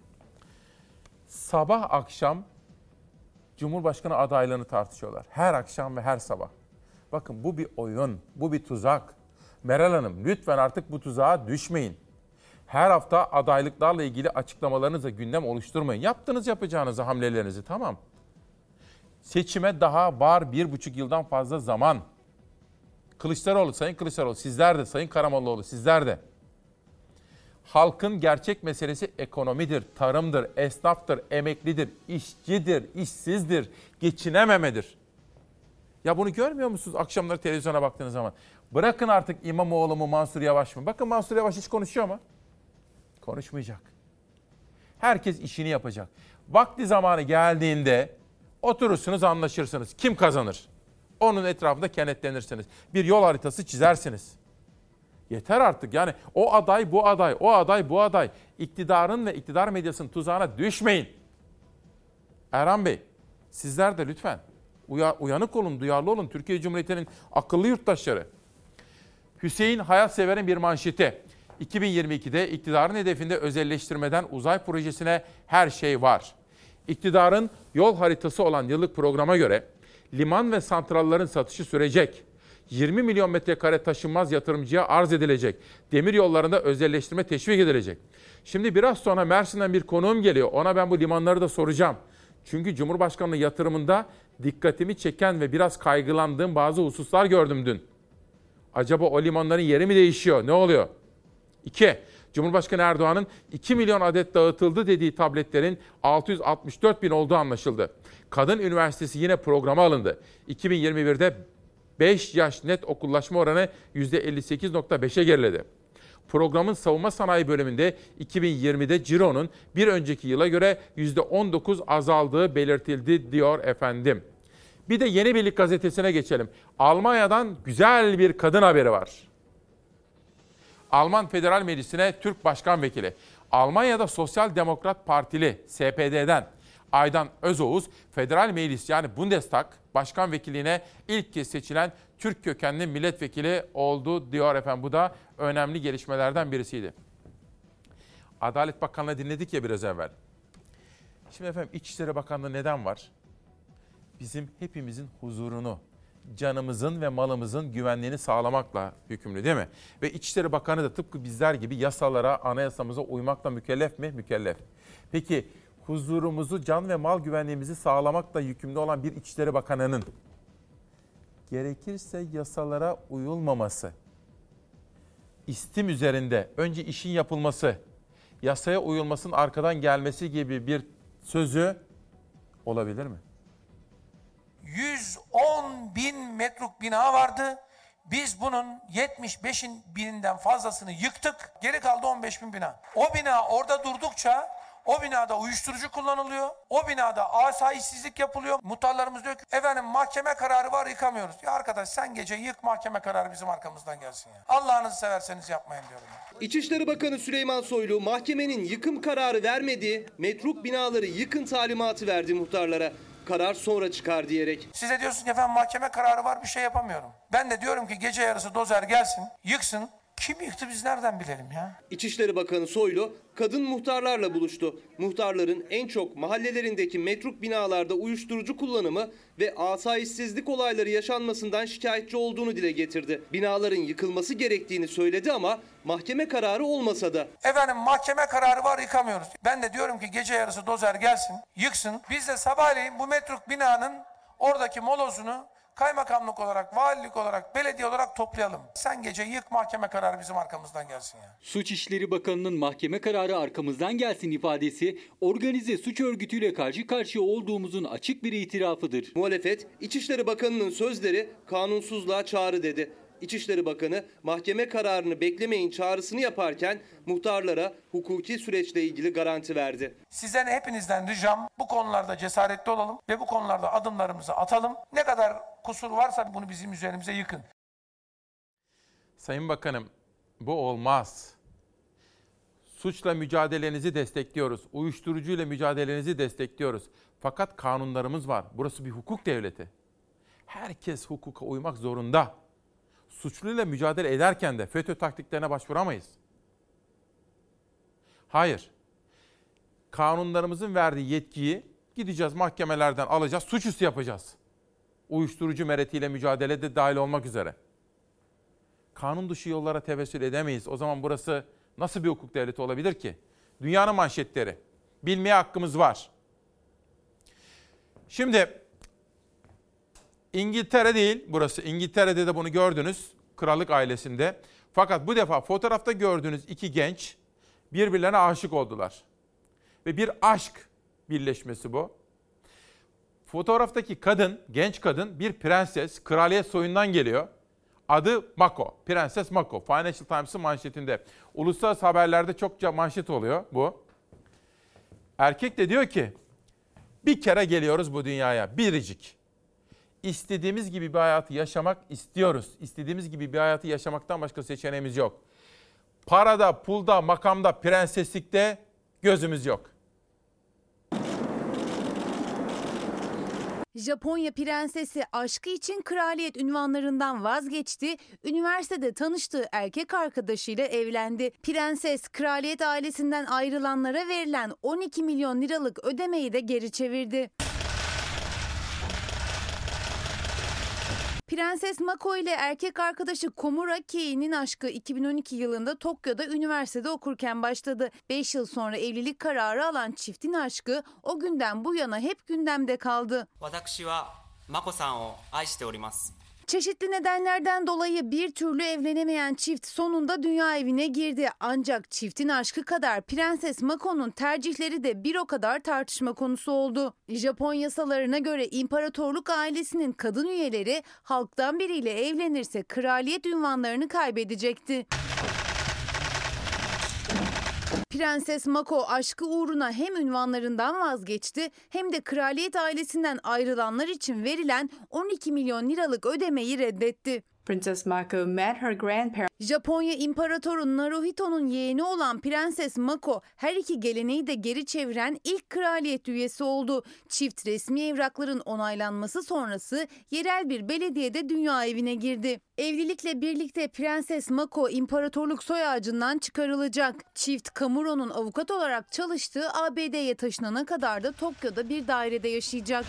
sabah akşam Cumhurbaşkanı adaylığını tartışıyorlar. Her akşam ve her sabah. Bakın bu bir oyun, bu bir tuzak. Meral Hanım lütfen artık bu tuzağa düşmeyin. Her hafta adaylıklarla ilgili açıklamalarınızla gündem oluşturmayın. Yaptığınız yapacağınızı, hamlelerinizi, tamam. Seçime daha var bir buçuk yıldan fazla zaman. Kılıçdaroğlu, Sayın Kılıçdaroğlu, sizler de, Sayın Karamollaoğlu, sizler de. Halkın gerçek meselesi ekonomidir, tarımdır, esnaftır, emeklidir, işçidir, işsizdir, geçinememedir. Ya bunu görmüyor musunuz akşamları televizyona baktığınız zaman? Bırakın artık İmamoğlu mu, Mansur Yavaş mı? Bakın Mansur Yavaş hiç konuşuyor mu? Konuşmayacak. Herkes işini yapacak. Vakti zamanı geldiğinde oturursunuz, anlaşırsınız. Kim kazanır? Onun etrafında kenetlenirsiniz. Bir yol haritası çizersiniz. Yeter artık yani o aday bu aday, o aday bu aday. İktidarın ve iktidar medyasının tuzağına düşmeyin. Erhan Bey, sizler de lütfen uyanık olun, duyarlı olun. Türkiye Cumhuriyeti'nin akıllı yurttaşları. Hüseyin Hayatsever'in bir manşeti. iki bin yirmi ikide iktidarın hedefinde özelleştirmeden uzay projesine her şey var. İktidarın yol haritası olan yıllık programa göre liman ve santrallerin satışı sürecek. yirmi milyon metrekare taşınmaz yatırımcıya arz edilecek. Demir yollarında özelleştirme teşvik edilecek. Şimdi biraz sonra Mersin'den bir konuğum geliyor. Ona ben bu limanları da soracağım. Çünkü Cumhurbaşkanlığı yatırımında dikkatimi çeken ve biraz kaygılandığım bazı hususlar gördüm dün. Acaba o limanların yeri mi değişiyor? Ne oluyor? İki, Cumhurbaşkanı Erdoğan'ın iki milyon adet dağıtıldı dediği tabletlerin altı yüz altmış dört bin olduğu anlaşıldı. Kadın Üniversitesi yine programa alındı. iki bin yirmi birde beş yaş net okullaşma oranı yüzde elli sekiz virgül beşe geriledi. Programın savunma sanayi bölümünde iki bin yirmide cironun bir önceki yıla göre yüzde on dokuz azaldığı belirtildi diyor efendim. Bir de Yeni Birlik gazetesine geçelim. Almanya'dan güzel bir kadın haberi var. Alman Federal Meclisi'ne Türk Başkan Vekili, Almanya'da Sosyal Demokrat Partili S P D'den Aydan Özoğuz, Federal Meclis yani Bundestag Başkan Vekiliğine ilk kez seçilen Türk kökenli milletvekili oldu diyor efendim. Bu da önemli gelişmelerden birisiydi. Adalet Bakanlığı dinledik ya biraz evvel. Şimdi efendim İçişleri Bakanlığı neden var? Bizim hepimizin huzurunu, canımızın ve malımızın güvenliğini sağlamakla yükümlü değil mi? Ve İçişleri Bakanı da tıpkı bizler gibi yasalara, anayasamıza uymakla mükellef mi? Mükellef. Peki huzurumuzu, can ve mal güvenliğimizi sağlamakla yükümlü olan bir İçişleri Bakanı'nın gerekirse yasalara uyulmaması, istim üzerinde önce işin yapılması, yasaya uyulmasının arkadan gelmesi gibi bir sözü olabilir mi? yüz on bin metruk bina vardı. Biz bunun yetmiş beş bininden fazlasını yıktık. Geri kaldı on beş bin bina. O bina orada durdukça o binada uyuşturucu kullanılıyor. O binada asayişsizlik yapılıyor. Muhtarlarımız diyor ki efendim mahkeme kararı var yıkamıyoruz. Ya arkadaş sen gece yık mahkeme kararı bizim arkamızdan gelsin ya. Allah'ınızı severseniz yapmayın diyorum. İçişleri Bakanı Süleyman Soylu mahkemenin yıkım kararı vermedi, metruk binaları yıkın talimatı verdi muhtarlara. Karar sonra çıkar diyerek. Size diyorsun ki efendim mahkeme kararı var bir şey yapamıyorum. Ben de diyorum ki gece yarısı dozer gelsin, yıksın. Kim yıktı biz nereden bilelim ya? İçişleri Bakanı Soylu kadın muhtarlarla buluştu. Muhtarların en çok mahallelerindeki metruk binalarda uyuşturucu kullanımı ve asayişsizlik olayları yaşanmasından şikayetçi olduğunu dile getirdi. Binaların yıkılması gerektiğini söyledi ama mahkeme kararı olmasa da. Efendim mahkeme kararı var yıkamıyoruz. Ben de diyorum ki gece yarısı dozer gelsin, yıksın. Biz de sabahleyin bu metruk binanın oradaki molozunu kaymakamlık olarak, valilik olarak, belediye olarak toplayalım. Sen gece yık mahkeme kararı bizim arkamızdan gelsin ya. Suç İşleri Bakanı'nın mahkeme kararı arkamızdan gelsin ifadesi organize suç örgütüyle karşı karşıya olduğumuzun açık bir itirafıdır. Muhalefet, İçişleri Bakanı'nın sözleri kanunsuzluğa çağrı dedi. İçişleri Bakanı mahkeme kararını beklemeyin çağrısını yaparken muhtarlara hukuki süreçle ilgili garanti verdi. Sizden hepinizden ricam bu konularda cesaretli olalım ve bu konularda adımlarımızı atalım. Ne kadar kusur varsa bunu bizim üzerimize yıkın. Sayın Bakanım, bu olmaz. Suçla mücadelenizi destekliyoruz. Uyuşturucuyla mücadelenizi destekliyoruz. Fakat kanunlarımız var. Burası bir hukuk devleti. Herkes hukuka uymak zorunda. Suçluyla mücadele ederken de FETÖ taktiklerine başvuramayız. Hayır. Kanunlarımızın verdiği yetkiyi gideceğiz mahkemelerden alacağız, suçüstü yapacağız. Uyuşturucu meretiyle mücadele de dahil olmak üzere. Kanun dışı yollara tevessül edemeyiz. O zaman burası nasıl bir hukuk devleti olabilir ki? Dünyanın manşetleri. Bilmeye hakkımız var. Şimdi İngiltere değil burası. İngiltere'de de bunu gördünüz. Krallık ailesinde. Fakat bu defa fotoğrafta gördüğünüz iki genç birbirlerine aşık oldular. Ve bir aşk birleşmesi bu. Fotoğraftaki kadın, genç kadın bir prenses, kraliyet soyundan geliyor. Adı Mako, Prenses Mako. Financial Times'ın manşetinde. Uluslararası haberlerde çokça manşet oluyor bu. Erkek de diyor ki, bir kere geliyoruz bu dünyaya, biricik. İstediğimiz gibi bir hayatı yaşamak istiyoruz. İstediğimiz gibi bir hayatı yaşamaktan başka seçeneğimiz yok. Parada, pulda, makamda, prenseslikte gözümüz yok. Japonya prensesi aşkı için kraliyet unvanlarından vazgeçti. Üniversitede tanıştığı erkek arkadaşıyla evlendi. Prenses kraliyet ailesinden ayrılanlara verilen on iki milyon liralık ödemeyi de geri çevirdi. Prenses Mako ile erkek arkadaşı Komura Kei'nin aşkı iki bin on iki yılında Tokyo'da üniversitede okurken başladı. beş yıl sonra evlilik kararı alan çiftin aşkı o günden bu yana hep gündemde kaldı. Çeşitli nedenlerden dolayı bir türlü evlenemeyen çift sonunda dünya evine girdi. Ancak çiftin aşkı kadar Prenses Mako'nun tercihleri de bir o kadar tartışma konusu oldu. Japon yasalarına göre imparatorluk ailesinin kadın üyeleri halktan biriyle evlenirse kraliyet unvanlarını kaybedecekti. Prenses Mako aşkı uğruna hem unvanlarından vazgeçti hem de kraliyet ailesinden ayrılanlar için verilen on iki milyon liralık ödemeyi reddetti. Princess Mako met her grandparents. Japonya İmparatoru Naruhito'nun yeğeni olan Prenses Mako her iki geleneği de geri çeviren ilk kraliyet üyesi oldu. Çift resmi evrakların onaylanması sonrası yerel bir belediyede dünya evine girdi. Evlilikle birlikte Prenses Mako imparatorluk soy ağacından çıkarılacak. Çift Kamuro'nun avukat olarak çalıştığı A B D'ye taşınana kadar da Tokyo'da bir dairede yaşayacak.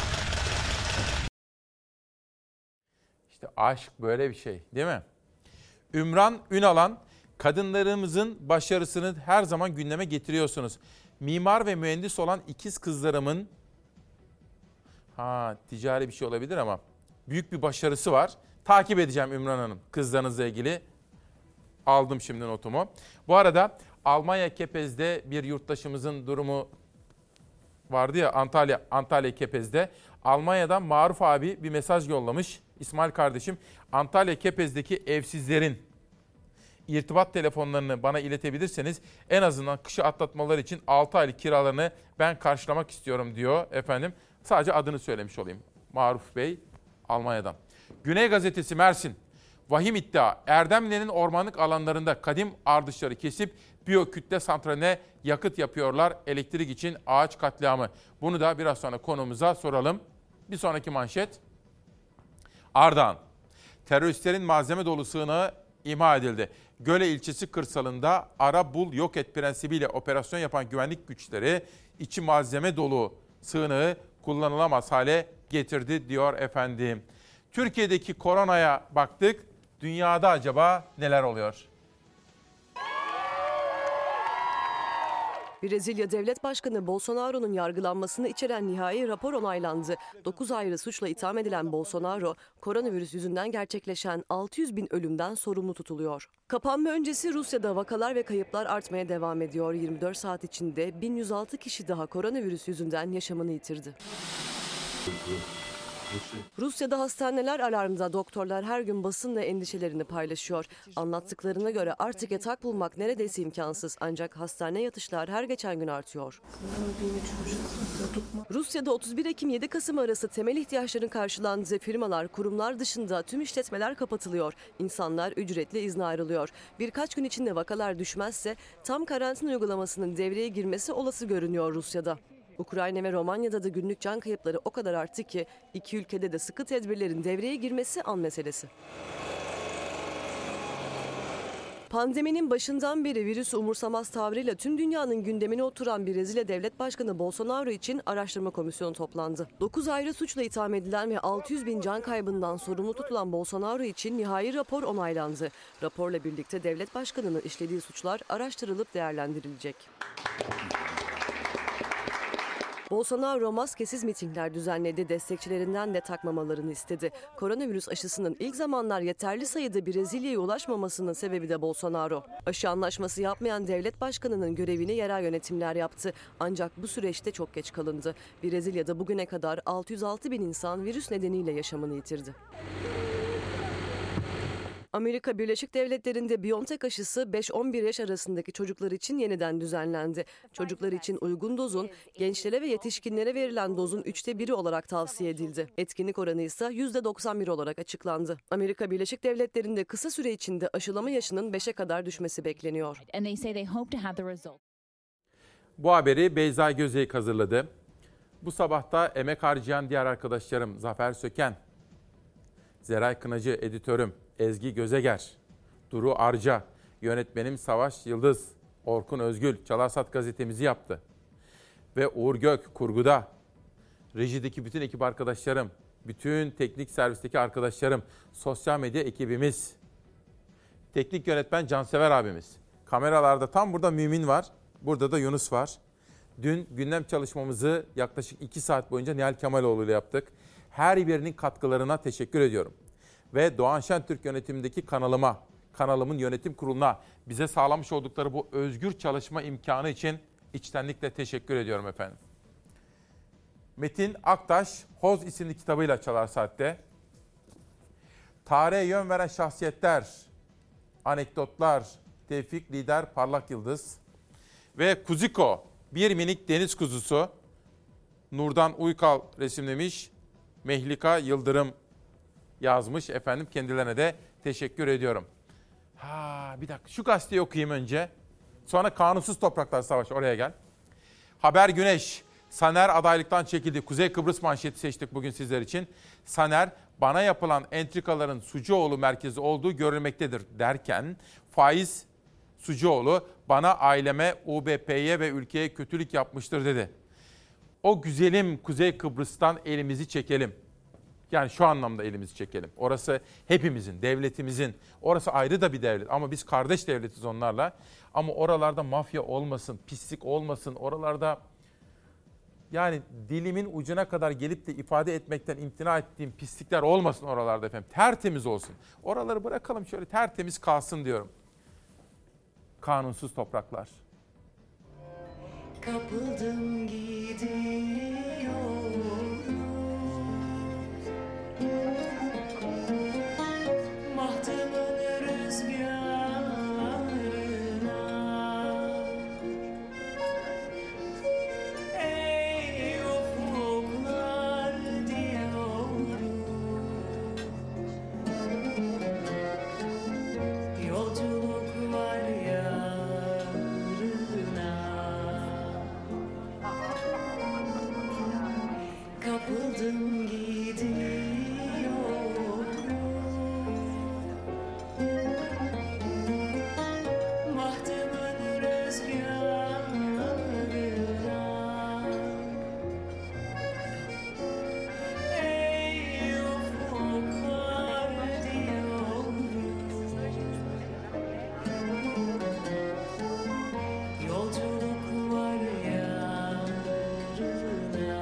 İşte aşk böyle bir şey değil mi? Ümran Ünalan, kadınlarımızın başarısını her zaman gündeme getiriyorsunuz. Mimar ve mühendis olan ikiz kızlarımın, ha ticari bir şey olabilir ama büyük bir başarısı var. Takip edeceğim Ümran Hanım kızlarınızla ilgili. Aldım şimdi notumu. Bu arada Almanya Kepez'de bir yurttaşımızın durumu vardı ya, Antalya Antalya Kepez'de. Almanya'dan Maruf abi bir mesaj yollamış. İsmail kardeşim, Antalya Kepez'deki evsizlerin irtibat telefonlarını bana iletebilirseniz en azından kışı atlatmaları için altı aylık kiralarını ben karşılamak istiyorum diyor efendim. Sadece adını söylemiş olayım. Maruf Bey Almanya'dan. Güney Gazetesi Mersin. Vahim iddia. Erdemli'nin ormanlık alanlarında kadim ardışları kesip biyokütle santraline yakıt yapıyorlar. Elektrik için ağaç katliamı. Bunu da biraz sonra konuğumuza soralım. Bir sonraki manşet. Ardahan. Teröristlerin malzeme dolu sığınağı imha edildi. Göle ilçesi kırsalında ara bul yok et prensibiyle operasyon yapan güvenlik güçleri içi malzeme dolu sığınağı kullanılamaz hale getirdi diyor efendim. Türkiye'deki koronaya baktık. Dünyada acaba neler oluyor? Brezilya Devlet Başkanı Bolsonaro'nun yargılanmasını içeren nihai rapor onaylandı. dokuz ayrı suçla itham edilen Bolsonaro, koronavirüs yüzünden gerçekleşen altı yüz bin ölümden sorumlu tutuluyor. Kapanma öncesi Rusya'da vakalar ve kayıplar artmaya devam ediyor. yirmi dört saat içinde bin yüz altı kişi daha koronavirüs yüzünden yaşamını yitirdi. Rusya'da hastaneler alarmda, doktorlar her gün basınla endişelerini paylaşıyor. Anlattıklarına göre artık yatak bulmak neredeyse imkansız, ancak hastane yatışlar her geçen gün artıyor. Rusya'da otuz bir Ekim yedi Kasım arası temel ihtiyaçların karşılandığı firmalar, kurumlar dışında tüm işletmeler kapatılıyor. İnsanlar ücretli izne ayrılıyor. Birkaç gün içinde vakalar düşmezse tam karantina uygulamasının devreye girmesi olası görünüyor Rusya'da. Ukrayna ve Romanya'da da günlük can kayıpları o kadar arttı ki iki ülkede de sıkı tedbirlerin devreye girmesi an meselesi. Pandeminin başından beri virüsü umursamaz tavrıyla tüm dünyanın gündemine oturan Brezilya Devlet Başkanı Bolsonaro için araştırma komisyonu toplandı. dokuz ayrı suçla itham edilen ve altı yüz bin can kaybından sorumlu tutulan Bolsonaro için nihai rapor onaylandı. Raporla birlikte devlet başkanının işlediği suçlar araştırılıp değerlendirilecek. Bolsonaro maskesiz mitingler düzenledi, destekçilerinden de takmamalarını istedi. Koronavirüs aşısının ilk zamanlar yeterli sayıda Brezilya'ya ulaşmamasının sebebi de Bolsonaro. Aşı anlaşması yapmayan devlet başkanının görevini yerel yönetimler yaptı. Ancak bu süreçte çok geç kalındı. Brezilya'da bugüne kadar altı yüz altı bin insan virüs nedeniyle yaşamını yitirdi. Amerika Birleşik Devletleri'nde BioNTech aşısı beş on bir yaş arasındaki çocuklar için yeniden düzenlendi. Çocuklar için uygun dozun, gençlere ve yetişkinlere verilen dozun üçte biri olarak tavsiye edildi. Etkinlik oranı ise yüzde doksan bir olarak açıklandı. Amerika Birleşik Devletleri'nde kısa süre içinde aşılama yaşının beşe kadar düşmesi bekleniyor. Bu haberi Beyza Gözeyik hazırladı. Bu sabah da emek harcayan diğer arkadaşlarım Zafer Söken, Zeray Kınacı, editörüm Ezgi Gözeger, Duru Arca, yönetmenim Savaş Yıldız, Orkun Özgül Çalarsat gazetemizi yaptı. Ve Uğur Gök kurguda, rejideki bütün ekip arkadaşlarım, bütün teknik servisteki arkadaşlarım, sosyal medya ekibimiz, teknik yönetmen Cansever abimiz. Kameralarda tam burada Mümin var, burada da Yunus var. Dün gündem çalışmamızı yaklaşık iki saat boyunca Nihal Kemaloğlu ile yaptık. Her birinin katkılarına teşekkür ediyorum. Ve Doğan Şentürk yönetimindeki kanalıma, kanalımın yönetim kuruluna bize sağlamış oldukları bu özgür çalışma imkanı için içtenlikle teşekkür ediyorum efendim. Metin Aktaş, Hoz isimli kitabıyla Çalar Saat'te. Tarihe yön veren şahsiyetler, anekdotlar, Tevfik Lider Parlak Yıldız ve Kuziko, bir minik deniz kuzusu, Nurdan Uykal resimlemiş, Mehlika Yıldırım yazmış efendim. Kendilerine de teşekkür ediyorum. Ha bir dakika şu gazeteyi okuyayım önce. Sonra Kanunsuz Topraklar Savaşı, oraya gel. Haber Güneş, Saner adaylıktan çekildi. Kuzey Kıbrıs manşeti seçtik bugün sizler için. Saner, bana yapılan entrikaların Sucuoğlu merkezi olduğu görülmektedir derken, Faiz Sucuoğlu bana, aileme, U B P'ye ve ülkeye kötülük yapmıştır dedi. O güzelim Kuzey Kıbrıs'tan elimizi çekelim. Yani şu anlamda elimizi çekelim. Orası hepimizin, devletimizin. Orası ayrı da bir devlet ama biz kardeş devletiz onlarla. Ama oralarda mafya olmasın, pislik olmasın. Oralarda yani dilimin ucuna kadar gelip de ifade etmekten imtina ettiğim pislikler olmasın oralarda efendim. Tertemiz olsun. Oraları bırakalım şöyle tertemiz kalsın diyorum. Kanunsuz topraklar. Kapıldım gidiyorum. Mahtımın rüzgarına, ey ufuklar diyorum. Yolculuk var yarına. Kapıldım gidiyorum. Mahtımın rüzgarına, ey ufuklar diyorum. Yolculuk var yarına.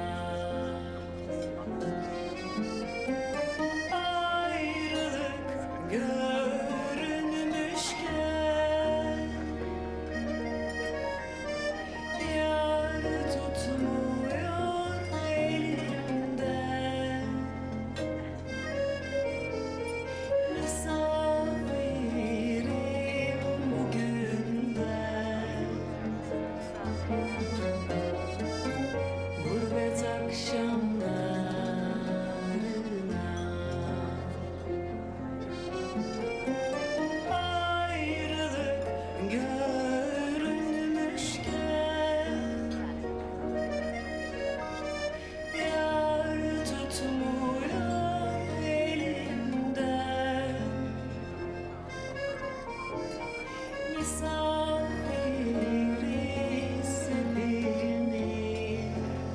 Ayrılık görünmüşken yar tutmuyor elimden. Misafirim bugün ben. Gurbet akşamlarına. Ayrılık görünmüşken yar tutmuyor elimden. Misafiriz hepimiz.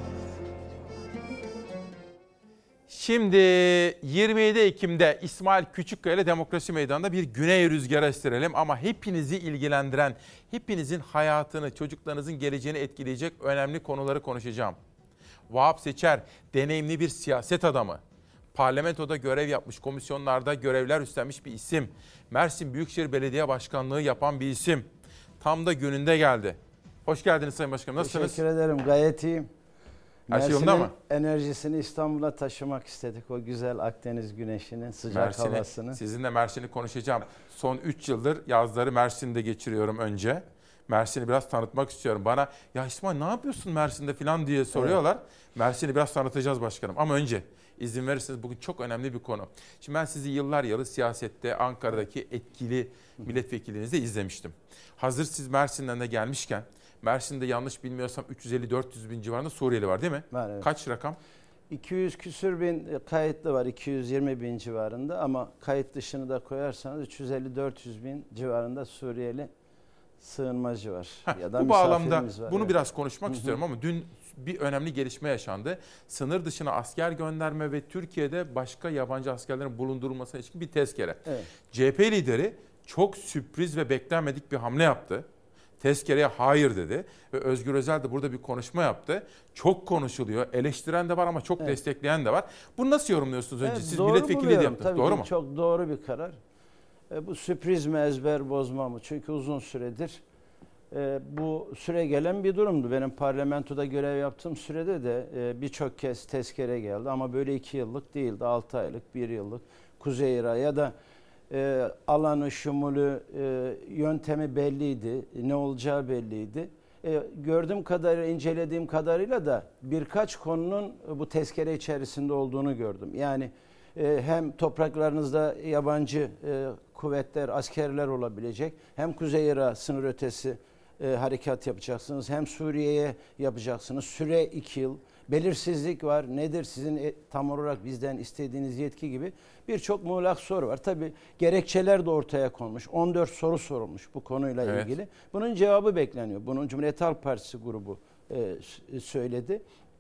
Şimdi yirmi yedi Ekim'de İsmail Küçükkaya ile Demokrasi Meydanı'nda bir güney rüzgarı estirelim. Ama hepinizi ilgilendiren, hepinizin hayatını, çocuklarınızın geleceğini etkileyecek önemli konuları konuşacağım. Vahap Seçer, deneyimli bir siyaset adamı. Parlamentoda görev yapmış, komisyonlarda görevler üstlenmiş bir isim. Mersin Büyükşehir Belediye Başkanlığı yapan bir isim. Tam da gününde geldi. Hoş geldiniz Sayın Başkanım, nasılsınız? Teşekkür ederim, gayet iyiyim. Her şey yolunda mı? Enerjisini İstanbul'a taşımak istedik. O güzel Akdeniz güneşinin sıcak Mersin'i, havasını. Sizinle Mersin'i konuşacağım. Son üç yıldır yazları Mersin'de geçiriyorum önce. Mersin'i biraz tanıtmak istiyorum. Bana ya İsmail ne yapıyorsun Mersin'de falan diye soruyorlar. Evet. Mersin'i biraz tanıtacağız başkanım. Ama önce izin verirseniz bugün çok önemli bir konu. Şimdi ben sizi yıllar yılı siyasette Ankara'daki etkili milletvekilinizde izlemiştim. Hazır siz Mersin'den de gelmişken Mersin'de yanlış bilmiyorsam üç yüz elli dört yüz bin civarında Suriyeli var değil mi? Var, evet. Kaç rakam? iki yüz küsür bin kayıtlı var, iki yüz yirmi bin civarında ama kayıt dışını da koyarsanız üç yüz elli dört yüz bin civarında Suriyeli sığınmacı var. Heh, ya da bu bağlamda var, bunu evet. biraz konuşmak Hı-hı. istiyorum ama dün bir önemli gelişme yaşandı. Sınır dışına asker gönderme ve Türkiye'de başka yabancı askerlerin bulundurulmasına ilişkin bir tezkere. Evet. C H P lideri çok sürpriz ve beklenmedik bir hamle yaptı. Tezkereye hayır dedi ve Özgür Özel de burada bir konuşma yaptı. Çok konuşuluyor, eleştiren de var ama çok evet. destekleyen de var. Bunu nasıl yorumluyorsunuz önce? Evet, Siz milletvekili de yaptınız, Tabii doğru ki mu? Çok doğru bir karar. E, bu sürpriz mi, ezber bozma mı? Çünkü uzun süredir e, bu süre gelen bir durumdu. Benim parlamentoda görev yaptığım sürede de e, birçok kez tezkere geldi ama böyle iki yıllık değildi. Altı aylık, bir yıllık. Kuzey Irak ya da e, alanı, şumulü, e, yöntemi belliydi. Ne olacağı belliydi. E, gördüğüm kadarıyla, incelediğim kadarıyla da birkaç konunun bu tezkere içerisinde olduğunu gördüm. Yani e, hem topraklarınızda yabancı e, kuvvetler, askerler olabilecek, hem Kuzey Irak sınır ötesi e, harekat yapacaksınız, hem Suriye'ye yapacaksınız. Süre iki yıl. Belirsizlik var. Nedir sizin e, tam olarak bizden istediğiniz yetki gibi birçok muğlak soru var. Tabii gerekçeler de ortaya konmuş. on dört soru sorulmuş bu konuyla evet. ilgili. Bunun cevabı bekleniyor. Bunun Cumhuriyet Halk Partisi grubu e, söyledi.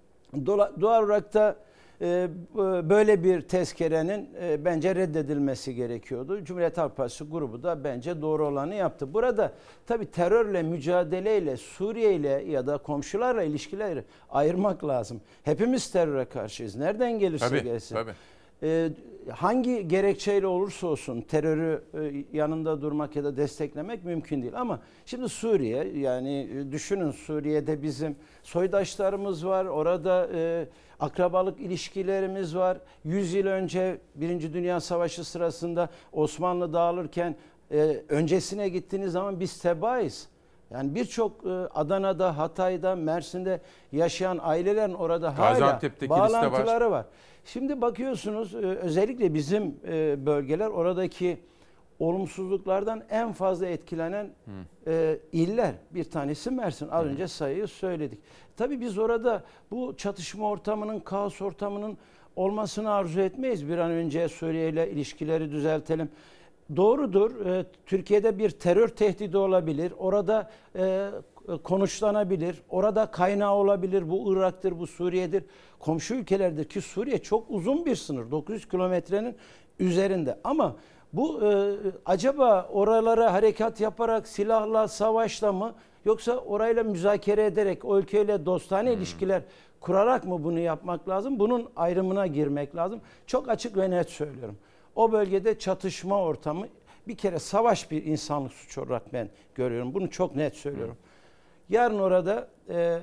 Doğal olarak da e, böyle bir tezkerenin e, bence reddedilmesi gerekiyordu. Cumhuriyet Halk Partisi grubu da bence doğru olanı yaptı. Burada tabii terörle mücadeleyle, Suriye ile ya da komşularla ilişkileri ayırmak lazım. Hepimiz teröre karşıyız. Nereden gelirse tabii, gelsin. Tabii. Ee, hangi gerekçeyle olursa olsun terörü e, yanında durmak ya da desteklemek mümkün değil. Ama şimdi Suriye, yani e, düşünün, Suriye'de bizim soydaşlarımız var. Orada e, akrabalık ilişkilerimiz var. yüz yıl önce Birinci Dünya Savaşı sırasında Osmanlı dağılırken e, öncesine gittiğiniz zaman biz tebaayız. Yani birçok e, Adana'da, Hatay'da, Mersin'de yaşayan ailelerin orada hala bağlantıları var. var. Şimdi bakıyorsunuz e, özellikle bizim e, bölgeler oradaki olumsuzluklardan en fazla etkilenen e, iller. Bir tanesi Mersin. Az önce sayıyı söyledik. Tabii biz orada bu çatışma ortamının, kaos ortamının olmasını arzu etmeyiz. Bir an önce Suriye ile ilişkileri düzeltelim. Doğrudur. E, Türkiye'de bir terör tehdidi olabilir. Orada e, konuşlanabilir. Orada kaynağı olabilir. Bu Irak'tır, bu Suriye'dir. Komşu ülkelerdir ki Suriye çok uzun bir sınır. dokuz yüz kilometrenin üzerinde. Ama bu e, acaba oralara harekat yaparak silahla, savaşla mı, yoksa orayla müzakere ederek, o ülkeyle dostane hmm. ilişkiler kurarak mı bunu yapmak lazım? Bunun ayrımına girmek lazım. Çok açık ve net söylüyorum. O bölgede çatışma ortamı, bir kere savaş bir insanlık suçu olarak ben görüyorum. Bunu çok net söylüyorum. Hmm. Yarın orada e,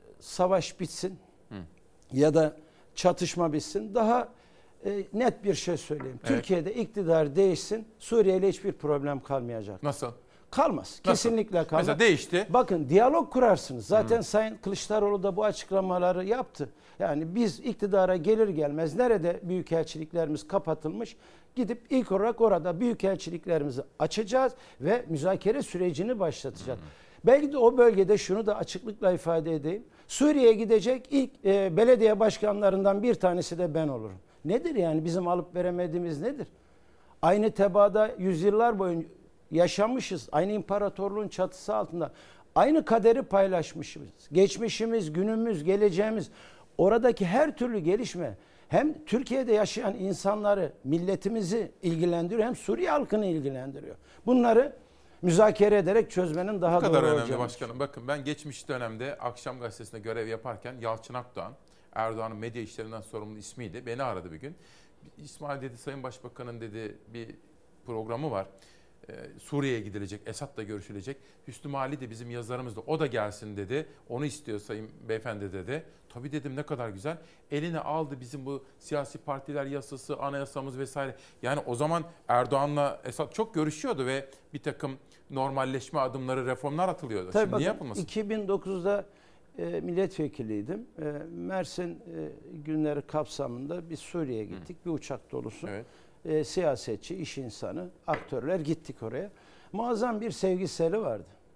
savaş bitsin hmm. ya da çatışma bitsin. Daha e, net bir şey söyleyeyim. Evet. Türkiye'de iktidar değişsin, Suriye'yle hiçbir problem kalmayacak. Nasıl? Kalmaz. Nasıl? Kesinlikle kalmaz. Mesela değişti. Bakın, diyalog kurarsınız. Zaten hmm. Sayın Kılıçdaroğlu da bu açıklamaları yaptı. Yani biz iktidara gelir gelmez nerede büyükelçiliklerimiz kapatılmış, gidip ilk olarak orada büyükelçiliklerimizi açacağız ve müzakere sürecini başlatacağız. Hmm. Belki de o bölgede şunu da açıklıkla ifade edeyim. Suriye'ye gidecek ilk e, belediye başkanlarından bir tanesi de ben olurum. Nedir yani bizim alıp veremediğimiz nedir? Aynı tebaada yüzyıllar boyunca yaşamışız. Aynı imparatorluğun çatısı altında. Aynı kaderi paylaşmışız. Geçmişimiz, günümüz, geleceğimiz. Oradaki her türlü gelişme hem Türkiye'de yaşayan insanları, milletimizi ilgilendiriyor, hem Suriye halkını ilgilendiriyor. Bunları müzakere ederek çözmenin daha doğru olacağını. Bu kadar önemli başkanım. Bakın, ben geçmiş dönemde Akşam Gazetesi'nde görev yaparken Yalçın Akdoğan, Erdoğan'ın medya işlerinden sorumlu ismiydi. Beni aradı bir gün. İsmail dedi, Sayın Başbakan'ın dedi bir programı var. Ee, Suriye'ye gidilecek, Esad'la görüşülecek. Hüsnü Mali de bizim yazarımız da, o da gelsin dedi. Onu istiyor Sayın Beyefendi dedi. Tabii dedim, ne kadar güzel. Eline aldı bizim bu siyasi partiler yasası, anayasamız vesaire. Yani o zaman Erdoğan'la Esad çok görüşüyordu ve bir takım normalleşme adımları, reformlar atılıyordu. Tabii Şimdi bakın, niye yapılmasın? iki bin dokuzda e, milletvekiliydim. E, Mersin e, günleri kapsamında biz Suriye'ye gittik. Hı. Bir uçak dolusu. Evet. E, siyasetçi, iş insanı, aktörler gittik oraya. Muazzam bir sevgi seli vardı.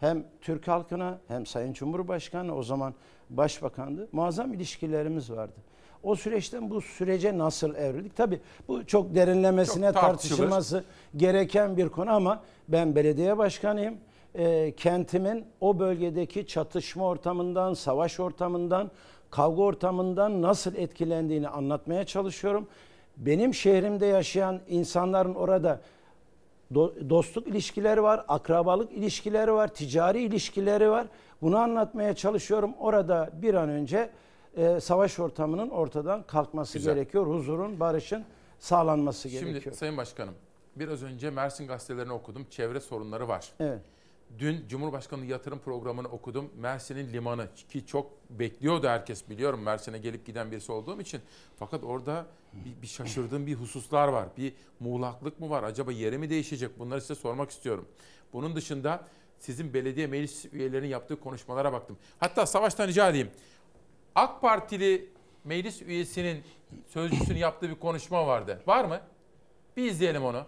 hem Türk halkına hem Sayın Cumhurbaşkanı, o zaman Başbakandı, muazzam ilişkilerimiz vardı. O süreçten bu sürece nasıl evrildik? Tabii bu çok derinlemesine Çok tartışılması gereken bir konu ama ben belediye başkanıyım. E, kentimin o bölgedeki çatışma ortamından, savaş ortamından, kavga ortamından nasıl etkilendiğini anlatmaya çalışıyorum. Benim şehrimde yaşayan insanların orada do- dostluk ilişkileri var, akrabalık ilişkileri var, ticari ilişkileri var. Bunu anlatmaya çalışıyorum. Orada bir an önce e, savaş ortamının ortadan kalkması Güzel. gerekiyor. Huzurun, barışın sağlanması Şimdi gerekiyor. Sayın Başkanım, biraz önce Mersin gazetelerini okudum. Çevre sorunları var. Evet. Dün Cumhurbaşkanı yatırım programını okudum. Mersin'in limanı ki çok bekliyordu herkes, biliyorum Mersin'e gelip giden birisi olduğum için. Fakat orada bir, bir şaşırdığım bir hususlar var. Bir muğlaklık mı var? Acaba yeri mi değişecek? Bunları size sormak istiyorum. Bunun dışında sizin belediye meclis üyelerinin yaptığı konuşmalara baktım. Hatta Savaş'tan rica edeyim. AK Partili meclis üyesinin sözcüsünün yaptığı bir konuşma vardı. Var mı? Bir izleyelim onu.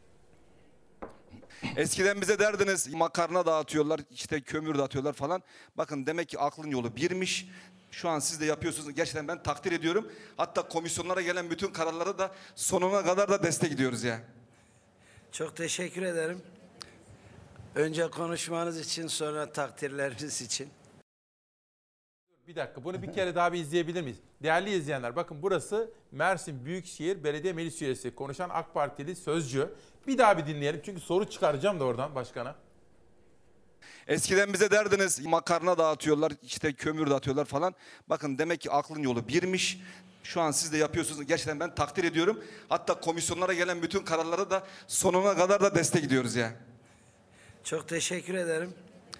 Eskiden bize derdiniz makarna dağıtıyorlar, işte kömür dağıtıyorlar falan. Bakın demek ki aklın yolu birmiş. Şu an siz de yapıyorsunuz. Gerçekten ben takdir ediyorum. Hatta komisyonlara gelen bütün kararlara da sonuna kadar da destek ediyoruz ya. Çok teşekkür ederim. Önce konuşmanız için, sonra takdirleriniz için. Bir dakika, bunu bir kere daha bir izleyebilir miyiz? Değerli izleyenler, bakın burası Mersin Büyükşehir Belediye Meclis Üyesi, konuşan AK Partili sözcü. Bir daha bir dinleyelim çünkü soru çıkaracağım da oradan başkana. Eskiden bize derdiniz makarna dağıtıyorlar, işte kömür dağıtıyorlar falan. Bakın demek ki aklın yolu birmiş. Şu an siz de yapıyorsunuz. Gerçekten ben takdir ediyorum. Hatta komisyonlara gelen bütün kararlara da sonuna kadar da destek ediyoruz ya. Çok teşekkür ederim.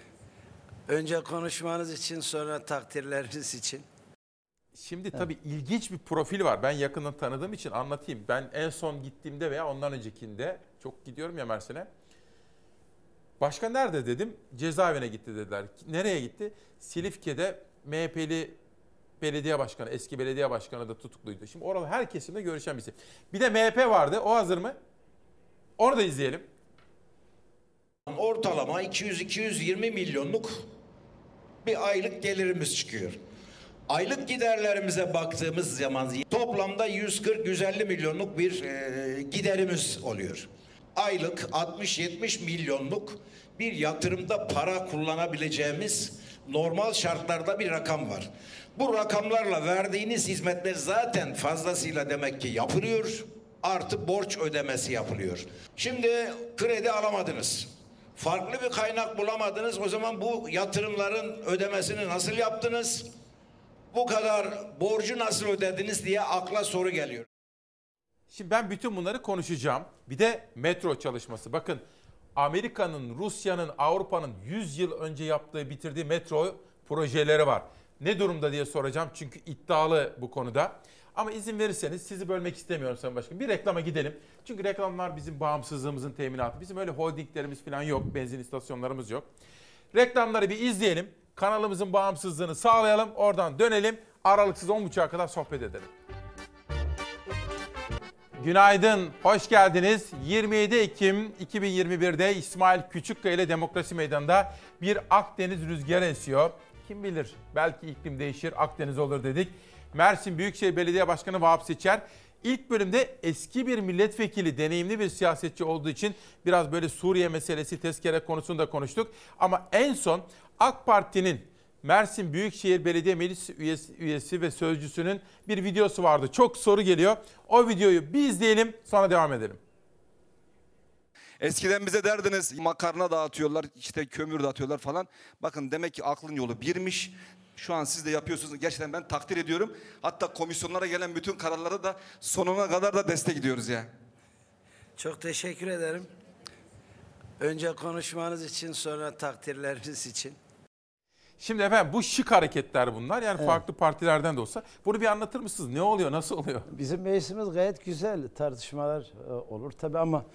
Önce konuşmanız için, sonra takdirleriniz için. Şimdi tabii ilginç bir profil var. Ben yakından tanıdığım için anlatayım. Ben en son gittiğimde veya ondan öncekinde, çok gidiyorum ya Mersin'e. Başka nerede dedim? Cezaevine gitti dediler. Nereye gitti? Silifke'de M H P'li belediye başkanı, eski belediye başkanı da tutukluydu. Şimdi orada her kesimde görüşen birisi. Bir de M H P vardı. O hazır mı? Onu da izleyelim. Ortalama iki yüz iki yüz yirmi milyonluk bir aylık gelirimiz çıkıyor. Aylık giderlerimize baktığımız zaman toplamda yüz kırk yüz elli milyonluk bir e, giderimiz oluyor. Aylık altmış yetmiş milyonluk bir yatırımda para kullanabileceğimiz normal şartlarda bir rakam var. Bu rakamlarla verdiğiniz hizmetler zaten fazlasıyla demek ki yapılıyor. Artı borç ödemesi yapılıyor. Şimdi kredi alamadınız. Farklı bir kaynak bulamadınız. O zaman bu yatırımların ödemesini nasıl yaptınız? Bu kadar borcu nasıl ödediniz diye akla soru geliyor. Şimdi ben bütün bunları konuşacağım. Bir de metro çalışması. Bakın Amerika'nın, Rusya'nın, Avrupa'nın yüz yıl önce yaptığı, bitirdiği metro projeleri var. Ne durumda diye soracağım çünkü iddialı bu konuda. Ama izin verirseniz sizi bölmek istemiyorum Sayın Başkanım. Bir reklama gidelim. Çünkü reklamlar bizim bağımsızlığımızın teminatı. Bizim öyle holdinglerimiz falan yok. Benzin istasyonlarımız yok. Reklamları bir izleyelim. Kanalımızın bağımsızlığını sağlayalım. Oradan dönelim. Aralıksız on buçuğa kadar sohbet edelim. Günaydın, hoş geldiniz. yirmi yedi Ekim iki bin yirmi bir'de İsmail Küçükkaya ile Demokrasi Meydanı'nda bir Akdeniz rüzgarı esiyor. Kim bilir, belki iklim değişir, Akdeniz olur dedik. Mersin Büyükşehir Belediye Başkanı Vahap Seçer ilk bölümde eski bir milletvekili, deneyimli bir siyasetçi olduğu için biraz böyle Suriye meselesi, tezkere konusunu da konuştuk. Ama en son AK Parti'nin Mersin Büyükşehir Belediye Meclis üyesi, üyesi ve sözcüsünün bir videosu vardı. Çok soru geliyor. O videoyu bir izleyelim, sonra devam edelim. Eskiden bize derdiniz makarna dağıtıyorlar, işte kömür dağıtıyorlar falan. Bakın demek ki aklın yolu birmiş. Şu an siz de yapıyorsunuz. Gerçekten ben takdir ediyorum. Hatta komisyonlara gelen bütün kararlara da sonuna kadar da destek ediyoruz ya. Çok teşekkür ederim. Önce konuşmanız için, sonra takdirleriniz için. Şimdi efendim bu şık hareketler bunlar. Yani Evet. farklı partilerden de olsa. Bunu bir anlatır mısınız? Ne oluyor? Nasıl oluyor? Bizim meclisimiz gayet güzel, tartışmalar e, olur tabii ama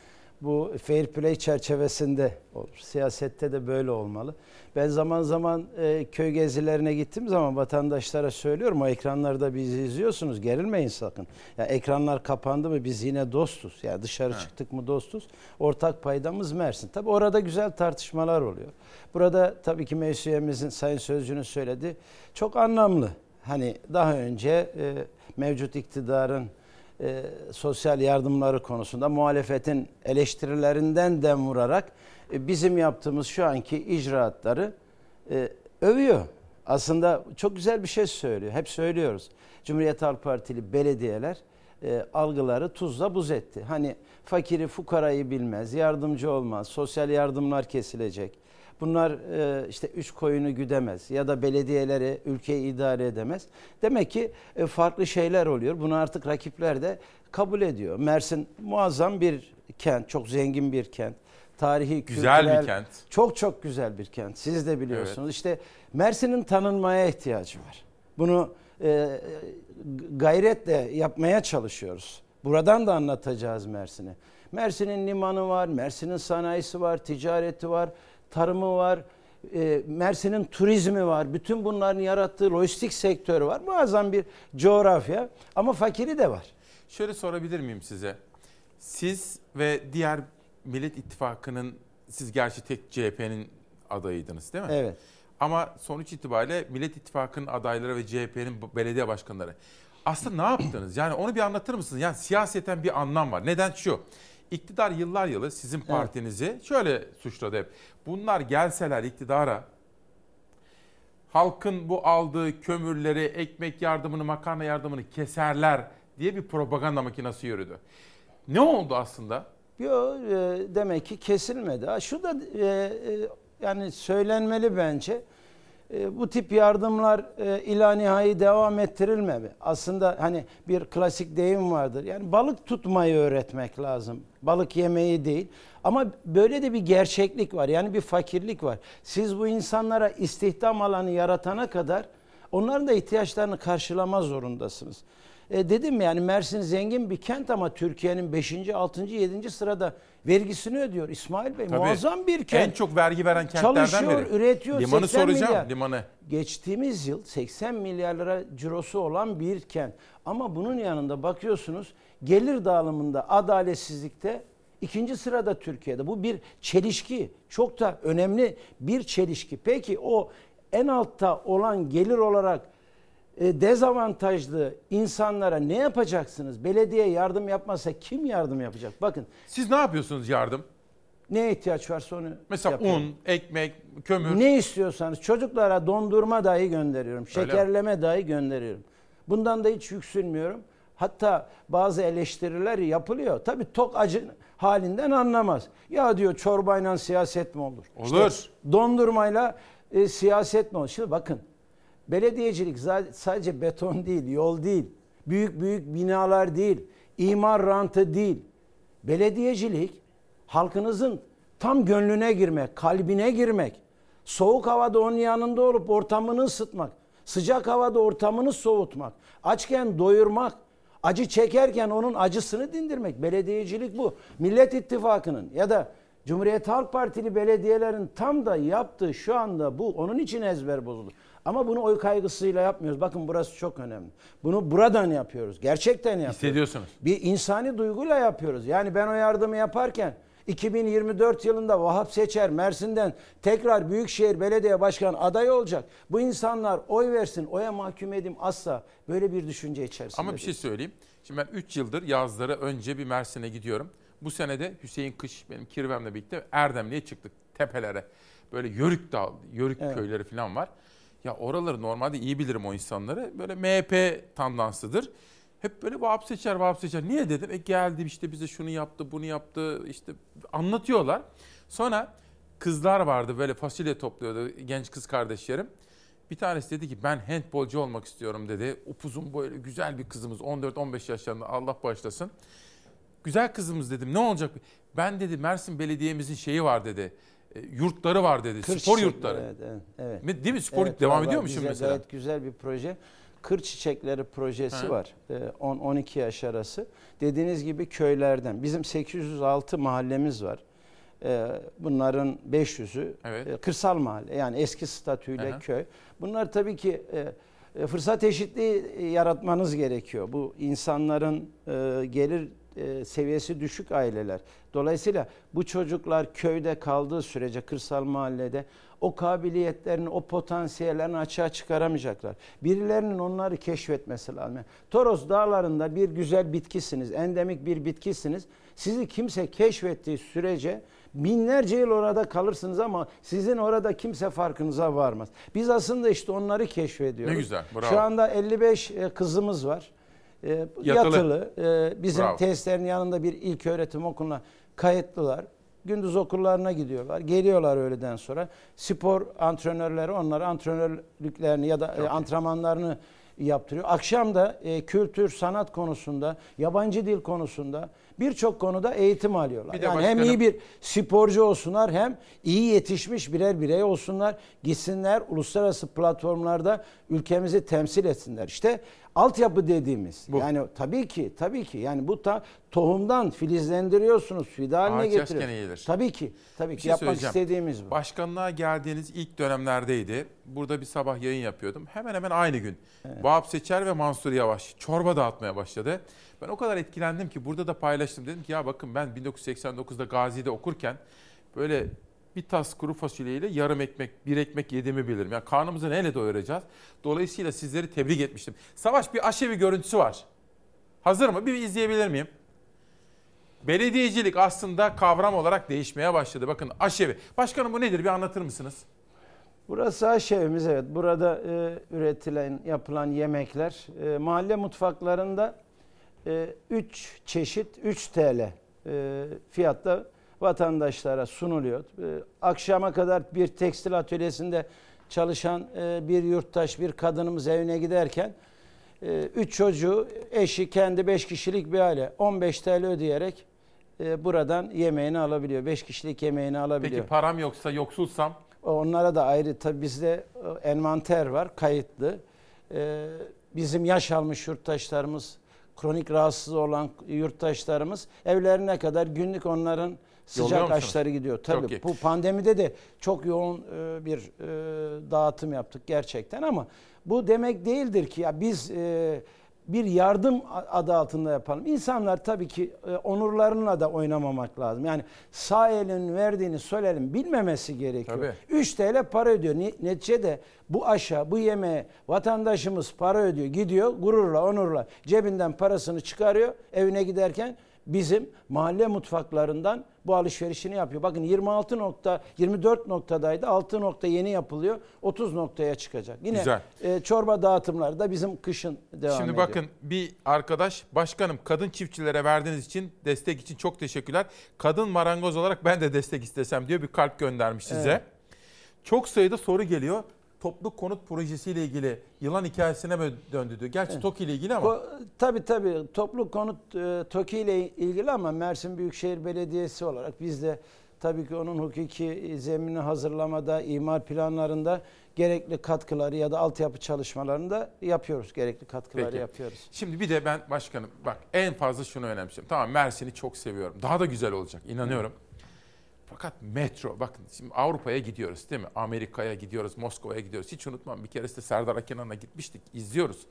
bu fair play çerçevesinde olur. Siyasette de böyle olmalı. Ben zaman zaman e, köy gezilerine gittiğim zaman vatandaşlara söylüyorum, o ekranlarda bizi izliyorsunuz, gerilmeyin sakın. Ya ekranlar kapandı mı biz yine dostuz. Ya yani dışarı ha. çıktık mı dostuz. Ortak paydamız Mersin. Tabii orada güzel tartışmalar oluyor. Burada tabii ki meclis üyemizin, Sayın Sözcü'nün söylediği çok anlamlı. Hani daha önce e, mevcut iktidarın e, sosyal yardımları konusunda muhalefetin eleştirilerinden dem vurarak e, bizim yaptığımız şu anki icraatları e, övüyor. Aslında çok güzel bir şey söylüyor. Hep söylüyoruz. Cumhuriyet Halk Partili belediyeler e, algıları tuzla buz etti. Hani fakiri fukarayı bilmez, yardımcı olmaz, sosyal yardımlar kesilecek. Bunlar e, işte üç koyunu güdemez ya da belediyeleri, ülkeyi idare edemez. Demek ki e, farklı şeyler oluyor. Bunu artık rakipler de kabul ediyor. Mersin muazzam bir kent, çok zengin bir kent. Tarihi, güzel kültürel, bir kent. Çok çok güzel bir kent. Siz de biliyorsunuz. Evet. İşte Mersin'in tanınmaya ihtiyacı var. Bunu e, gayretle yapmaya çalışıyoruz. Buradan da anlatacağız Mersin'i. Mersin'in limanı var, Mersin'in sanayisi var, ticareti var, tarımı var, e, Mersin'in turizmi var. Bütün bunların yarattığı lojistik sektörü var. Muazzam bir coğrafya ama fakiri de var. Şöyle sorabilir miyim size? Siz ve diğer Millet İttifakı'nın, siz gerçi tek C H P'nin adayıydınız değil mi? Evet. Ama sonuç itibariyle Millet İttifakı'nın adayları ve C H P'nin belediye başkanları. Aslında ne yaptınız? Yani onu bir anlatır mısınız? Yani siyaseten bir anlam var. Neden şu? İktidar yıllar yılı sizin partinizi evet. şöyle suçladı hep. Bunlar gelseler iktidara, halkın bu aldığı kömürleri, ekmek yardımını, makarna yardımını keserler diye bir propaganda makinesi yürüdü. Ne oldu aslında? Yok, e, demek ki kesilmedi. Ha, şu da e, e, yani söylenmeli bence. E, bu tip yardımlar e, ila nihai devam ettirilmeli. Aslında hani bir klasik deyim vardır. Yani balık tutmayı öğretmek lazım. Balık yemeyi değil. Ama böyle de bir gerçeklik var. Yani bir fakirlik var. Siz bu insanlara istihdam alanı yaratana kadar onların da ihtiyaçlarını karşılama zorundasınız. E dedim yani Mersin zengin bir kent ama Türkiye'nin beşinci, altıncı, yedinci sırada vergisini ödüyor. İsmail Bey, tabii, muazzam bir kent. En çok vergi veren kentlerden çalışıyor, biri. Üretiyor. Limanı soracağım, milyar. limanı. Geçtiğimiz yıl seksen milyar lira cirosu olan bir kent. Ama bunun yanında bakıyorsunuz gelir dağılımında, adaletsizlikte ikinci sırada Türkiye'de. Bu bir çelişki. Çok da önemli bir çelişki. Peki o en altta olan gelir olarak dezavantajlı insanlara ne yapacaksınız? Belediye yardım yapmazsa kim yardım yapacak? Bakın. Siz ne yapıyorsunuz yardım? Neye ihtiyaç varsa onu mesela yapıyorum. Un, ekmek, kömür. Ne istiyorsanız çocuklara dondurma dahi gönderiyorum. Şekerleme dahi gönderiyorum. Bundan da hiç yüksünmüyorum. Hatta bazı eleştiriler yapılıyor. Tabii tok acı halinden anlamaz. Ya diyor çorbayla siyaset mi olur? Olur. İşte dondurmayla e, siyaset mi olur? Şimdi bakın. Belediyecilik sadece beton değil, yol değil, büyük büyük binalar değil, imar rantı değil. Belediyecilik halkınızın tam gönlüne girmek, kalbine girmek, soğuk havada onun yanında olup ortamını ısıtmak, sıcak havada ortamını soğutmak, açken doyurmak, acı çekerken onun acısını dindirmek. Belediyecilik bu. Millet İttifakı'nın ya da Cumhuriyet Halk Partili belediyelerin tam da yaptığı şu anda bu. Onun için ezber bozuldu. Ama bunu oy kaygısıyla yapmıyoruz. Bakın burası çok önemli. Bunu buradan yapıyoruz. Gerçekten yapıyoruz. Hissediyorsunuz. Bir insani duyguyla yapıyoruz. Yani ben o yardımı yaparken iki bin yirmi dört yılında Vahap Seçer Mersin'den tekrar Büyükşehir Belediye Başkanı adayı olacak. Bu insanlar oy versin, oya mahkum edeyim asla. Böyle bir düşünce içerisinde. Ama bir şey söyleyeyim. Şimdi ben üç yıldır yazları önce bir Mersin'e gidiyorum. Bu sene de Hüseyin Kış benim kirvemle birlikte Erdemli'ye çıktık tepelere. Böyle Yörük Dağ, Yörük evet. köyleri falan var. Ya oraları normalde iyi bilirim o insanları. Böyle M H P tandanslıdır. Hep böyle Vahap Seçer, Vahap Seçer. Niye dedim? E geldi işte bize şunu yaptı, bunu yaptı. İşte anlatıyorlar. Sonra kızlar vardı böyle fasulye topluyordu genç kız kardeşlerim. Bir tanesi dedi ki ben handbolcu olmak istiyorum dedi. Upuzun böyle güzel bir kızımız on dört on beş yaşlarında Allah bağışlasın. Güzel kızımız dedim ne olacak? Ben dedi Mersin Belediye'mizin şeyi var dedi. E, yurtları var dedi. Kırçık, spor yurtları. Evet, evet, evet. Değil mi? Spor evet, devam var, ediyor mu var. şimdi Güzel, mesela? Gayet güzel bir proje. Kır Çiçekleri projesi Hı. var. on on iki yaş arası. Dediğiniz gibi köylerden. Bizim sekiz yüz altı mahallemiz var. Bunların beş yüzü evet. kırsal mahalle. Yani eski statüyle Hı. köy. Bunlar tabii ki fırsat eşitliği yaratmanız gerekiyor. Bu insanların gelir seviyesi düşük aileler. Dolayısıyla bu çocuklar köyde kaldığı sürece kırsal mahallede o kabiliyetlerini, o potansiyellerini açığa çıkaramayacaklar. Birilerinin onları keşfetmesi lazım. Yani Toros Dağları'nda bir güzel bitkisiniz, endemik bir bitkisiniz. Sizi kimse keşfettiği sürece binlerce yıl orada kalırsınız ama sizin orada kimse farkınıza varmaz. Biz aslında işte onları keşfediyoruz. Ne güzel, bravo. Şu anda elli beş kızımız var. Yatılı. Yatılı. Bizim bravo. Tesislerin yanında bir ilköğretim okuluna kayıtlılar. Gündüz okullarına gidiyorlar. Geliyorlar öğleden sonra. Spor antrenörleri onlara antrenörlüklerini ya da Çok antrenmanlarını iyi. yaptırıyor. Akşam da e, kültür, sanat konusunda, yabancı dil konusunda birçok konuda eğitim alıyorlar. Yani başkanım, hem iyi bir sporcu olsunlar hem iyi yetişmiş birer birey olsunlar. Gitsinler uluslararası platformlarda ülkemizi temsil etsinler. İşte altyapı dediğimiz. Bu. Yani tabii ki, tabii ki. Yani bu ta, tohumdan filizlendiriyorsunuz, fide haline getiriyorsunuz. Tabii ki, tabii ki şey yapmak istediğimiz bu. Başkanlığa geldiğiniz ilk dönemlerdeydi. Burada bir sabah yayın yapıyordum. Hemen hemen aynı gün. Evet. Vahap Seçer ve Mansur Yavaş çorba dağıtmaya başladı. Ben o kadar etkilendim ki burada da paylaştım. Dedim ki ya bakın ben bin dokuz yüz seksen dokuzda Gazi'de okurken böyle bir tas kuru fasulyeyle yarım ekmek, bir ekmek yediğimi bilirim. Yani karnımızı neyle doyuracağız? Dolayısıyla sizleri tebrik etmiştim. Savaş, bir aşevi görüntüsü var. Hazır mı? Bir izleyebilir miyim? Belediyecilik aslında kavram olarak değişmeye başladı. Bakın aşevi. Başkanım bu nedir? Bir anlatır mısınız? Burası aşevimiz, evet. Burada e, üretilen, yapılan yemekler e, mahalle mutfaklarında üç e, çeşit üç T L e, fiyatta vatandaşlara sunuluyor. E, akşama kadar bir tekstil atölyesinde çalışan e, bir yurttaş, bir kadınımız evine giderken e, üç çocuğu, eşi, kendi beş kişilik bir aile on beş T L ödeyerek e, buradan yemeğini alabiliyor. beş kişilik yemeğini alabiliyor. Peki param yoksa, yoksulsam? Onlara da ayrı, tabii bizde envanter var, kayıtlı. E, bizim yaş almış yurttaşlarımız, kronik rahatsız olan yurttaşlarımız evlerine kadar günlük onların sıcak aşıları gidiyor. Tabii bu pandemide de çok yoğun bir dağıtım yaptık gerçekten ama bu demek değildir ki ya biz bir yardım adı altında yapalım. İnsanlar tabii ki onurlarına da oynamamak lazım. Yani sağ elin verdiğini sol elin bilmemesi gerekiyor. Tabii. üç T L para ödüyor. Neticede bu aşağı, bu yemeğe vatandaşımız para ödüyor. Gidiyor gururla, onurla cebinden parasını çıkarıyor. Evine giderken bizim mahalle mutfaklarından bu alışverişini yapıyor. Bakın yirmi altı nokta yirmi dört noktadaydı. altı nokta yeni yapılıyor. otuz noktaya çıkacak. Yine e, çorba dağıtımları da bizim kışın devam Şimdi ediyor. bakın bir arkadaş, başkanım kadın çiftçilere verdiğiniz için, destek için çok teşekkürler. Kadın marangoz olarak ben de destek istesem diyor, bir kalp göndermiş size. Evet. Çok sayıda soru geliyor. Toplu konut projesiyle ilgili yılan hikayesine mi döndü diyor. Gerçi evet. TOKİ ile ilgili ama. O, tabii tabii toplu konut e, TOKİ ile ilgili ama Mersin Büyükşehir Belediyesi olarak biz de tabii ki onun hukuki zeminini hazırlamada, imar planlarında gerekli katkıları ya da altyapı çalışmalarında yapıyoruz. Gerekli katkıları Peki. yapıyoruz. Şimdi bir de ben başkanım bak en fazla şunu önemsiyorum. Tamam Mersin'i çok seviyorum. Daha da güzel olacak inanıyorum. Evet. Fakat metro, bakın şimdi Avrupa'ya gidiyoruz değil mi? Amerika'ya gidiyoruz, Moskova'ya gidiyoruz. Hiç unutmam bir keresinde Serdar Akenan'a gitmiştik, izliyoruz.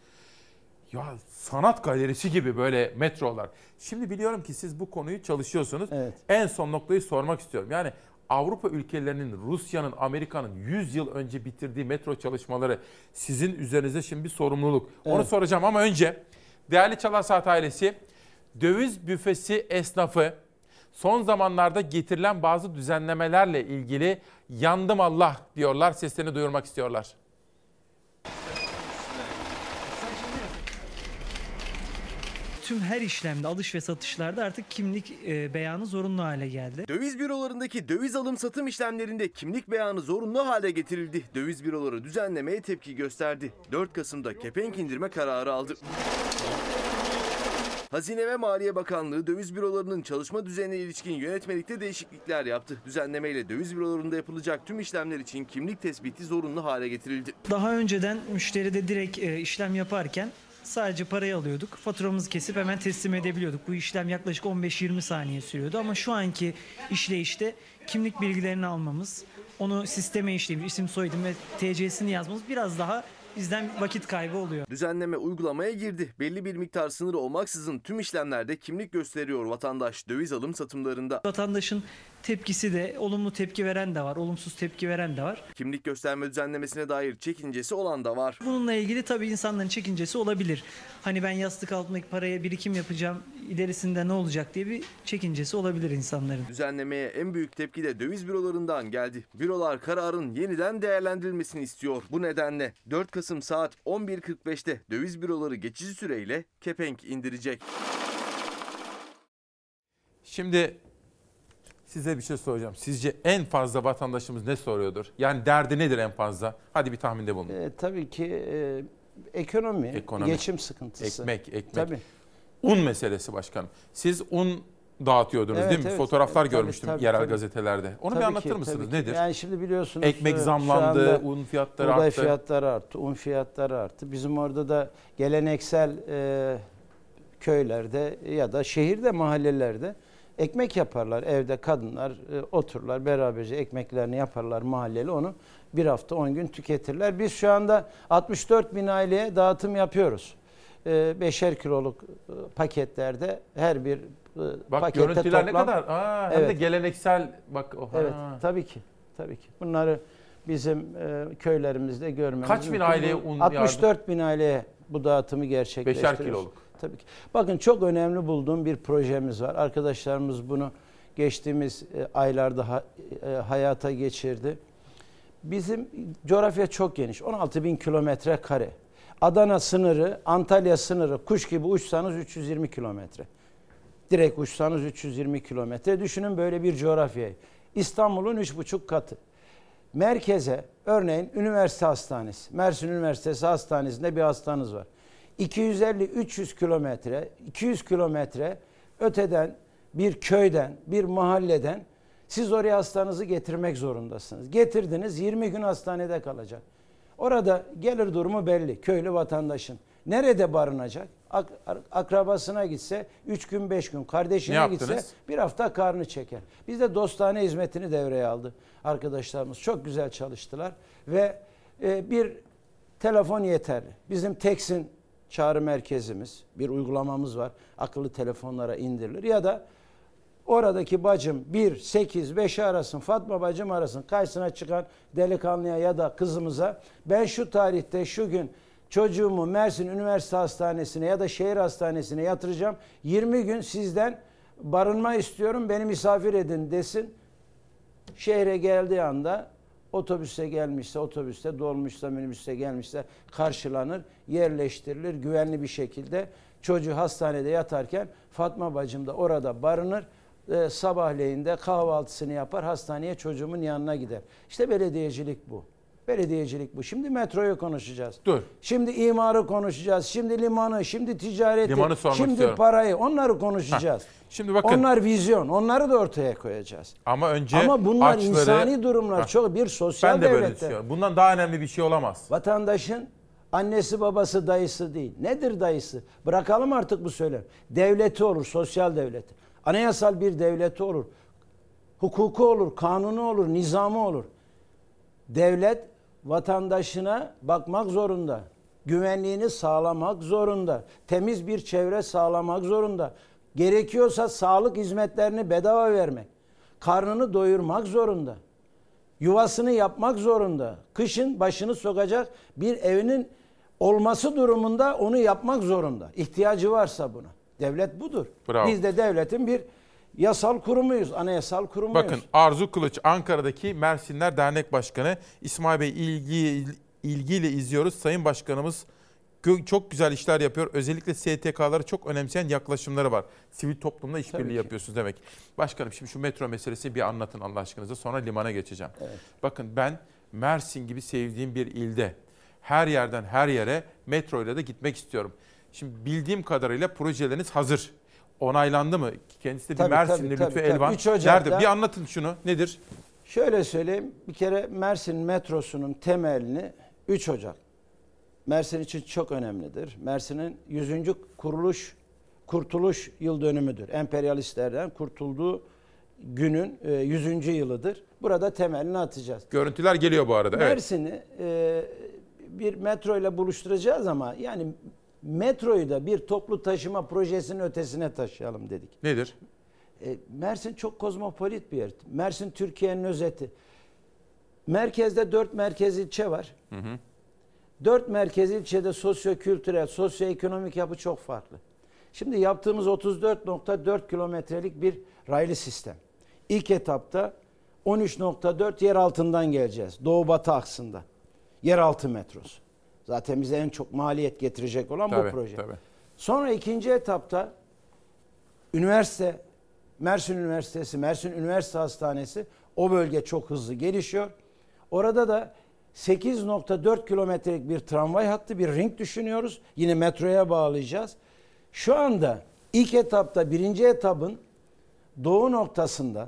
Ya sanat galerisi gibi böyle metrolar. Şimdi biliyorum ki siz bu konuyu çalışıyorsunuz. Evet. En son noktayı sormak istiyorum. Yani Avrupa ülkelerinin, Rusya'nın, Amerika'nın yüz yıl önce bitirdiği metro çalışmaları sizin üzerinize şimdi bir sorumluluk. Evet. Onu soracağım ama önce değerli Çalar Saat ailesi, döviz büfesi esnafı son zamanlarda getirilen bazı düzenlemelerle ilgili yandım Allah diyorlar, seslerini duyurmak istiyorlar. Tüm her işlemde, alış ve satışlarda artık kimlik e, beyanı zorunlu hale geldi. Döviz bürolarındaki döviz alım satım işlemlerinde kimlik beyanı zorunlu hale getirildi. Döviz büroları düzenlemeye tepki gösterdi. dört Kasım'da kepenk indirme kararı aldı. Hazine ve Maliye Bakanlığı döviz bürolarının çalışma düzenine ilişkin yönetmelikte değişiklikler yaptı. Düzenlemeyle döviz bürolarında yapılacak tüm işlemler için kimlik tespiti zorunlu hale getirildi. Daha önceden müşteride direkt e, işlem yaparken sadece parayı alıyorduk. Faturamızı kesip hemen teslim edebiliyorduk. Bu işlem yaklaşık on beş yirmi saniye sürüyordu ama şu anki işleyişte kimlik bilgilerini almamız, onu sisteme işleyip isim, soyadım ve T C'sini yazmamız biraz daha bizden vakit kaybı oluyor. Düzenleme uygulamaya girdi. Belli bir miktar sınırı olmaksızın tüm işlemlerde kimlik gösteriyor vatandaş döviz alım satımlarında. Vatandaşın tepkisi de, olumlu tepki veren de var, olumsuz tepki veren de var. Kimlik gösterme düzenlemesine dair çekincesi olan da var. Bununla ilgili tabii insanların çekincesi olabilir. Hani ben yastık altındaki paraya birikim yapacağım, ilerisinde ne olacak diye bir çekincesi olabilir insanların. Düzenlemeye en büyük tepki de döviz bürolarından geldi. Bürolar kararın yeniden değerlendirilmesini istiyor. Bu nedenle dört Kasım saat on bir kırk beşte döviz büroları geçici süreyle kepenk indirecek. Şimdi size bir şey soracağım. Sizce en fazla vatandaşımız ne soruyordur? Yani derdi nedir en fazla? Hadi bir tahminde bulunun. E, tabii ki e, ekonomi, Ekonomi, geçim sıkıntısı. Ekmek, ekmek. Tabii. Un meselesi başkanım. Siz un dağıtıyordunuz Evet, değil mi? evet. Fotoğraflar Tabii, görmüştüm tabii, yerel tabii. gazetelerde. Onu Tabii bir ki, anlatır mısınız? tabii ki. Nedir? Yani şimdi biliyorsunuz ekmek e, şu zamlandı, anda un fiyatları buğday arttı. fiyatları arttı, un fiyatları arttı. Bizim orada da geleneksel e, köylerde ya da şehirde, mahallelerde ekmek yaparlar. Evde kadınlar e, otururlar, beraberce ekmeklerini yaparlar mahalleli, onu bir hafta on gün tüketirler. Biz şu anda altmış dört bin aileye dağıtım yapıyoruz. E, beşer kiloluk e, paketlerde her bir e, Bak pakette görüntüler toplam, ne kadar? Aa, hem evet. de geleneksel. Bak. Oha. Evet, tabii ki. Tabii ki. Bunları bizim e, köylerimizde görmemiz Kaç bin mümkün. aileye Bu un altmış dört bin aileye bu dağıtımı gerçekleştiriyoruz. Beşer kiloluk. Tabii ki. Bakın çok önemli bulduğum bir projemiz var. Arkadaşlarımız bunu geçtiğimiz e, aylarda ha, e, hayata geçirdi. Bizim coğrafya çok geniş. on altı bin kilometre kare. Adana sınırı, Antalya sınırı, kuş gibi uçsanız üç yüz yirmi kilometre. Direkt uçsanız üç yüz yirmi kilometre. Düşünün böyle bir coğrafyayı. İstanbul'un üç buçuk katı. Merkeze, örneğin üniversite hastanesi, Mersin Üniversitesi Hastanesi'nde bir hastanız var. iki yüz elli üç yüz kilometre, iki yüz kilometre öteden bir köyden, bir mahalleden siz oraya hastanızı getirmek zorundasınız. Getirdiniz, yirmi gün hastanede kalacak. Orada gelir durumu belli, köylü vatandaşın. Nerede barınacak? Ak- akrabasına gitse üç gün beş gün, kardeşine gitse bir hafta karnı çeker. Biz de dostane hizmetini devreye aldı arkadaşlarımız. Çok güzel çalıştılar ve e, bir telefon yeterli. Bizim Teksin çağrı merkezimiz, bir uygulamamız var. Akıllı telefonlara indirilir ya da oradaki bacım bir sekiz beşi arasın, Fatma bacım arasın, karşısına çıkan delikanlıya ya da kızımıza ben şu tarihte şu gün çocuğumu Mersin Üniversite Hastanesi'ne ya da şehir hastanesine yatıracağım. yirmi gün sizden barınma istiyorum, beni misafir edin desin. Şehre geldiği anda otobüse gelmişse, otobüste dolmuşsa, minibüste gelmişse karşılanır, yerleştirilir güvenli bir şekilde. Çocuğu hastanede yatarken Fatma bacım da orada barınır. E, sabahleyin de kahvaltısını yapar, hastaneye çocuğumun yanına gider. İşte belediyecilik bu. Belediyecilik bu. Şimdi metroyu konuşacağız. Dur. Şimdi imarı konuşacağız. Şimdi limanı, şimdi ticareti, Limanı sormak şimdi istiyorum. parayı, onları konuşacağız. Heh. Şimdi bakın. Onlar vizyon. Onları da ortaya koyacağız. Ama önce Ama bunlar açları, insani durumlar. Heh. Çok bir sosyal Ben de böyle devlette. düşünüyorum. Bundan daha önemli bir şey olamaz. Vatandaşın annesi babası dayısı değil. Nedir dayısı? Bırakalım artık bu söylem. Devleti olur, sosyal devleti. Anayasal bir devleti olur. Hukuku olur, kanunu olur, nizamı olur. Devlet vatandaşına bakmak zorunda. Güvenliğini sağlamak zorunda. Temiz bir çevre sağlamak zorunda. Gerekiyorsa sağlık hizmetlerini bedava vermek. Karnını doyurmak zorunda. Yuvasını yapmak zorunda. Kışın başını sokacak bir evinin olması durumunda onu yapmak zorunda. İhtiyacı varsa buna. Devlet budur. Bravo. Biz de devletin bir yasal kurumuyuz, anayasal kurumuyuz. Bakın Arzu Kılıç Ankara'daki Mersinler Dernek Başkanı. İsmail Bey ilgi, ilgiyle izliyoruz. Sayın Başkanımız çok güzel işler yapıyor. Özellikle S T K'ları çok önemseyen yaklaşımları var. Sivil toplumla işbirliği yapıyorsunuz demek. Başkanım şimdi şu metro meselesi bir anlatın Allah aşkınıza. Sonra limana geçeceğim. Evet. Bakın ben Mersin gibi sevdiğim bir ilde her yerden her yere metro ile de gitmek istiyorum. Şimdi bildiğim kadarıyla projeleriniz hazır. Onaylandı mı? Kendisi de bir Tabii, Mersinli tabii, Lütfü tabii, Elvan. üç Ocak'ta Nerede? Bir anlatın şunu. Nedir? Şöyle söyleyeyim. Bir kere Mersin metrosunun temelini üç Ocak. Mersin için çok önemlidir. Mersin'in yüzüncü kuruluş, kurtuluş yıl dönümüdür. Emperyalistlerden kurtulduğu günün yüzüncü yılıdır. Burada temelini atacağız. Görüntüler geliyor bu arada. Mersin'i e, bir metro ile buluşturacağız ama yani metroyu da bir toplu taşıma projesinin ötesine taşıyalım dedik. Nedir? E, Mersin çok kozmopolit bir yer. Mersin Türkiye'nin özeti. Merkezde dört merkez ilçe var. Hı hı. Dört merkez ilçede sosyo-kültürel, sosyo-ekonomik yapı çok farklı. Şimdi yaptığımız otuz dört nokta dört kilometrelik bir raylı sistem. İlk etapta on üç nokta dört yer altından geleceğiz. Doğu-batı aksında. Yeraltı metrosu. Zaten bize en çok maliyet getirecek olan Tabii, bu proje. tabii. Sonra ikinci etapta üniversite, Mersin Üniversitesi, Mersin Üniversite Hastanesi, o bölge çok hızlı gelişiyor. Orada da sekiz nokta dört kilometrelik bir tramvay hattı, bir ring düşünüyoruz. Yine metroya bağlayacağız. Şu anda ilk etapta birinci etapın doğu noktasında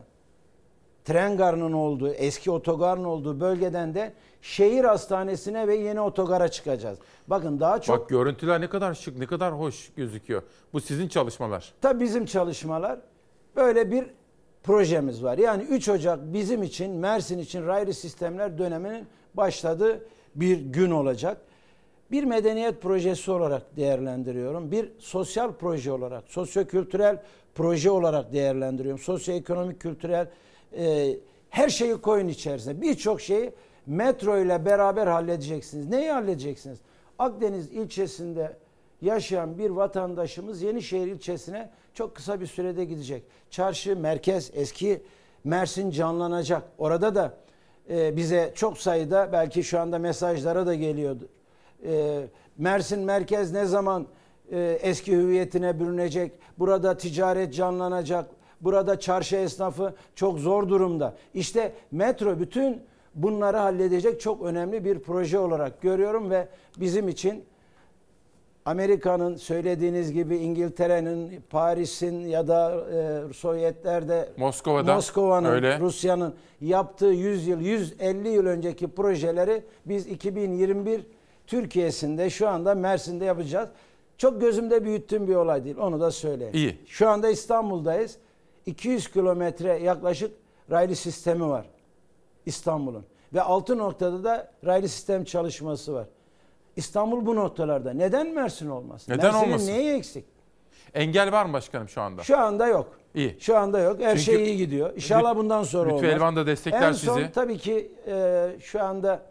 tren garının olduğu, eski otogarın olduğu bölgeden de şehir hastanesine ve yeni otogara çıkacağız. Bakın daha çok... Bak görüntüler ne kadar şık, ne kadar hoş gözüküyor. Bu sizin çalışmalar. Tabii bizim çalışmalar. Böyle bir projemiz var. Yani üç Ocak bizim için, Mersin için raylı sistemler döneminin başladığı bir gün olacak. Bir medeniyet projesi olarak değerlendiriyorum. Bir sosyal proje olarak, sosyo-kültürel proje olarak değerlendiriyorum. Sosyoekonomik, kültürel e, her şeyi koyun içerisine. Birçok şeyi metro ile beraber halledeceksiniz. Neyi halledeceksiniz? Akdeniz ilçesinde yaşayan bir vatandaşımız Yenişehir ilçesine çok kısa bir sürede gidecek. Çarşı, merkez, eski Mersin canlanacak. Orada da e, bize çok sayıda, belki şu anda mesajlara da geliyordu. E, Mersin merkez ne zaman e, eski hüviyetine bürünecek? Burada ticaret canlanacak. Burada çarşı esnafı çok zor durumda. İşte metro bütün bunları halledecek çok önemli bir proje olarak görüyorum ve bizim için Amerika'nın, söylediğiniz gibi İngiltere'nin, Paris'in ya da e, Sovyetler'de Moskova'da, Moskova'nın, Rusya'nın yaptığı yüz yıl, yüz elli yıl önceki projeleri biz iki bin yirmi bir Türkiye'sinde şu anda Mersin'de yapacağız. Çok gözümde büyüttüğüm bir olay değil. Onu da söyleyeyim. İyi. Şu anda İstanbul'dayız. iki yüz kilometre yaklaşık raylı sistemi var İstanbul'un. Ve altı noktada da raylı sistem çalışması var. İstanbul bu noktalarda. Neden Mersin olmaz? Neden Mersin'in olmasın? neyi eksik? Engel var mı başkanım şu anda? Şu anda yok. İyi. Şu anda yok. Her Çünkü şey iyi gidiyor. İnşallah bundan sonra Lütfü olmaz. Elvan da destekler en son, sizi. tabii ki e, şu anda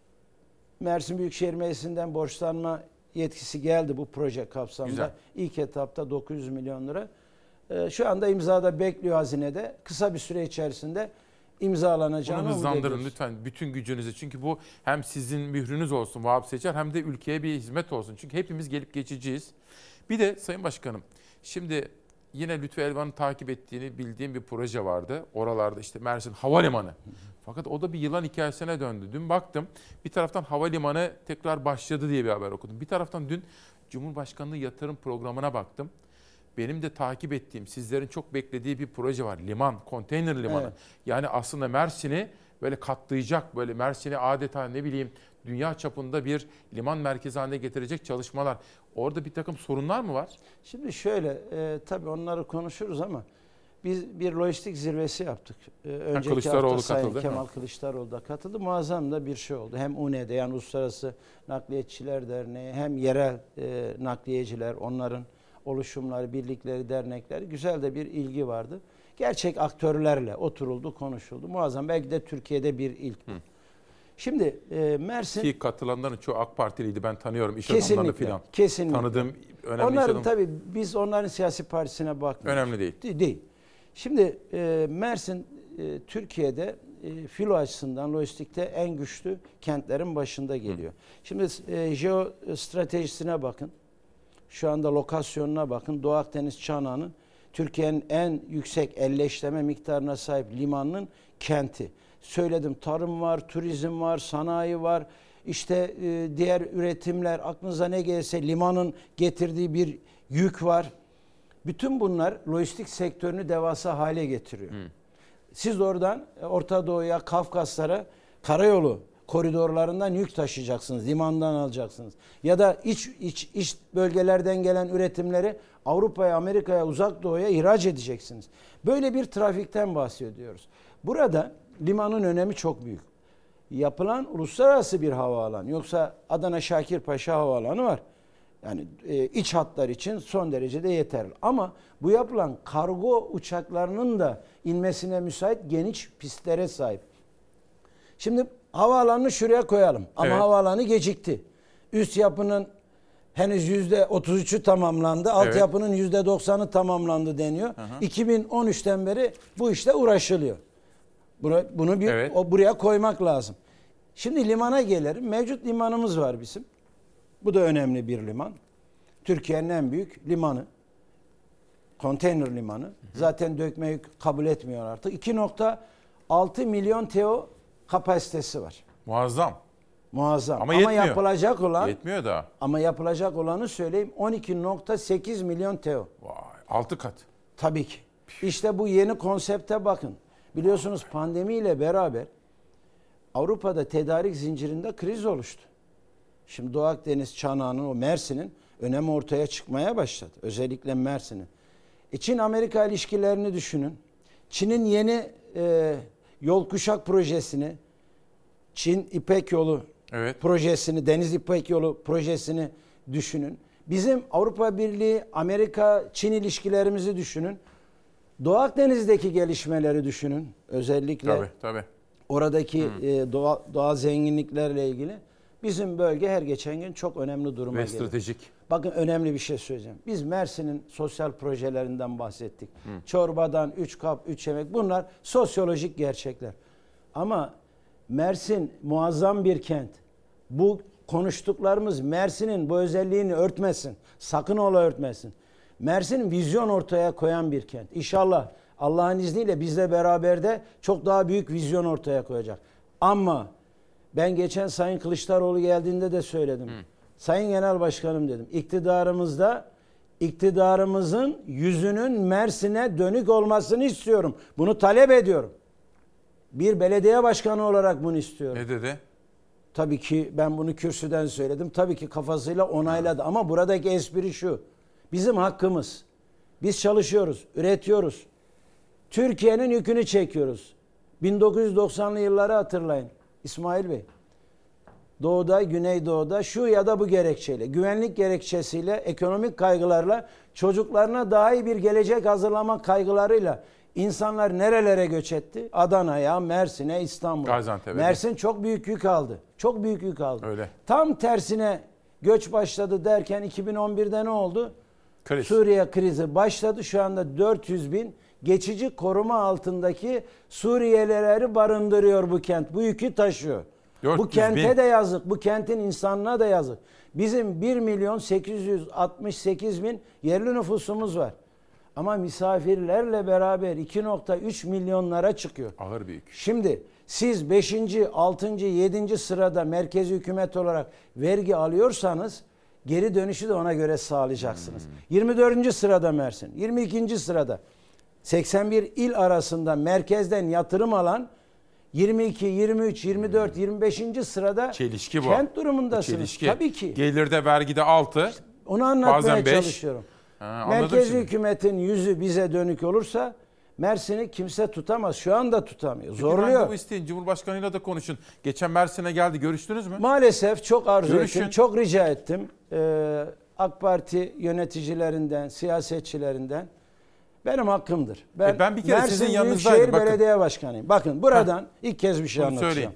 Mersin Büyükşehir Meclisi'nden borçlanma yetkisi geldi bu proje kapsamında. Güzel. İlk etapta dokuz yüz milyon lira. E, şu anda imzada bekliyor hazinede. Kısa bir süre içerisinde imzalanacağını Bunu umut hızlandırın ediyoruz. lütfen bütün gücünüzü. Çünkü bu hem sizin mührünüz olsun Vahap Seçer hem de ülkeye bir hizmet olsun. Çünkü hepimiz gelip geçiciyiz. Bir de Sayın Başkanım, şimdi yine Lütfü Elvan'ın takip ettiğini bildiğim bir proje vardı. Oralarda işte Mersin Havalimanı. Fakat o da bir yılan hikayesine döndü. Dün baktım bir taraftan havalimanı tekrar başladı diye bir haber okudum. Bir taraftan dün Cumhurbaşkanlığı yatırım programına baktım. Benim de takip ettiğim, sizlerin çok beklediği bir proje var. Liman, konteyner limanı. Evet. Yani aslında Mersin'i böyle katlayacak, böyle Mersin'i adeta ne bileyim dünya çapında bir liman merkezi haline getirecek çalışmalar. Orada bir takım sorunlar mı var? Şimdi şöyle, e, tabii onları konuşuruz ama biz bir lojistik zirvesi yaptık. E, önceki Kılıçdaroğlu hafta Sayın katıldı, Kemal değil mi? Kılıçdaroğlu da katıldı. Muazzam da bir şey oldu. Hem U N E D'de yani Uluslararası Nakliyeciler Derneği hem yerel e, nakliyeciler, onların oluşumları, birlikleri, dernekleri güzel de bir ilgi vardı. Gerçek aktörlerle oturuldu, konuşuldu. Muazzam. Belki de Türkiye'de bir ilk. Hı. Şimdi e, Mersin... Ki katılanların çoğu AK Partiliydi. Ben tanıyorum iş kesinlikle, adamlarını falan. Kesinlikle. Tanıdığım önemli onların, iş adamı. Tabii biz onların siyasi partisine bakmıyoruz. Önemli değil. De- değil. Şimdi e, Mersin e, Türkiye'de e, filo açısından lojistikte en güçlü kentlerin başında geliyor. Hı. Şimdi e, jeostratejisine bakın. Şu anda lokasyonuna bakın. Doğu Akdeniz Çanağı'nın Türkiye'nin en yüksek elleşleme miktarına sahip limanının kenti. Söyledim, tarım var, turizm var, sanayi var, işte e, diğer üretimler, aklınıza ne gelirse limanın getirdiği bir yük var. Bütün bunlar lojistik sektörünü devasa hale getiriyor. Hı. Siz oradan Orta Doğu'ya, Kafkaslara karayolu koridorlarından yük taşıyacaksınız, limandan alacaksınız. Ya da iç, iç, iç bölgelerden gelen üretimleri Avrupa'ya, Amerika'ya, Uzak Doğu'ya ihraç edeceksiniz. Böyle bir trafikten bahsediyoruz. Burada limanın önemi çok büyük. Yapılan uluslararası bir havaalanı, yoksa Adana Şakirpaşa Havaalanı var. Yani e, iç hatlar için son derecede yeterli. Ama bu yapılan kargo uçaklarının da inmesine müsait geniş pistlere sahip. Şimdi havaalanını şuraya koyalım. Ama evet. havaalanı gecikti. Üst yapının henüz yüzde otuz üçü tamamlandı. Altyapının evet. yüzde doksanı tamamlandı deniyor. Hı hı. iki bin on üçten beri bu işte uğraşılıyor. Bunu, bunu bir evet. o, buraya koymak lazım. Şimdi limana gelelim. Mevcut limanımız var bizim. Bu da önemli bir liman. Türkiye'nin en büyük limanı. Konteyner limanı. Hı hı. Zaten dökme yük kabul etmiyor artık. iki nokta altı milyon T E O kapasitesi var. Muazzam. Muazzam. Ama, ama yapılacak olan yetmiyor da. Ama yapılacak olanı söyleyeyim, on iki nokta sekiz milyon T E O. Vay, altı kat. Tabii ki. İşte bu yeni konsepte bakın. Biliyorsunuz pandemiyle beraber Avrupa'da tedarik zincirinde kriz oluştu. Şimdi Doğu Akdeniz çanağının, o Mersin'in önemi ortaya çıkmaya başladı. Özellikle Mersin'in. E Çin-Amerika ilişkilerini düşünün. Çin'in yeni e, yol kuşak projesini, Çin İpek Yolu evet. projesini, Deniz İpek Yolu projesini düşünün. Bizim Avrupa Birliği, Amerika, Çin ilişkilerimizi düşünün. Doğu Akdeniz'deki gelişmeleri düşünün. Özellikle tabii, tabii. oradaki hmm. e, doğa, doğal zenginliklerle ilgili. Bizim bölge her geçen gün çok önemli duruma ve geliyor. stratejik. Bakın önemli bir şey söyleyeceğim. Biz Mersin'in sosyal projelerinden bahsettik. Hmm. Çorbadan, üç kap, üç yemek, bunlar sosyolojik gerçekler. Ama Mersin muazzam bir kent. Bu konuştuklarımız Mersin'in bu özelliğini örtmesin. Sakın ola örtmesin. Mersin vizyon ortaya koyan bir kent. İnşallah Allah'ın izniyle bizle beraber de çok daha büyük vizyon ortaya koyacak. Ama ben geçen Sayın Kılıçdaroğlu geldiğinde de söyledim. Hı. Sayın Genel Başkanım dedim. İktidarımızda iktidarımızın yüzünün Mersin'e dönük olmasını istiyorum. Bunu talep ediyorum. Bir belediye başkanı olarak bunu istiyorum. Ne dedi? Tabii ki ben bunu kürsüden söyledim. Tabii ki kafasıyla onayladı. Ha. Ama buradaki espri şu. Bizim hakkımız. Biz çalışıyoruz, üretiyoruz. Türkiye'nin yükünü çekiyoruz. bin dokuz yüz doksanlı yılları hatırlayın İsmail Bey. Doğuda, Güneydoğu'da şu ya da bu gerekçeyle, güvenlik gerekçesiyle, ekonomik kaygılarla, çocuklarına daha iyi bir gelecek hazırlama kaygılarıyla insanlar nerelere göç etti? Adana'ya, Mersin'e, İstanbul'a. Gaziantep'e. Mersin çok büyük yük aldı. Çok büyük yük aldı. Öyle. Tam tersine göç başladı derken iki bin on birde ne oldu? Kriz. Suriye krizi başladı. Şu anda dört yüz bin geçici koruma altındaki Suriyelileri barındırıyor bu kent. Bu yükü taşıyor. Bu kente bin. de yazık. Bu kentin insanına da yazık. Bizim bir milyon sekiz yüz altmış sekiz bin yerli nüfusumuz var. Ama misafirlerle beraber iki nokta üç milyonlara çıkıyor. Ağır bir yük. Şimdi siz beşinci, altıncı, yedinci sırada merkezi hükümet olarak vergi alıyorsanız geri dönüşü de ona göre sağlayacaksınız. Hmm. yirmi dördüncü sırada Mersin, yirmi ikinci sırada seksen bir il arasında merkezden yatırım alan yirmi iki, yirmi üç, yirmi dört, yirmi beşinci sırada çelişki bu. Kent durumundasınız. Çelişki. Tabii ki. Gelirde vergide altı. Onu anlatmaya bazen beş. çalışıyorum. Ha, merkezi hükümetin yüzü bize dönük olursa Mersin'i kimse tutamaz. Şu anda tutamıyor. Zorluyor. Bu isteyin. Cumhurbaşkanıyla da konuşun. Geçen Mersin'e geldi. Görüştünüz mü? Maalesef çok arzu Görüşün. ettim. Çok rica ettim. Ee, AK Parti yöneticilerinden, siyasetçilerinden. Benim hakkımdır. Ben, e ben bir kere Mersin sizin yanınızdaydım. Büyükşehir Belediye Başkanıyım. Bakın buradan ha. ilk kez bir şey Bunu anlatacağım. Söyleyin.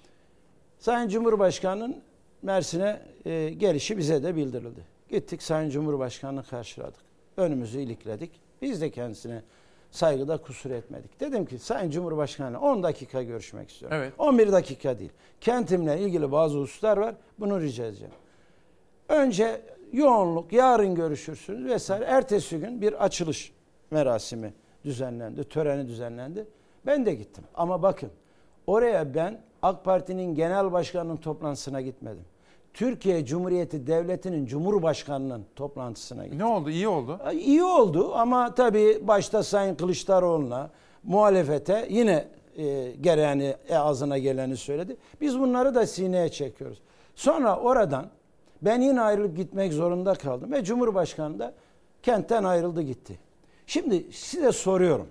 Sayın Cumhurbaşkanı'nın Mersin'e e, gelişi bize de bildirildi. Gittik Sayın Cumhurbaşkanı'nı karşıladık. Önümüzü ilikledik. Biz de kendisine saygıda kusur etmedik. Dedim ki Sayın Cumhurbaşkanı on dakika görüşmek istiyorum. Evet. on bir dakika değil. Kentimle ilgili bazı hususlar var. Bunu rica edeceğim. Önce yoğunluk, yarın görüşürsünüz vesaire. Ertesi gün bir açılış merasimi düzenlendi, töreni düzenlendi. Ben de gittim. Ama bakın oraya ben AK Parti'nin genel başkanının toplantısına gitmedim. Türkiye Cumhuriyeti Devleti'nin Cumhurbaşkanı'nın toplantısına gittim. Ne oldu? İyi oldu. İyi oldu ama tabii başta Sayın Kılıçdaroğlu'na, muhalefete yine e, gereğini e, ağzına geleni söyledi. Biz bunları da sineye çekiyoruz. Sonra oradan ben yine ayrılıp gitmek zorunda kaldım ve Cumhurbaşkanı da kentten ayrıldı gitti. Şimdi size soruyorum.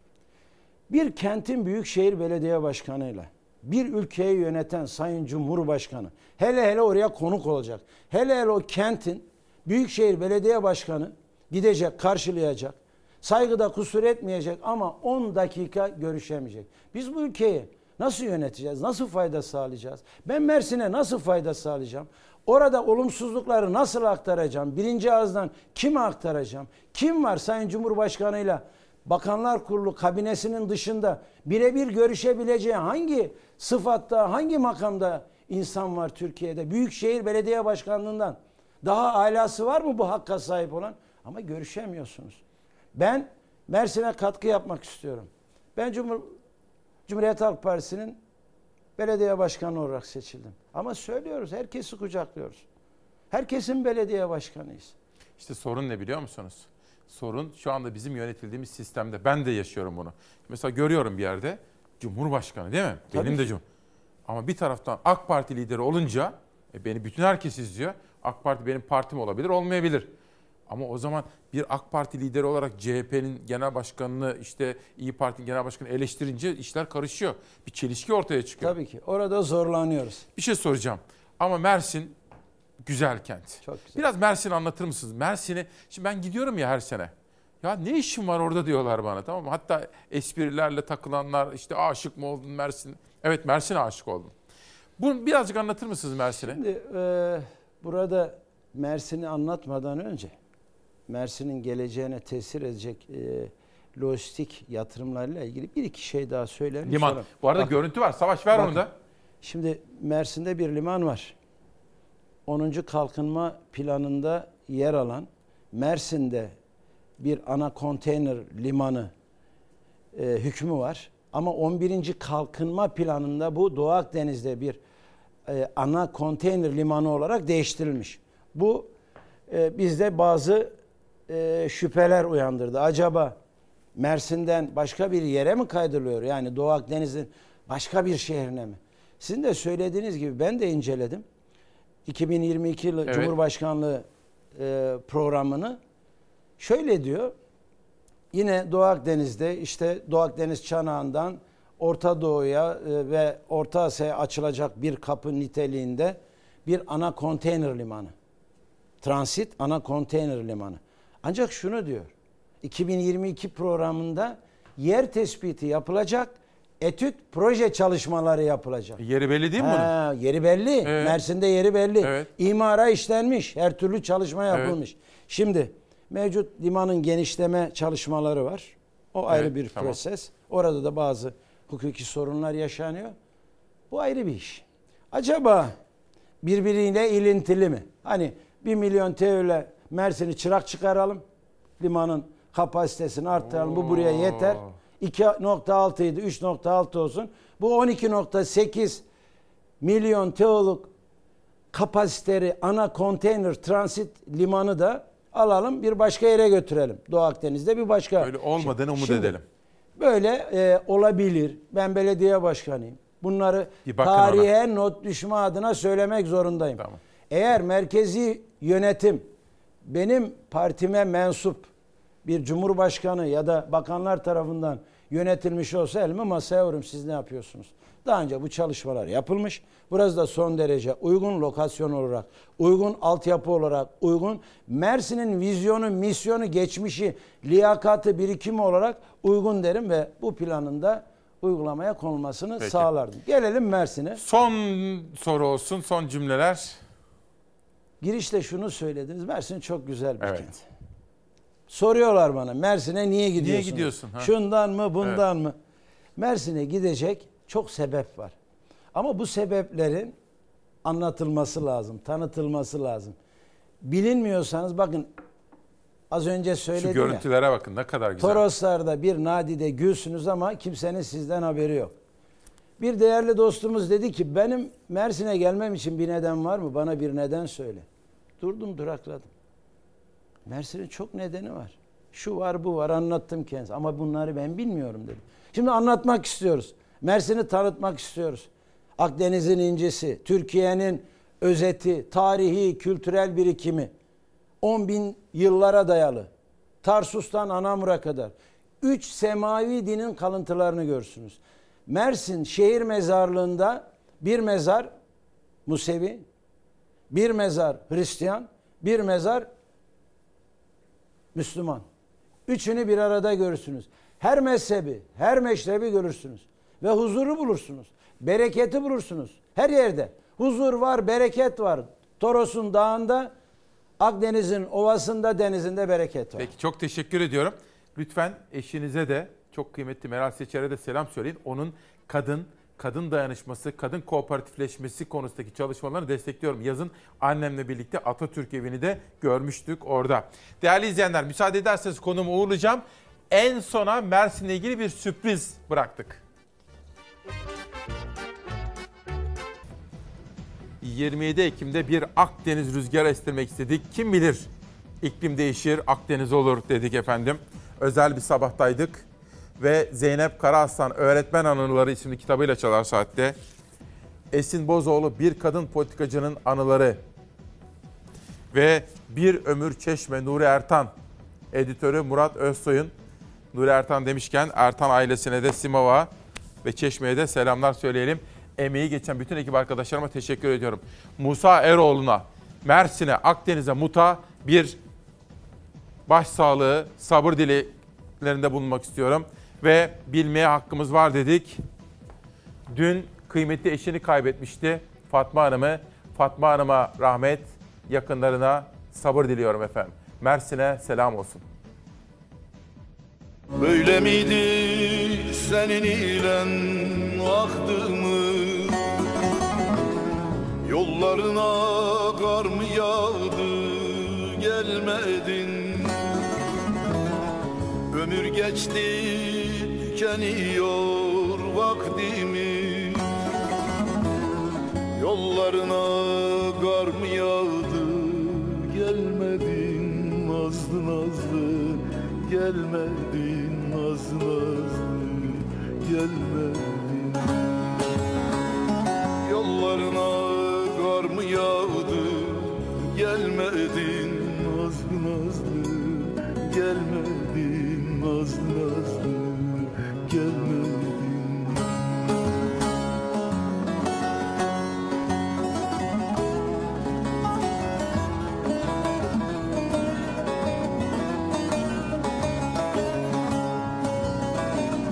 Bir kentin büyükşehir belediye başkanıyla bir ülkeyi yöneten Sayın Cumhurbaşkanı hele hele oraya konuk olacak. Hele hele o kentin büyükşehir belediye başkanı gidecek, karşılayacak. Saygıda kusur etmeyecek ama on dakika görüşemeyecek. Biz bu ülkeyi nasıl yöneteceğiz? Nasıl fayda sağlayacağız? Ben Mersin'e nasıl fayda sağlayacağım? Orada olumsuzlukları nasıl aktaracağım? Birinci ağızdan kime aktaracağım? Kim var Sayın Cumhurbaşkanı'yla Bakanlar Kurulu kabinesinin dışında birebir görüşebileceği hangi sıfatta, hangi makamda insan var Türkiye'de? Büyükşehir Belediye Başkanlığından daha alası var mı bu hakka sahip olan? Ama görüşemiyorsunuz. Ben Mersin'e katkı yapmak istiyorum. Ben Cumhur, Cumhuriyet Halk Partisi'nin belediye başkanı olarak seçildim. Ama söylüyoruz, herkesi kucaklıyoruz. Herkesin belediye başkanıyız. İşte sorun ne biliyor musunuz? Sorun şu anda bizim yönetildiğimiz sistemde. Ben de yaşıyorum bunu. Mesela görüyorum bir yerde Cumhurbaşkanı değil mi? Tabii Benim ki. de cum. Ama bir taraftan AK Parti lideri olunca e, beni bütün herkes izliyor. AK Parti benim partim olabilir, olmayabilir. Ama o zaman bir AK Parti lideri olarak C H P'nin genel başkanını, işte İyi Parti'nin genel başkanını eleştirince işler karışıyor. Bir çelişki ortaya çıkıyor. Tabii ki. Orada zorlanıyoruz. Bir şey soracağım. Ama Mersin güzel kent. Çok güzel. Biraz Mersin'i anlatır mısınız? Mersin'i, şimdi ben gidiyorum ya her sene. Ya ne işin var orada diyorlar bana, tamam mı? Hatta esprilerle takılanlar, işte aşık mı oldun Mersin? Evet, Mersin'e aşık oldum. Bunu birazcık anlatır mısınız Mersin'i? Şimdi e, burada Mersin'i anlatmadan önce Mersin'in geleceğine tesir edecek e, lojistik yatırımlarla ilgili bir iki şey daha söyleyelim. Liman. Sonra, Bu arada bakın, görüntü var. Savaş ver bakın, onu da. Şimdi Mersin'de bir liman var. onuncu kalkınma planında yer alan Mersin'de bir ana konteyner limanı e, hükmü var. Ama on birinci kalkınma planında bu Doğu Akdeniz'de bir e, ana konteyner limanı olarak değiştirilmiş. Bu e, bizde bazı e, şüpheler uyandırdı. Acaba Mersin'den başka bir yere mi kaydırılıyor? Yani Doğu Akdeniz'in başka bir şehrine mi? Sizin de söylediğiniz gibi ben de inceledim. iki bin yirmi iki yılı Evet. Cumhurbaşkanlığı e, programını şöyle diyor. Yine Doğu Akdeniz'de işte Doğu Akdeniz çanağından Orta Doğu'ya e, ve Orta Asya'ya açılacak bir kapı niteliğinde bir ana konteyner limanı. Transit ana konteyner limanı. Ancak şunu diyor. iki bin yirmi iki programında yer tespiti yapılacak, etüt proje çalışmaları yapılacak. Yeri belli değil mi ha, bunun? Yeri belli. Evet. Mersin'de yeri belli. Evet. İmara işlenmiş. Her türlü çalışma yapılmış. Evet. Şimdi mevcut limanın genişleme çalışmaları var. O ayrı Evet, bir tamam. proses. Orada da bazı hukuki sorunlar yaşanıyor. Bu ayrı bir iş. Acaba birbiriyle ilintili mi? Hani bir milyon T L ile Mersin'i çırak çıkaralım. Limanın kapasitesini arttıralım. Bu buraya yeter. iki nokta altı idi, üç nokta altı olsun. Bu on iki nokta sekiz milyon T L'luk kapasiteli ana konteyner transit limanı da alalım, bir başka yere götürelim. Doğu Akdeniz'de bir başka. Öyle olmadığını umut Şimdi, edelim. Böyle e, olabilir. Ben belediye başkanıyım. Bunları Bir bakın tarihe ona. not düşme adına söylemek zorundayım. Tamam. Eğer merkezi yönetim benim partime mensup bir cumhurbaşkanı ya da bakanlar tarafından yönetilmiş olsa elimi masaya vururum. Siz ne yapıyorsunuz? Daha önce bu çalışmalar yapılmış. Burası da son derece uygun lokasyon olarak, uygun altyapı olarak, uygun Mersin'in vizyonu, misyonu, geçmişi, liyakatı, birikimi olarak uygun derim ve bu planın da uygulamaya konulmasını Peki. sağlardım. Gelelim Mersin'e. Son soru olsun, son cümleler. Girişte şunu söylediniz. Mersin çok güzel bir Evet. kent. Soruyorlar bana Mersin'e niye gidiyorsun? gidiyorsun, ha? Şundan mı, bundan Evet. mı? Mersin'e gidecek çok sebep var. Ama bu sebeplerin anlatılması lazım, tanıtılması lazım. Bilinmiyorsanız bakın az önce söyledim Şu ya. görüntülere bakın ne kadar güzel. Toroslar'da bir nadide gülsünüz ama kimsenin sizden haberi yok. Bir değerli dostumuz dedi ki benim Mersin'e gelmem için bir neden var mı? Bana bir neden söyle. Durdum durakladım. Mersin'in çok nedeni var. Şu var bu var anlattım kendisi ama bunları ben bilmiyorum dedim. Şimdi anlatmak istiyoruz. Mersin'i tanıtmak istiyoruz. Akdeniz'in incisi, Türkiye'nin özeti, tarihi, kültürel birikimi. on bin yıllara dayalı. Tarsus'tan Anamur'a kadar. Üç semavi dinin kalıntılarını görürsünüz. Mersin şehir mezarlığında bir mezar Musevi, bir mezar Hristiyan, bir mezar Müslüman. Üçünü bir arada görürsünüz. Her mezhebi, her meşrebi görürsünüz. Ve huzuru bulursunuz. Bereketi bulursunuz. Her yerde. Huzur var, bereket var. Toros'un dağında, Akdeniz'in ovasında, denizinde bereket var. Peki çok teşekkür ediyorum. Lütfen eşinize de çok kıymetli Meral Seçer'e de selam söyleyin. Onun kadın, kadın dayanışması, kadın kooperatifleşmesi konusundaki çalışmalarını destekliyorum. Yazın annemle birlikte Atatürk evini de görmüştük orada. Değerli izleyenler müsaade ederseniz konumu uğurlayacağım. En sona Mersin'le ilgili bir sürpriz bıraktık. yirmi yedi Ekim'de bir Akdeniz rüzgarı estirmek istedik. Kim bilir iklim değişir, Akdeniz olur dedik efendim. Özel bir sabahtaydık ve Zeynep Karaaslan Öğretmen Anıları isimli kitabıyla Çalar Saat'te. Esin Bozoğlu Bir Kadın Politikacının Anıları ve Bir Ömür Çeşme Nuri Ertan editörü Murat Özsoy'un. Nuri Ertan demişken Ertan ailesine de Simav'a ve Çeşme'ye de selamlar söyleyelim. Emeği geçen bütün ekip arkadaşlarıma teşekkür ediyorum. Musa Eroğlu'na, Mersin'e, Akdeniz'e, Mut'a bir başsağlığı, sabır dileklerinde bulunmak istiyorum. Ve bilmeye hakkımız var dedik. Dün kıymetli eşini kaybetmişti Fatma Hanım'ı. Fatma Hanım'a rahmet, yakınlarına sabır diliyorum efendim. Mersin'e selam olsun. Böyle miydi senin ile vaktimiz? Yollarına kar mı yağdı gelmedin? Ömür geçti tükeniyor vaktimiz. Yollarına kar mı yağdı gelmedin nazlı nazlı. Gelmedin nazlı nazlı, gelmedin. Yollarına kar mı yağdı, gelmedin nazlı nazlı, gelmedin nazlı nazlı, gelmedin.